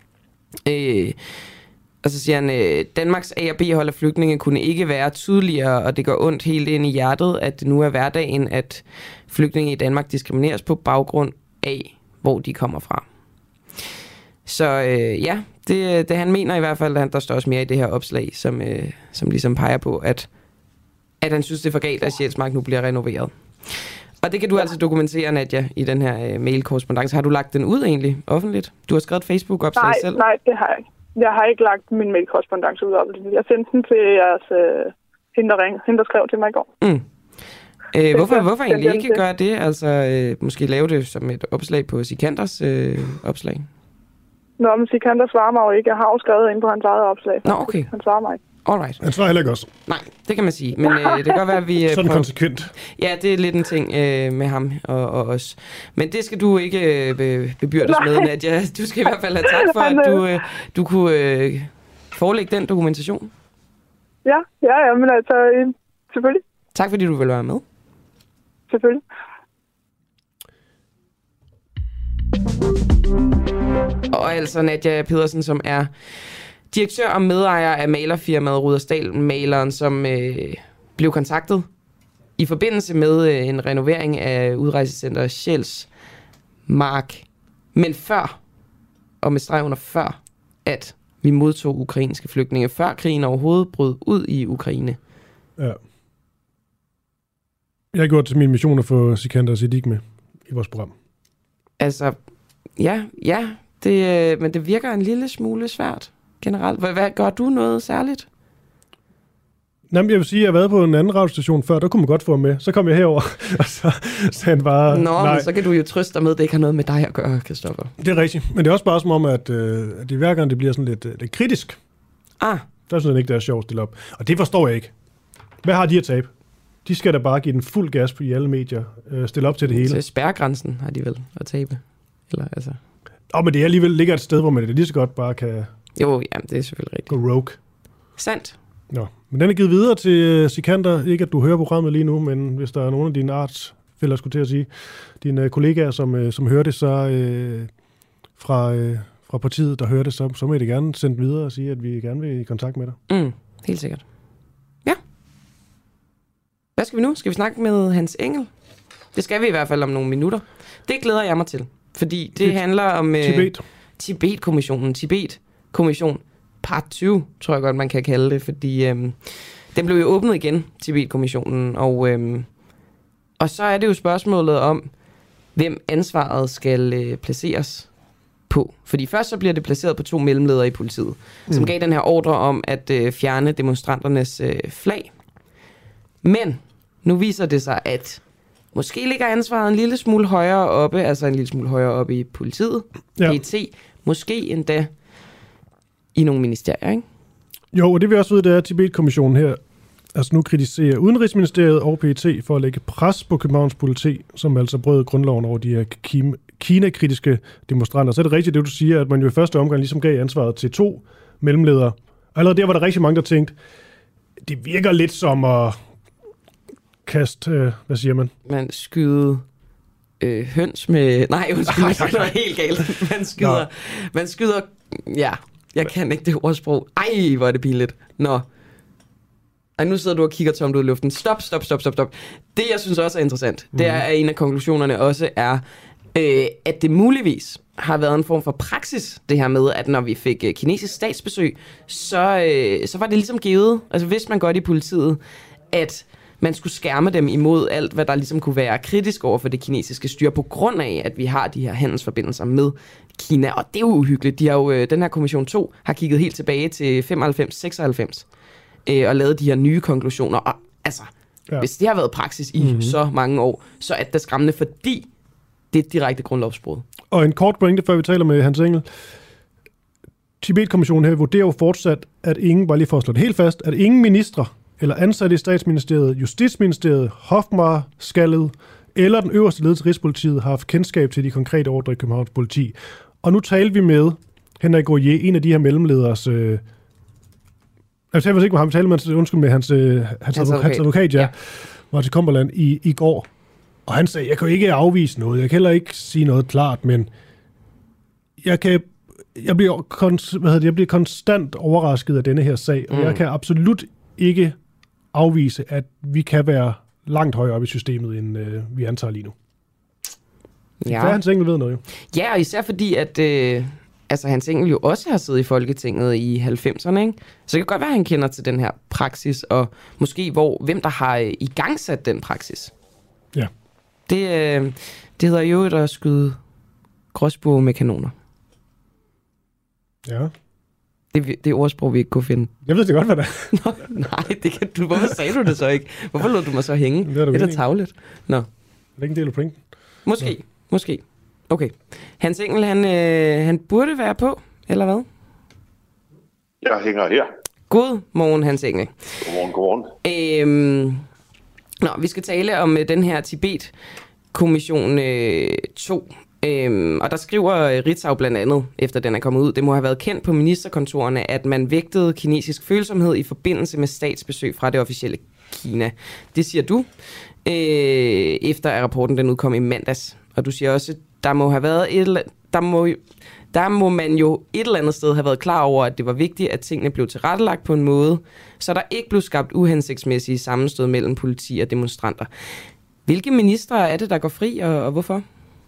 Og så siger han, Danmarks A- og B-hold af flygtninge kunne ikke være tydeligere, og det går ondt helt ind i hjertet, at det nu er hverdagen, at flygtninge i Danmark diskrimineres på baggrund af, hvor de kommer fra. Så det han mener i hvert fald, at der står også mere i det her opslag, som ligesom peger på, at han synes, det er for galt, at Sjælsmark nu bliver renoveret. Og det kan du altså dokumentere, Nadia, i den her mail-korrespondance. Har du lagt den ud egentlig offentligt? Du har skrevet Facebook-opslag selv? Nej, det har jeg ikke. Jeg har ikke lagt min mail-korrespondance ud offentligt. Jeg sendte den til jeres hende, der skrev til mig i går. Mm. Hvorfor egentlig ikke gøre det? Altså måske lave det som et opslag på Sikanders opslag? Nå, men Sikander svarer mig jo ikke. Jeg har jo skrevet ind på hans eget opslag. Nå, okay. Han svarer mig ikke. Alright. Han svarer heller ikke også. Nej, det kan man sige. Men det kan godt være, at vi... Sådan konsekvent. Ja, det er lidt en ting med ham og os. Men det skal du ikke bebyrdes med, Nadia. Du skal i hvert fald have tak for, at du kunne forelægge den dokumentation. Ja, men altså, selvfølgelig. Tak fordi du ville være med. Selvfølgelig. Og altså Nadia Pedersen, som er direktør og medejer af malerfirmaet Rudersdal-maleren, som blev kontaktet i forbindelse med en renovering af udrejsecenter Sjælsmark. Men før, og med streg under før, at vi modtog ukrainske flygtninge, før krigen overhovedet brød ud i Ukraine. Ja. Jeg har gjort til min mission at få Sikander Siddiq med i vores program. Altså, ja, men det virker en lille smule svært generelt. Hvad gør du noget særligt? Jamen, jeg vil sige, at jeg har været på en anden radiostation før, der kunne man godt få ham med. Så kom jeg herover, og så sagde han bare... Nå, men så kan du jo trøste dig med, at det ikke har noget med dig at gøre, Christoffer. Det er rigtigt, men det er også bare som om, at det hver gang det bliver sådan lidt kritisk. Der synes jeg ikke, det er sjovt at stille op. Og det forstår jeg ikke. Hvad har de at tabe? De skal da bare give den fuld gas på i alle medier. Stille op til det hele. Så spærregrænsen har de vel at tabe? Eller altså... men det alligevel ligger et sted, hvor man det lige så godt bare kan... Jo, ja, det er selvfølgelig rigtigt. Gå rogue. Sandt. Nå, men den er givet videre til Sikander. Ikke at du hører programmet lige nu, men hvis der er nogen af dine artsfælder, skulle til at sige, dine kollegaer, som hører det, så fra partiet, der hører det, så må I det gerne sende videre og sige, at vi gerne vil i kontakt med dig. Helt sikkert. Ja. Hvad skal vi nu? Skal vi snakke med Hans Engel? Det skal vi i hvert fald om nogle minutter. Det glæder jeg mig til, fordi det handler om Tibet-kommissionen. Tibet-kommission part 20, tror jeg godt, man kan kalde det, fordi den blev jo åbnet igen, Tibet-kommissionen, og så er det jo spørgsmålet om, hvem ansvaret skal placeres på. Fordi først så bliver det placeret på 2 mellemledere i politiet, som gav den her ordre om at fjerne demonstranternes flag. Men Nu viser det sig, at måske ligger ansvaret en lille smule højere oppe, altså en lille smule højere oppe i politiet, PET, måske endda i nogle ministerier, ikke? Jo, og det vi også ved, det er, at Tibet-kommissionen her altså nu kritiserer Udenrigsministeriet og PET for at lægge pres på Københavns politi, som altså brød grundloven over de her Kina-kritiske demonstranter. Så er det rigtigt, det du siger, at man jo i første omgang ligesom gav ansvaret til 2 mellemledere. Og allerede der var der rigtig mange, der tænkte, det virker lidt som at kaste, hvad siger man? Man skyder høns med... Nej, undskyld, det er helt galt. Man skyder... Ja, jeg kan ikke det ordsprog. Ej, hvor er det pinligt. Nå. Ej, nu sidder du og kigger tomt ud i luften. Stop. Det, jeg synes også er interessant, det er, at en af konklusionerne også er, at det muligvis har været en form for praksis, det her med, at når vi fik kinesisk statsbesøg, så var det ligesom givet, altså hvis man går i politiet, at man skulle skærme dem imod alt, hvad der ligesom kunne være kritisk over for det kinesiske styre, på grund af, at vi har de her handelsforbindelser med Kina. Og det er jo uhyggeligt. De har jo, den her kommission 2 har kigget helt tilbage til 95-96 og lavet de her nye konklusioner. Og altså, hvis det har været praksis i så mange år, så er det skræmmende, fordi det er et direkte grundlovsbrud. Og en kort pointe, før vi taler med Hans Engel. Tibet-kommissionen her vurderer jo fortsat, at ingen, bare lige for at slå det helt fast, at ingen ministre eller ansatte i Statsministeriet, Justitsministeriet, Hofmarskallet eller den øverste ledelse af Rigspolitiet har haft kendskab til de konkrete ordre i Københavns politi. Og nu taler vi med Henrik Goyer, en af de her mellemleders... Jeg taler ikke med ham, med hans advokat, Martin Komperland, i går. Og han sagde, jeg kan jo ikke afvise noget, jeg kan heller ikke sige noget klart, men jeg bliver konstant overrasket af denne her sag, og jeg kan absolut ikke afvise, at vi kan være langt højere op i systemet, end vi antager lige nu. Ja. Hans Engel ved noget jo. Ja, og især fordi, at Hans Engel jo også har siddet i Folketinget i 90'erne, ikke? Så det kan godt være, at han kender til den her praksis, og måske hvem der har igangsat den praksis. Ja. Det hedder jo at skyde gråsbue med kanoner. Ja. Det er ordsprog, vi ikke kunne finde. Jeg ved det godt, hvad det er. Nå, nej, det kan du. Hvorfor sagde du det så ikke? Hvorfor lod du mig så hænge? Det er da tavligt. Nå. Det er ikke en del af pointen. Måske. Okay. Hans Engel, han burde være på, eller hvad? Jeg hænger her. God morgen, Hans Engel. Godmorgen. Vi skal tale om den her Tibet-kommission 2. Og der skriver Ritzau blandt andet, efter den er kommet ud, det må have været kendt på ministerkontorerne, at man vægtede kinesisk følsomhed i forbindelse med statsbesøg fra det officielle Kina. Det siger du, efter at rapporten den udkom i mandags. Og du siger også, der må man jo et eller andet sted have været klar over, at det var vigtigt, at tingene blev tilrettelagt på en måde, så der ikke blev skabt uhensigtsmæssige sammenstød mellem politi og demonstranter. Hvilke ministre er det, der går fri, og hvorfor?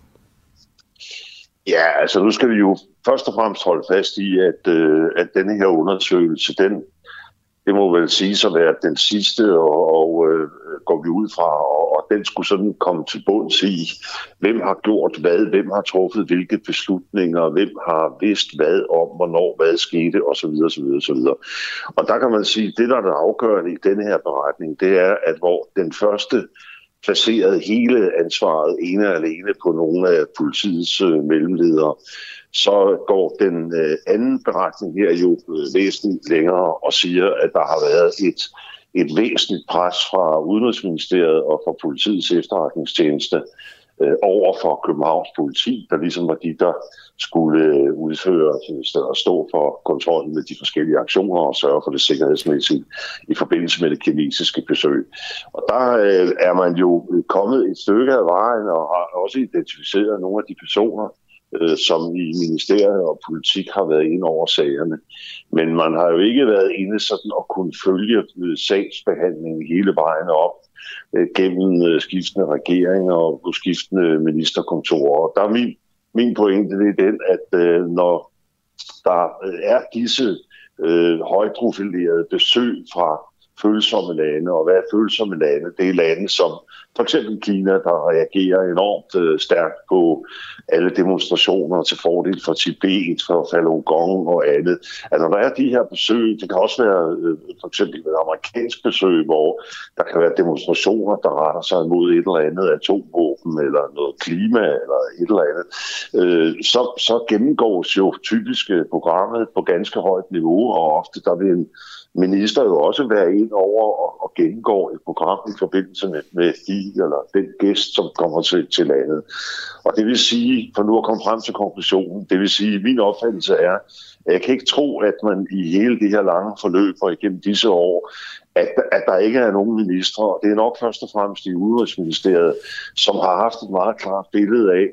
Ja, altså nu skal vi jo først og fremmest holde fast i, at denne her undersøgelse, det må vel siges at være den sidste, og går vi ud fra, og den skulle sådan komme til bunds i, hvem har gjort hvad, hvem har truffet hvilke beslutninger, hvem har vidst hvad om, hvornår hvad skete, osv. Og der kan man sige, det der er afgørende i denne her beretning, det er, at hvor den første placerede hele ansvaret ene og alene på nogle af politiets mellemledere, så går den anden beretning her jo væsentligt længere og siger, at der har været et væsentligt pres fra Udenrigsministeriet og fra politiets efterretningstjeneste over for Københavns politi, der ligesom var de, der skulle udføre og stå for kontrollen med de forskellige aktioner og sørge for det sikkerhedsmæssige i forbindelse med det kinesiske besøg. Og der er man jo kommet et stykke af vejen og har også identificeret nogle af de personer, som i ministeriet og politik har været inde over sagerne. Men man har jo ikke været inde sådan at kunne følge sagsbehandlingen hele vejen op gennem skiftende regeringer og på skiftende ministerkontorer. Og der er min pointe, det er den, at når der er disse højprofilerede besøg fra følsomme lande, og hvad er følsomme lande? Det er lande som for eksempel Kina, der reagerer enormt stærkt på alle demonstrationer til fordel for Tibet, for Falun Gong og andet. Altså, der er de her besøg, det kan også være for eksempel et amerikansk besøg, hvor der kan være demonstrationer, der retter sig imod et eller andet atomvåben, eller noget klima, eller et eller andet. Så gennemgås jo typisk programmet på ganske højt niveau, og ofte der vil en minister jo også være ind over og gennemgår et program i forbindelse med eller den gæst, som kommer til landet. Og det vil sige, for nu at komme frem til konklusionen, det vil sige, at min opfattelse er, at jeg kan ikke tro, at man i hele det her lange forløb og igennem disse år, at der ikke er nogen ministre, og det er nok først og fremmest i Udenrigsministeriet, som har haft et meget klart billede af,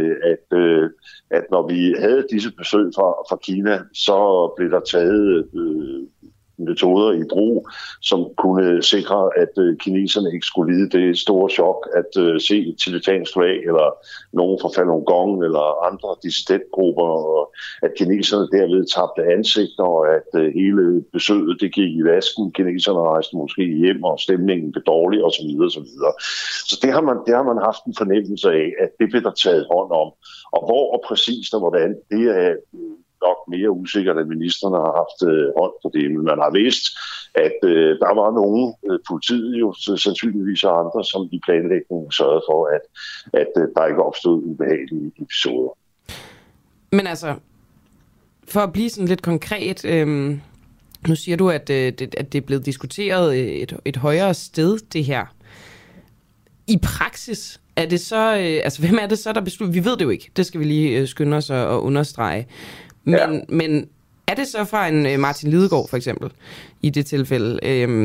at når vi havde disse besøg fra Kina, så blev der taget metoder i brug, som kunne sikre, at kineserne ikke skulle lide det store chok at se et tibetansk flag, eller nogen fra Falun Gong, eller andre dissidentgrupper, og at kineserne derved tabte ansigter, og at hele besøget det gik i vasken. Kineserne rejste måske hjem, og stemningen blev dårlig, osv. osv. Så det har man haft en fornemmelse af, at det blev der taget hånd om. Og hvor og præcist og hvordan, det er nok mere usikkert, at ministerne har haft hånd på det, men man har vidst, at der var nogen, politiet jo sandsynligvis og andre, som i planlægningen sørgede for, at der ikke opstod ubehagelige episoder. Men altså, for at blive sådan lidt konkret, nu siger du, at det er blevet diskuteret et højere sted, det her. I praksis, er det så, hvem er det så, der beslutter? Vi ved det jo ikke, det skal vi lige skynde os at understrege. Men er det så fra en Martin Lidegaard for eksempel, i det tilfælde,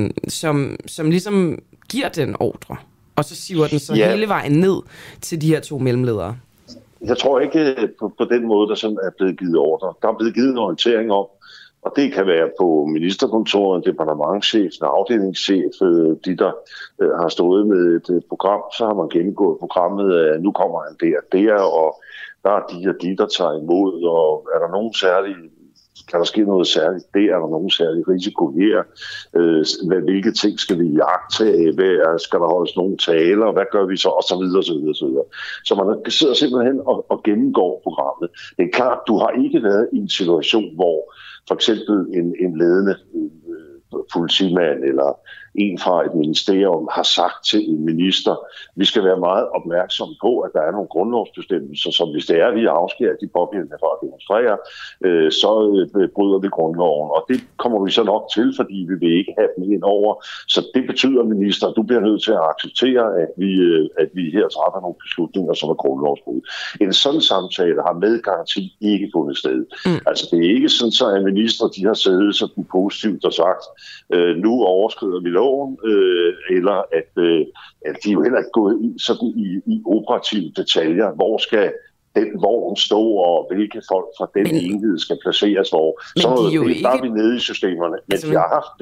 som ligesom giver den ordre, og så siver den så hele vejen ned til de her to mellemledere? Jeg tror ikke på den måde, der sådan er blevet givet ordre. Der er blevet givet en orientering om, og det kan være på ministerkontoret, departementschef, en afdelingschef, de der har stået med et program, så har man gennemgået programmet, nu kommer han der, og der er de der tager imod, og er der nogen særlige, kan der ske noget særligt der, er der nogen særlig risiko her, hvilke ting skal vi jagtage, skal der holdes nogle taler, hvad gør vi så, og så videre, så videre, så videre. Så man sidder simpelthen og gennemgår programmet. Det er klart, du har ikke været i en situation, hvor for eksempel en ledende politimand eller en fra et ministerium har sagt til en minister, vi skal være meget opmærksomme på, at der er nogle grundlovsbestemmelser, som hvis det er, at vi afskærer de pågældende fra at demonstrere, så bryder vi grundloven. Og det kommer vi så nok til, fordi vi vil ikke have dem ind over. Så det betyder, minister, at du bliver nødt til at acceptere, at vi her træffer nogle beslutninger, som er grundlovsbrud. En sådan samtale har med garanti ikke fundet sted. Altså det er ikke sådan, at minister de har siddet sådan positivt og sagt, nu overskrider vi loven, eller at de er jo heller ikke gået ind sådan i operative detaljer. Hvor skal den vogn stå, og hvilke folk fra den enhed skal placeres hvor. Så der er vi nede i systemerne. Men de har haft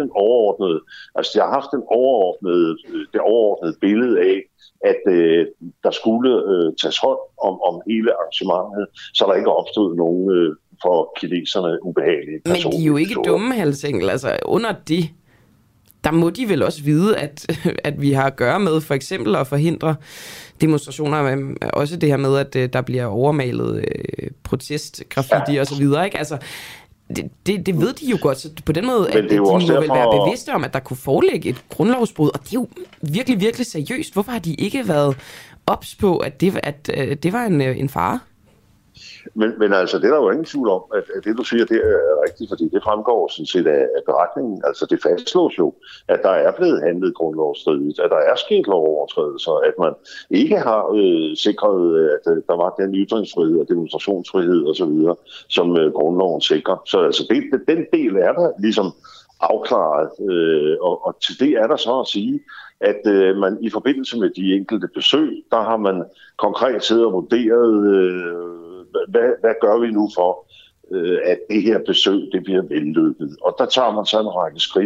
det overordnede billede af, at der skulle tages hånd om hele arrangementet, så der ikke opstod nogen for kineserne ubehagelige personer. Men de er jo ikke dumme, Halsengel. Altså under det, der må de vel også vide, at vi har at gøre med for eksempel at forhindre demonstrationer, også det her med, at der bliver overmalet protestgraffiti og så videre, ikke? Altså, det ved de jo godt, så på den måde, at de må vel være bevidste om, at der kunne foreligge et grundlovsbrud, og det er jo virkelig, virkelig seriøst. Hvorfor har de ikke været ops på, at det var en fare? Men altså, det er der jo ingen tvivl om, at det du siger, det er rigtigt, fordi det fremgår sådan set af beretningen. Altså det fastslås jo, at der er blevet handlet grundlovsstridigt, at der er sket lovovertrædelser, at man ikke har sikret, at der var den ytringsfrihed og demonstrationsfrihed osv., som grundloven sikrer. Så altså den del er der ligesom afklaret, og til det er der så at sige, at man i forbindelse med de enkelte besøg, der har man konkret siddet og vurderet, hvad gør vi nu for, at det her besøg det bliver vellykket. Og der tager man så en række skridt,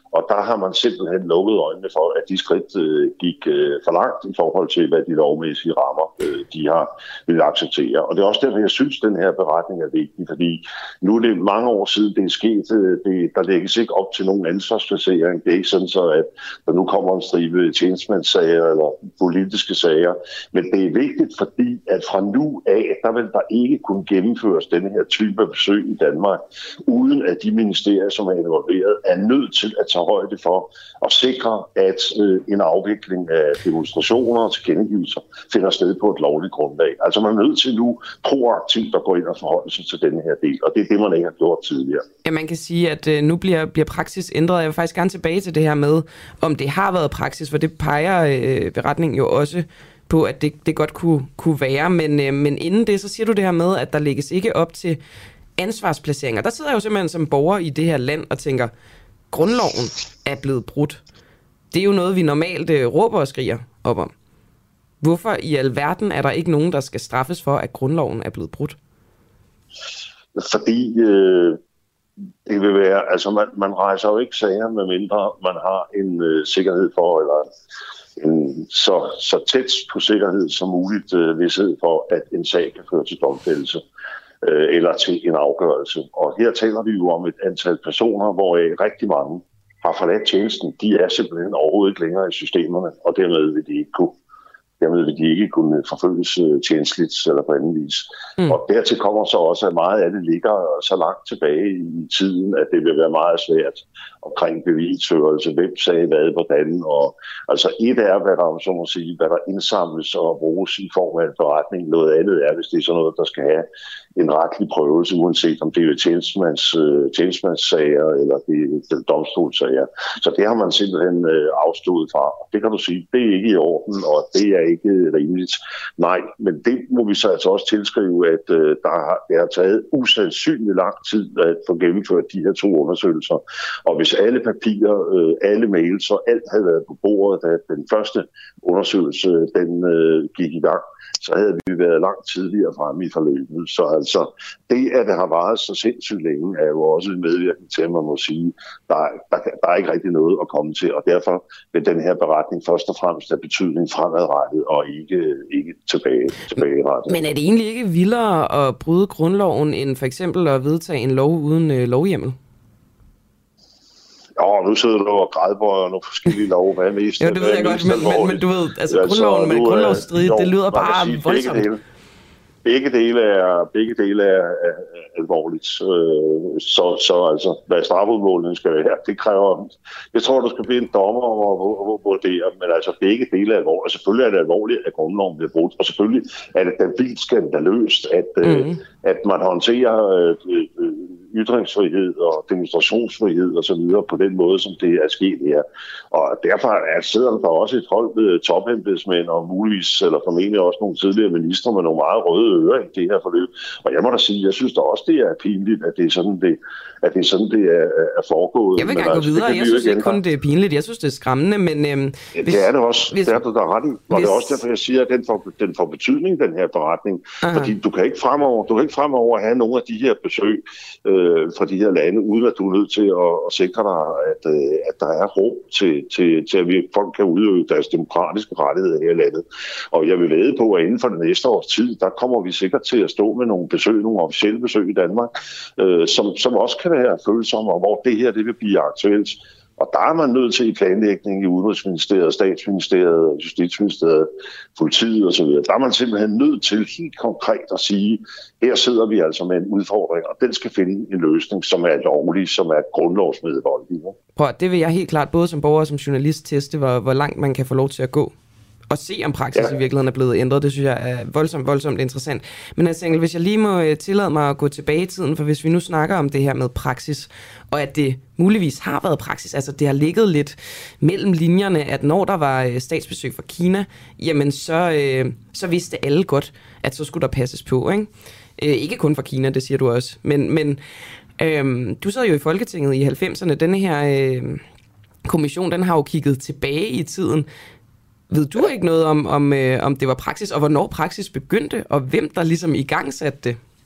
Og der har man simpelthen lukket øjnene for, at de skridt gik for langt i forhold til, hvad de lovmæssige rammer de har vil acceptere. Og det er også derfor, jeg synes, at den her beretning er vigtig, fordi nu er det mange år siden, det er sket. Der lægges ikke op til nogen ansvarsplacering. Det er ikke sådan, så at der nu kommer en stribe tjenestemandssager eller politiske sager. Men det er vigtigt, fordi at fra nu af, der vil der ikke kunne gennemføres denne her type af besøg i Danmark, uden at de ministerier, som er involveret, er nødt til at tage højde for at sikre, at en afvikling af demonstrationer og tilkendegivelser finder sted på et lovligt grundlag. Altså man er nødt til nu proaktivt at gå ind og forholde sig til denne her del, og det er det, man ikke har gjort tidligere. Ja, man kan sige, at nu bliver praksis ændret. Jeg vil faktisk gerne tilbage til det her med, om det har været praksis, for det peger beretningen jo også på, at det godt kunne være. Men inden det, så siger du det her med, at der lægges ikke op til ansvarsplaceringer. Der sidder jeg jo simpelthen som borger i det her land og tænker, grundloven er blevet brudt. Det er jo noget, vi normalt råber og skriger op om. Hvorfor i alverden er der ikke nogen, der skal straffes for, at grundloven er blevet brudt? Fordi det vil være, altså man rejser jo ikke sager, medmindre man har en sikkerhed for, eller en så tæt på sikkerhed som muligt vished for, at en sag kan føre til domfældelse eller til en afgørelse. Og her taler vi jo om et antal personer, hvor rigtig mange har forladt tjenesten. De er simpelthen overhovedet ikke længere i systemerne, og dermed vil de ikke kunne forfølges tjenestligt eller på anden vis. Og dertil kommer så også, at meget af det ligger så langt tilbage i tiden, at det vil være meget svært omkring bevisførelse, hvem sagde hvad, hvordan. Og altså et er, hvad der, så må sige, hvad der indsamles og bruges i form af en beretning. Noget andet er, hvis det er sådan noget, der skal have en retlig prøvelse, uanset om det er tjenestemandssager eller det er domstolssager. Så det har man simpelthen afstået fra. Det kan du sige, det er ikke i orden, og det er ikke rimeligt. Nej, men det må vi så altså også tilskrive, at det har taget usandsynligt lang tid at få gennemført de her 2 undersøgelser. Og hvis alle papirer, alle mails og alt havde været på bordet, da den første undersøgelse den gik i gang, så havde vi været langt tidligere fremme i forløbet. Så altså, det, at det har varet så sindssygt længe, er jo også en medvirkning til, at man må sige, der er ikke rigtig noget at komme til, og derfor vil den her beretning først og fremmest have betydning fremadrettet, og ikke tilbagerettet. Men er det egentlig ikke vildere at bryde grundloven, end for eksempel at vedtage en lov uden lovhjemmel? Ja, nu sidder du og grædbøjer nogle forskellige love. Hvad er mest? Jo, det ved jeg godt, men du ved, altså grundloven med grundlovsstridigt, det lyder bare voldsomt. Begge dele er alvorligt. Så altså, hvad strafudmålingen skal være, det kræver... Jeg tror, du skal blive en dommer om at vurdere, men altså begge dele er alvorligt. Altså, selvfølgelig er det alvorligt, at grundloven bliver brudt, og selvfølgelig er det vildt skandaløst, at man håndterer ytringsfrihed og demonstrationsfrihed og så videre på den måde, som det er sket her. Og derfor sidder der også et hold topembedsmænd og muligvis, eller formentlig også nogle tidligere ministre med nogle meget røde ører i det her forløb. Og jeg må da sige, jeg synes da også, det er pinligt, at det er sådan, det er foregået. Jeg vil gerne gå videre. Jeg synes ikke kun, det er pinligt. Jeg synes, det er skræmmende, men... det er det også. Der er ret i. Og det er også derfor, jeg siger, at den får betydning, den her beretning. Aha. Fordi du kan ikke fremover have nogle af de her besøg fra de her lande, uden at du er nødt til at sikre dig, at der er rum til at folk kan udøve deres demokratiske rettigheder her i landet. Og jeg vil vædde på, at inden for det næste års tid, der kommer vi sikkert til at stå med nogle officielle besøg i Danmark, som også kan være følsomme, og hvor det her det vil blive aktuelt. Og der er man nødt til i planlægning i Udenrigsministeriet, Statsministeriet, Justitsministeriet, politiet osv. Der er man simpelthen nødt til helt konkret at sige, her sidder vi altså med en udfordring, og den skal finde en løsning, som er lovlig, som er grundlovsmedholdig. Prøv, det vil jeg helt klart, både som borger og som journalist, teste, hvor langt man kan få lov til at gå. Og se, om praksis i virkeligheden er blevet ændret. Det synes jeg er voldsomt interessant. Men altså, Engel, hvis jeg lige må tillade mig at gå tilbage i tiden, for hvis vi nu snakker om det her med praksis, og at det muligvis har været praksis, altså det har ligget lidt mellem linjerne, at når der var statsbesøg fra Kina, jamen så vidste alle godt, at så skulle der passes på, ikke? Ikke kun fra Kina, det siger du også. Men du sad jo i Folketinget i 90'erne. Denne her kommission, den har jo kigget tilbage i tiden. Ved du ikke noget om det var praksis, og hvornår praksis begyndte, og hvem der ligesom igangsatte det?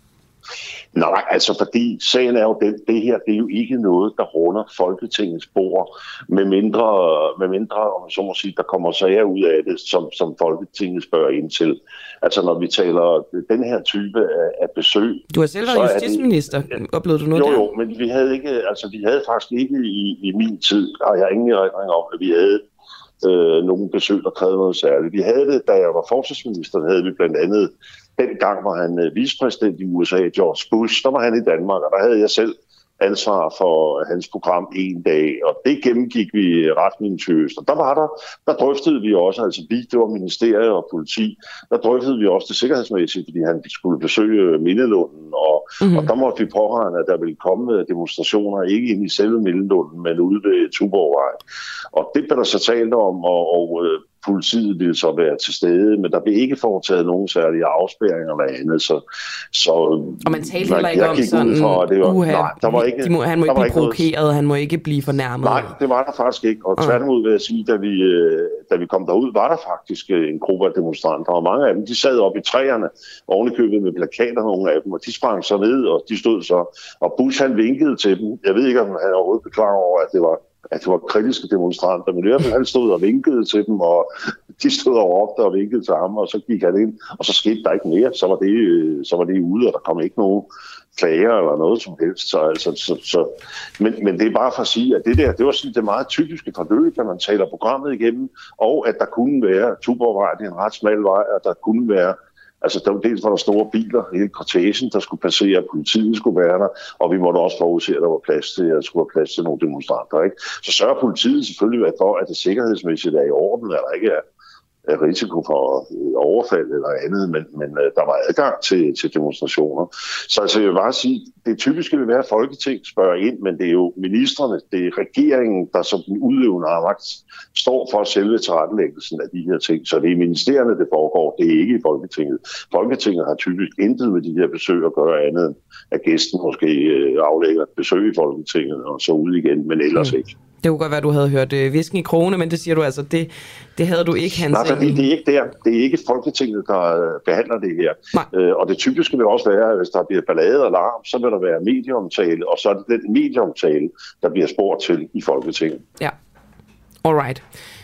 Nej, altså fordi sagen er jo det her, det er jo ikke noget, der runder Folketingets bord, med mindre om så må sige, der kommer sager ud af det, som Folketinget spørger ind til. Altså når vi taler den her type af besøg. Du har selv været justitsminister. Oplevede du noget der? Jo, men vi havde faktisk ikke i min tid, og jeg har ingen erindring om, at vi havde nogle besøg, der krævede noget særligt. Vi havde det, da jeg var forsvarsminister, havde vi blandt andet, dengang var han vicepræsident i USA, George Bush, der var han i Danmark, og der havde jeg selv ansvar for hans program en dag, og det gennemgik vi ret minutiøst. Og der drøftede vi også, altså det var ministeriet og politi, der drøftede vi også det sikkerhedsmæssige, fordi han skulle besøge Mindelunden, og der måtte vi påregne, at der ville komme demonstrationer, ikke ind i selve Mindelunden, men ude ved Tuborgvej. Og det blev der så talt om, og politiet ville så være til stede, men der blev ikke foretaget nogen særlige afspærringer eller andet. Så og man talte heller ikke om sådan, han må ikke blive provokeret, han må ikke blive fornærmet. Nej, det var der faktisk ikke. Og tværtimod vil jeg sige, da vi kom derud, var der faktisk en gruppe af demonstranter, og mange af dem, de sad oppe i træerne, ovenikøbet med plakater, nogle af dem, og de sprang så ned, og de stod så, og Bush han vinkede til dem. Jeg ved ikke, om han overhovedet blev klar over, at det var kritiske demonstranter, men i hvert fald han stod og vinkede til dem, og de stod og råbte og vinkede til ham, og så gik han ind, og så skete der ikke mere. Så var det ude, og der kom ikke nogen klager eller noget som helst. Men det er bare for at sige, at det var sådan det meget typiske forløb, når man taler programmet igennem, og at der kunne være Tuborgvej, det er en ret smal vej, og der kunne være dels var der store biler, hele kortegen, der skulle passere, politiet skulle være der, og vi måtte også forudse, at der var plads til, at der skulle være plads til nogle demonstranter. Ikke? Så sørger politiet selvfølgelig for, at det sikkerhedsmæssigt er i orden, at der ikke er risiko for overfald eller andet, men der var adgang til demonstrationer. Så altså, jeg vil bare sige, det typiske vil være, at Folketinget spørger ind, men det er jo ministerne, det er regeringen, der som den udøvende magt står for selve tilrettelæggelsen af de her ting. Så det er ministerierne, det foregår, det er ikke i Folketinget. Folketinget har typisk intet med de her besøg at gøre andet, end at gæsten måske aflægger et besøg i Folketinget og så ud igen, men ellers ikke. Det kunne godt være, at du havde hørt hvisken i krone, men det siger du altså, det havde du ikke, Hans. Nej, fordi det er ikke der. Det er ikke Folketinget, der behandler det her. Og det typiske vil også være, at hvis der bliver ballade og larm, så vil der være medieomtale, og så er det den medieomtale, der bliver spurgt til i Folketinget. Ja, alright.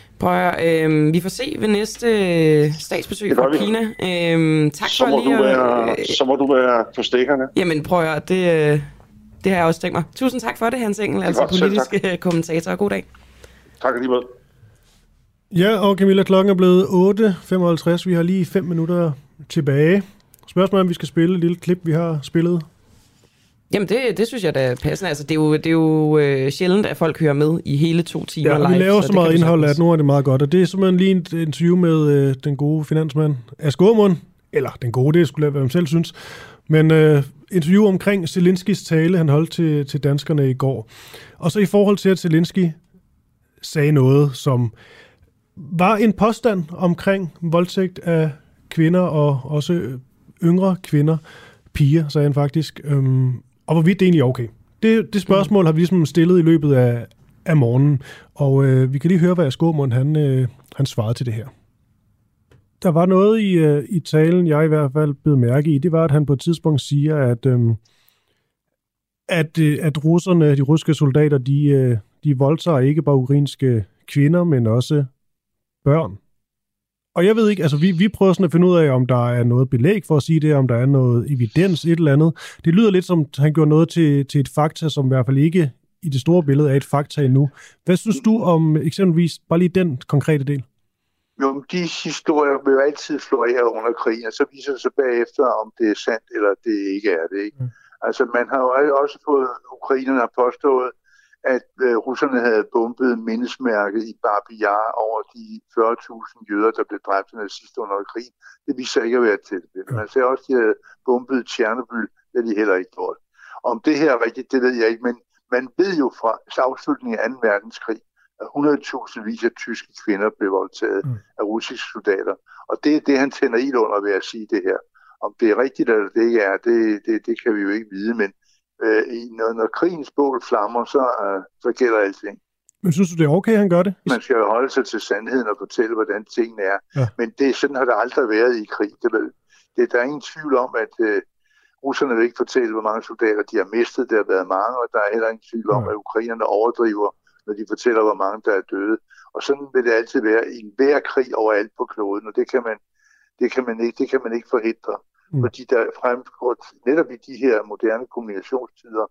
Vi får se ved næste statsbesøg fra Kina. Tak for lige så må du være på stikkerne. Jamen prøv at det har jeg også tænkt mig. Tusind tak for det, Hans Engel, altså politiske kommentator. God dag. Tak alligevel. Ja, og Camilla, klokken er blevet 8.55. Vi har lige 5 minutter tilbage. Spørgsmålet om vi skal spille et lille klip, vi har spillet. Jamen, det synes jeg, der er passende. Altså, det er jo sjældent, at folk hører med i hele 2 timer live. Ja, vi laver så meget indhold, at nu er det meget godt. Og det er simpelthen lige et interview med den gode finansmand Asger Aamund. Eller den gode, det skulle jeg, hvad man selv synes. Men interview omkring Zelenskyjs tale, han holdt til danskerne i går. Og så i forhold til, at Zelenskyj sagde noget, som var en påstand omkring voldtægt af kvinder, og også yngre kvinder, piger, sagde han faktisk. Og hvorvidt det egentlig er okay. Det spørgsmål har vi ligesom stillet i løbet af morgenen, og vi kan lige høre, hvad Asger Aamund han svarede til det her. Der var noget i talen, jeg i hvert fald blev mærke i, det var, at han på et tidspunkt siger, at russerne, de russiske soldater, de voldtager ikke bare ukrainske kvinder, men også børn. Og jeg ved ikke, altså vi prøver sådan at finde ud af, om der er noget belæg for at sige det, om der er noget evidens, et eller andet. Det lyder lidt som, han gjorde noget til et fakta, som i hvert fald ikke i det store billede er et fakta endnu. Hvad synes du om eksempelvis bare lige den konkrete del? Jo, de historier vil jo altid florere under krigen, og så viser det sig bagefter, om det er sandt eller det ikke er det. Ikke? Altså man har jo også fået, ukrainerne har påstået, at russerne havde bombet mindesmærket i Babi Yar over de 40.000 jøder, der blev dræbt af nazister under krigen. Det viser sig ikke at være tilfældet. Man siger også, at de havde bombet Tjernobyl, det har de heller ikke gjort. Om det her er rigtigt, det ved jeg ikke, men man ved jo fra afslutningen af 2. verdenskrig, at 100.000 vis af tyske kvinder blev voldtaget af russiske soldater. Og det er det, han tænder ild under ved at sige det her. Om det er rigtigt eller det ikke er, det kan vi jo ikke vide, men når krigens bål flammer, så gælder alting. Men synes du, det er okay, han gør det? Man skal jo holde sig til sandheden og fortælle, hvordan tingene er. Ja. Men sådan har det aldrig været i krig. Der er ingen tvivl om, at Russerne vil ikke fortælle, hvor mange soldater de har mistet. Der har været mange, og der er heller ingen tvivl om, at ukrainerne overdriver, når de fortæller, hvor mange der er døde. Og sådan vil det altid være i enhver krig overalt på kloden, og det kan man ikke forhindre. Fordi der fremgår netop i de her moderne kommunikationstider,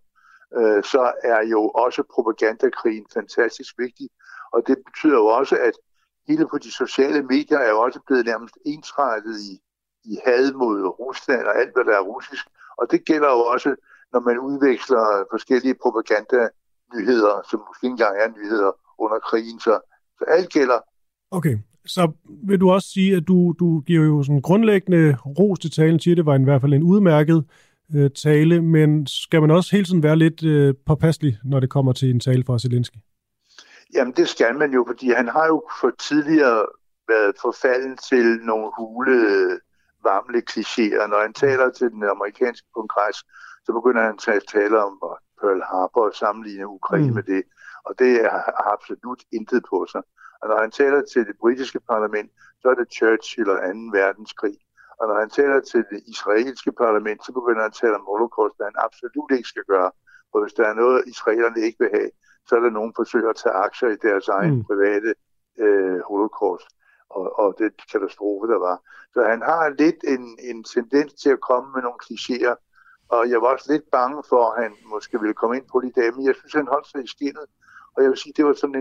så er jo også propagandakrigen fantastisk vigtig. Og det betyder jo også, at hele på de sociale medier er jo også blevet nærmest ensrettet i had mod Rusland og alt, hvad der er russisk. Og det gælder jo også, når man udveksler forskellige propagandanyheder, som måske ikke engang er nyheder under krigen. Så alt gælder. Okay, så vil du også sige, at du giver jo sådan grundlæggende ros til talen, siger det var i hvert fald en udmærket tale, men skal man også hele tiden være lidt påpasselig, når det kommer til en tale fra Zelensky? Jamen det skal man jo, fordi han har jo for tidligere været forfalden til nogle hule varmle klichéer. Når han taler til den amerikanske kongres, så begynder han at tale om Pearl Harbor og sammenligne Ukraine med det. Og det har absolut intet på sig. Og når han taler til det britiske parlament, så er det Churchill og 2. verdenskrig. Og når han taler til det israelske parlament, så begynder han at tale om holocaust, hvad han absolut ikke skal gøre. For hvis der er noget, israelerne ikke vil have, så er der nogen, der forsøger at tage aktier i deres egen private holocaust. Og den katastrofe, der var. Så han har lidt en tendens til at komme med nogle klichéer. Og jeg var også lidt bange for, at han måske ville komme ind på det i dag, men jeg synes, han holdt sig i skinnet. Og jeg vil sige, det var sådan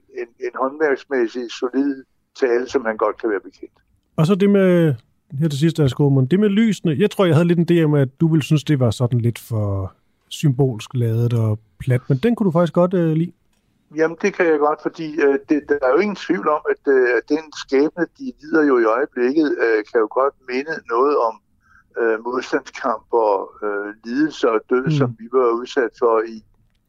en håndværksmæssig, solid tale, som han godt kan være bekendt. Og så det med, her til sidst, det med lysene. Jeg tror, jeg havde lidt en idé om, at du ville synes, det var sådan lidt for symbolsk ladet og plat, men den kunne du faktisk godt lide. Jamen, det kan jeg godt, fordi der er jo ingen tvivl om, at den skæbne, de lider jo i øjeblikket, kan jo godt minde noget om modstandskamp og lidelse og død, som vi var udsat for i.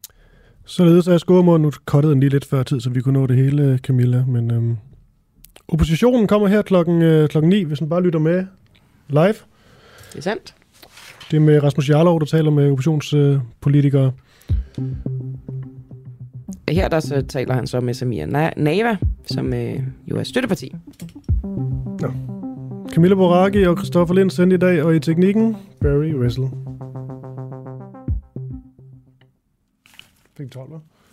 Således er Skårmund nu kottet den lige lidt før tid, så vi kunne nå det hele, Camilla. Men oppositionen kommer her klokken 9, hvis man bare lytter med live. Det er sandt. Det er med Rasmus Jarlov, der taler med oppositionspolitikere. Her der så taler han så med Samir Nawa, som jo er støtteparti. Ja. Camilla Boraghi og Christoffer Lind sendte i dag, og i teknikken, Barry Wessel. Fik 12, hva'?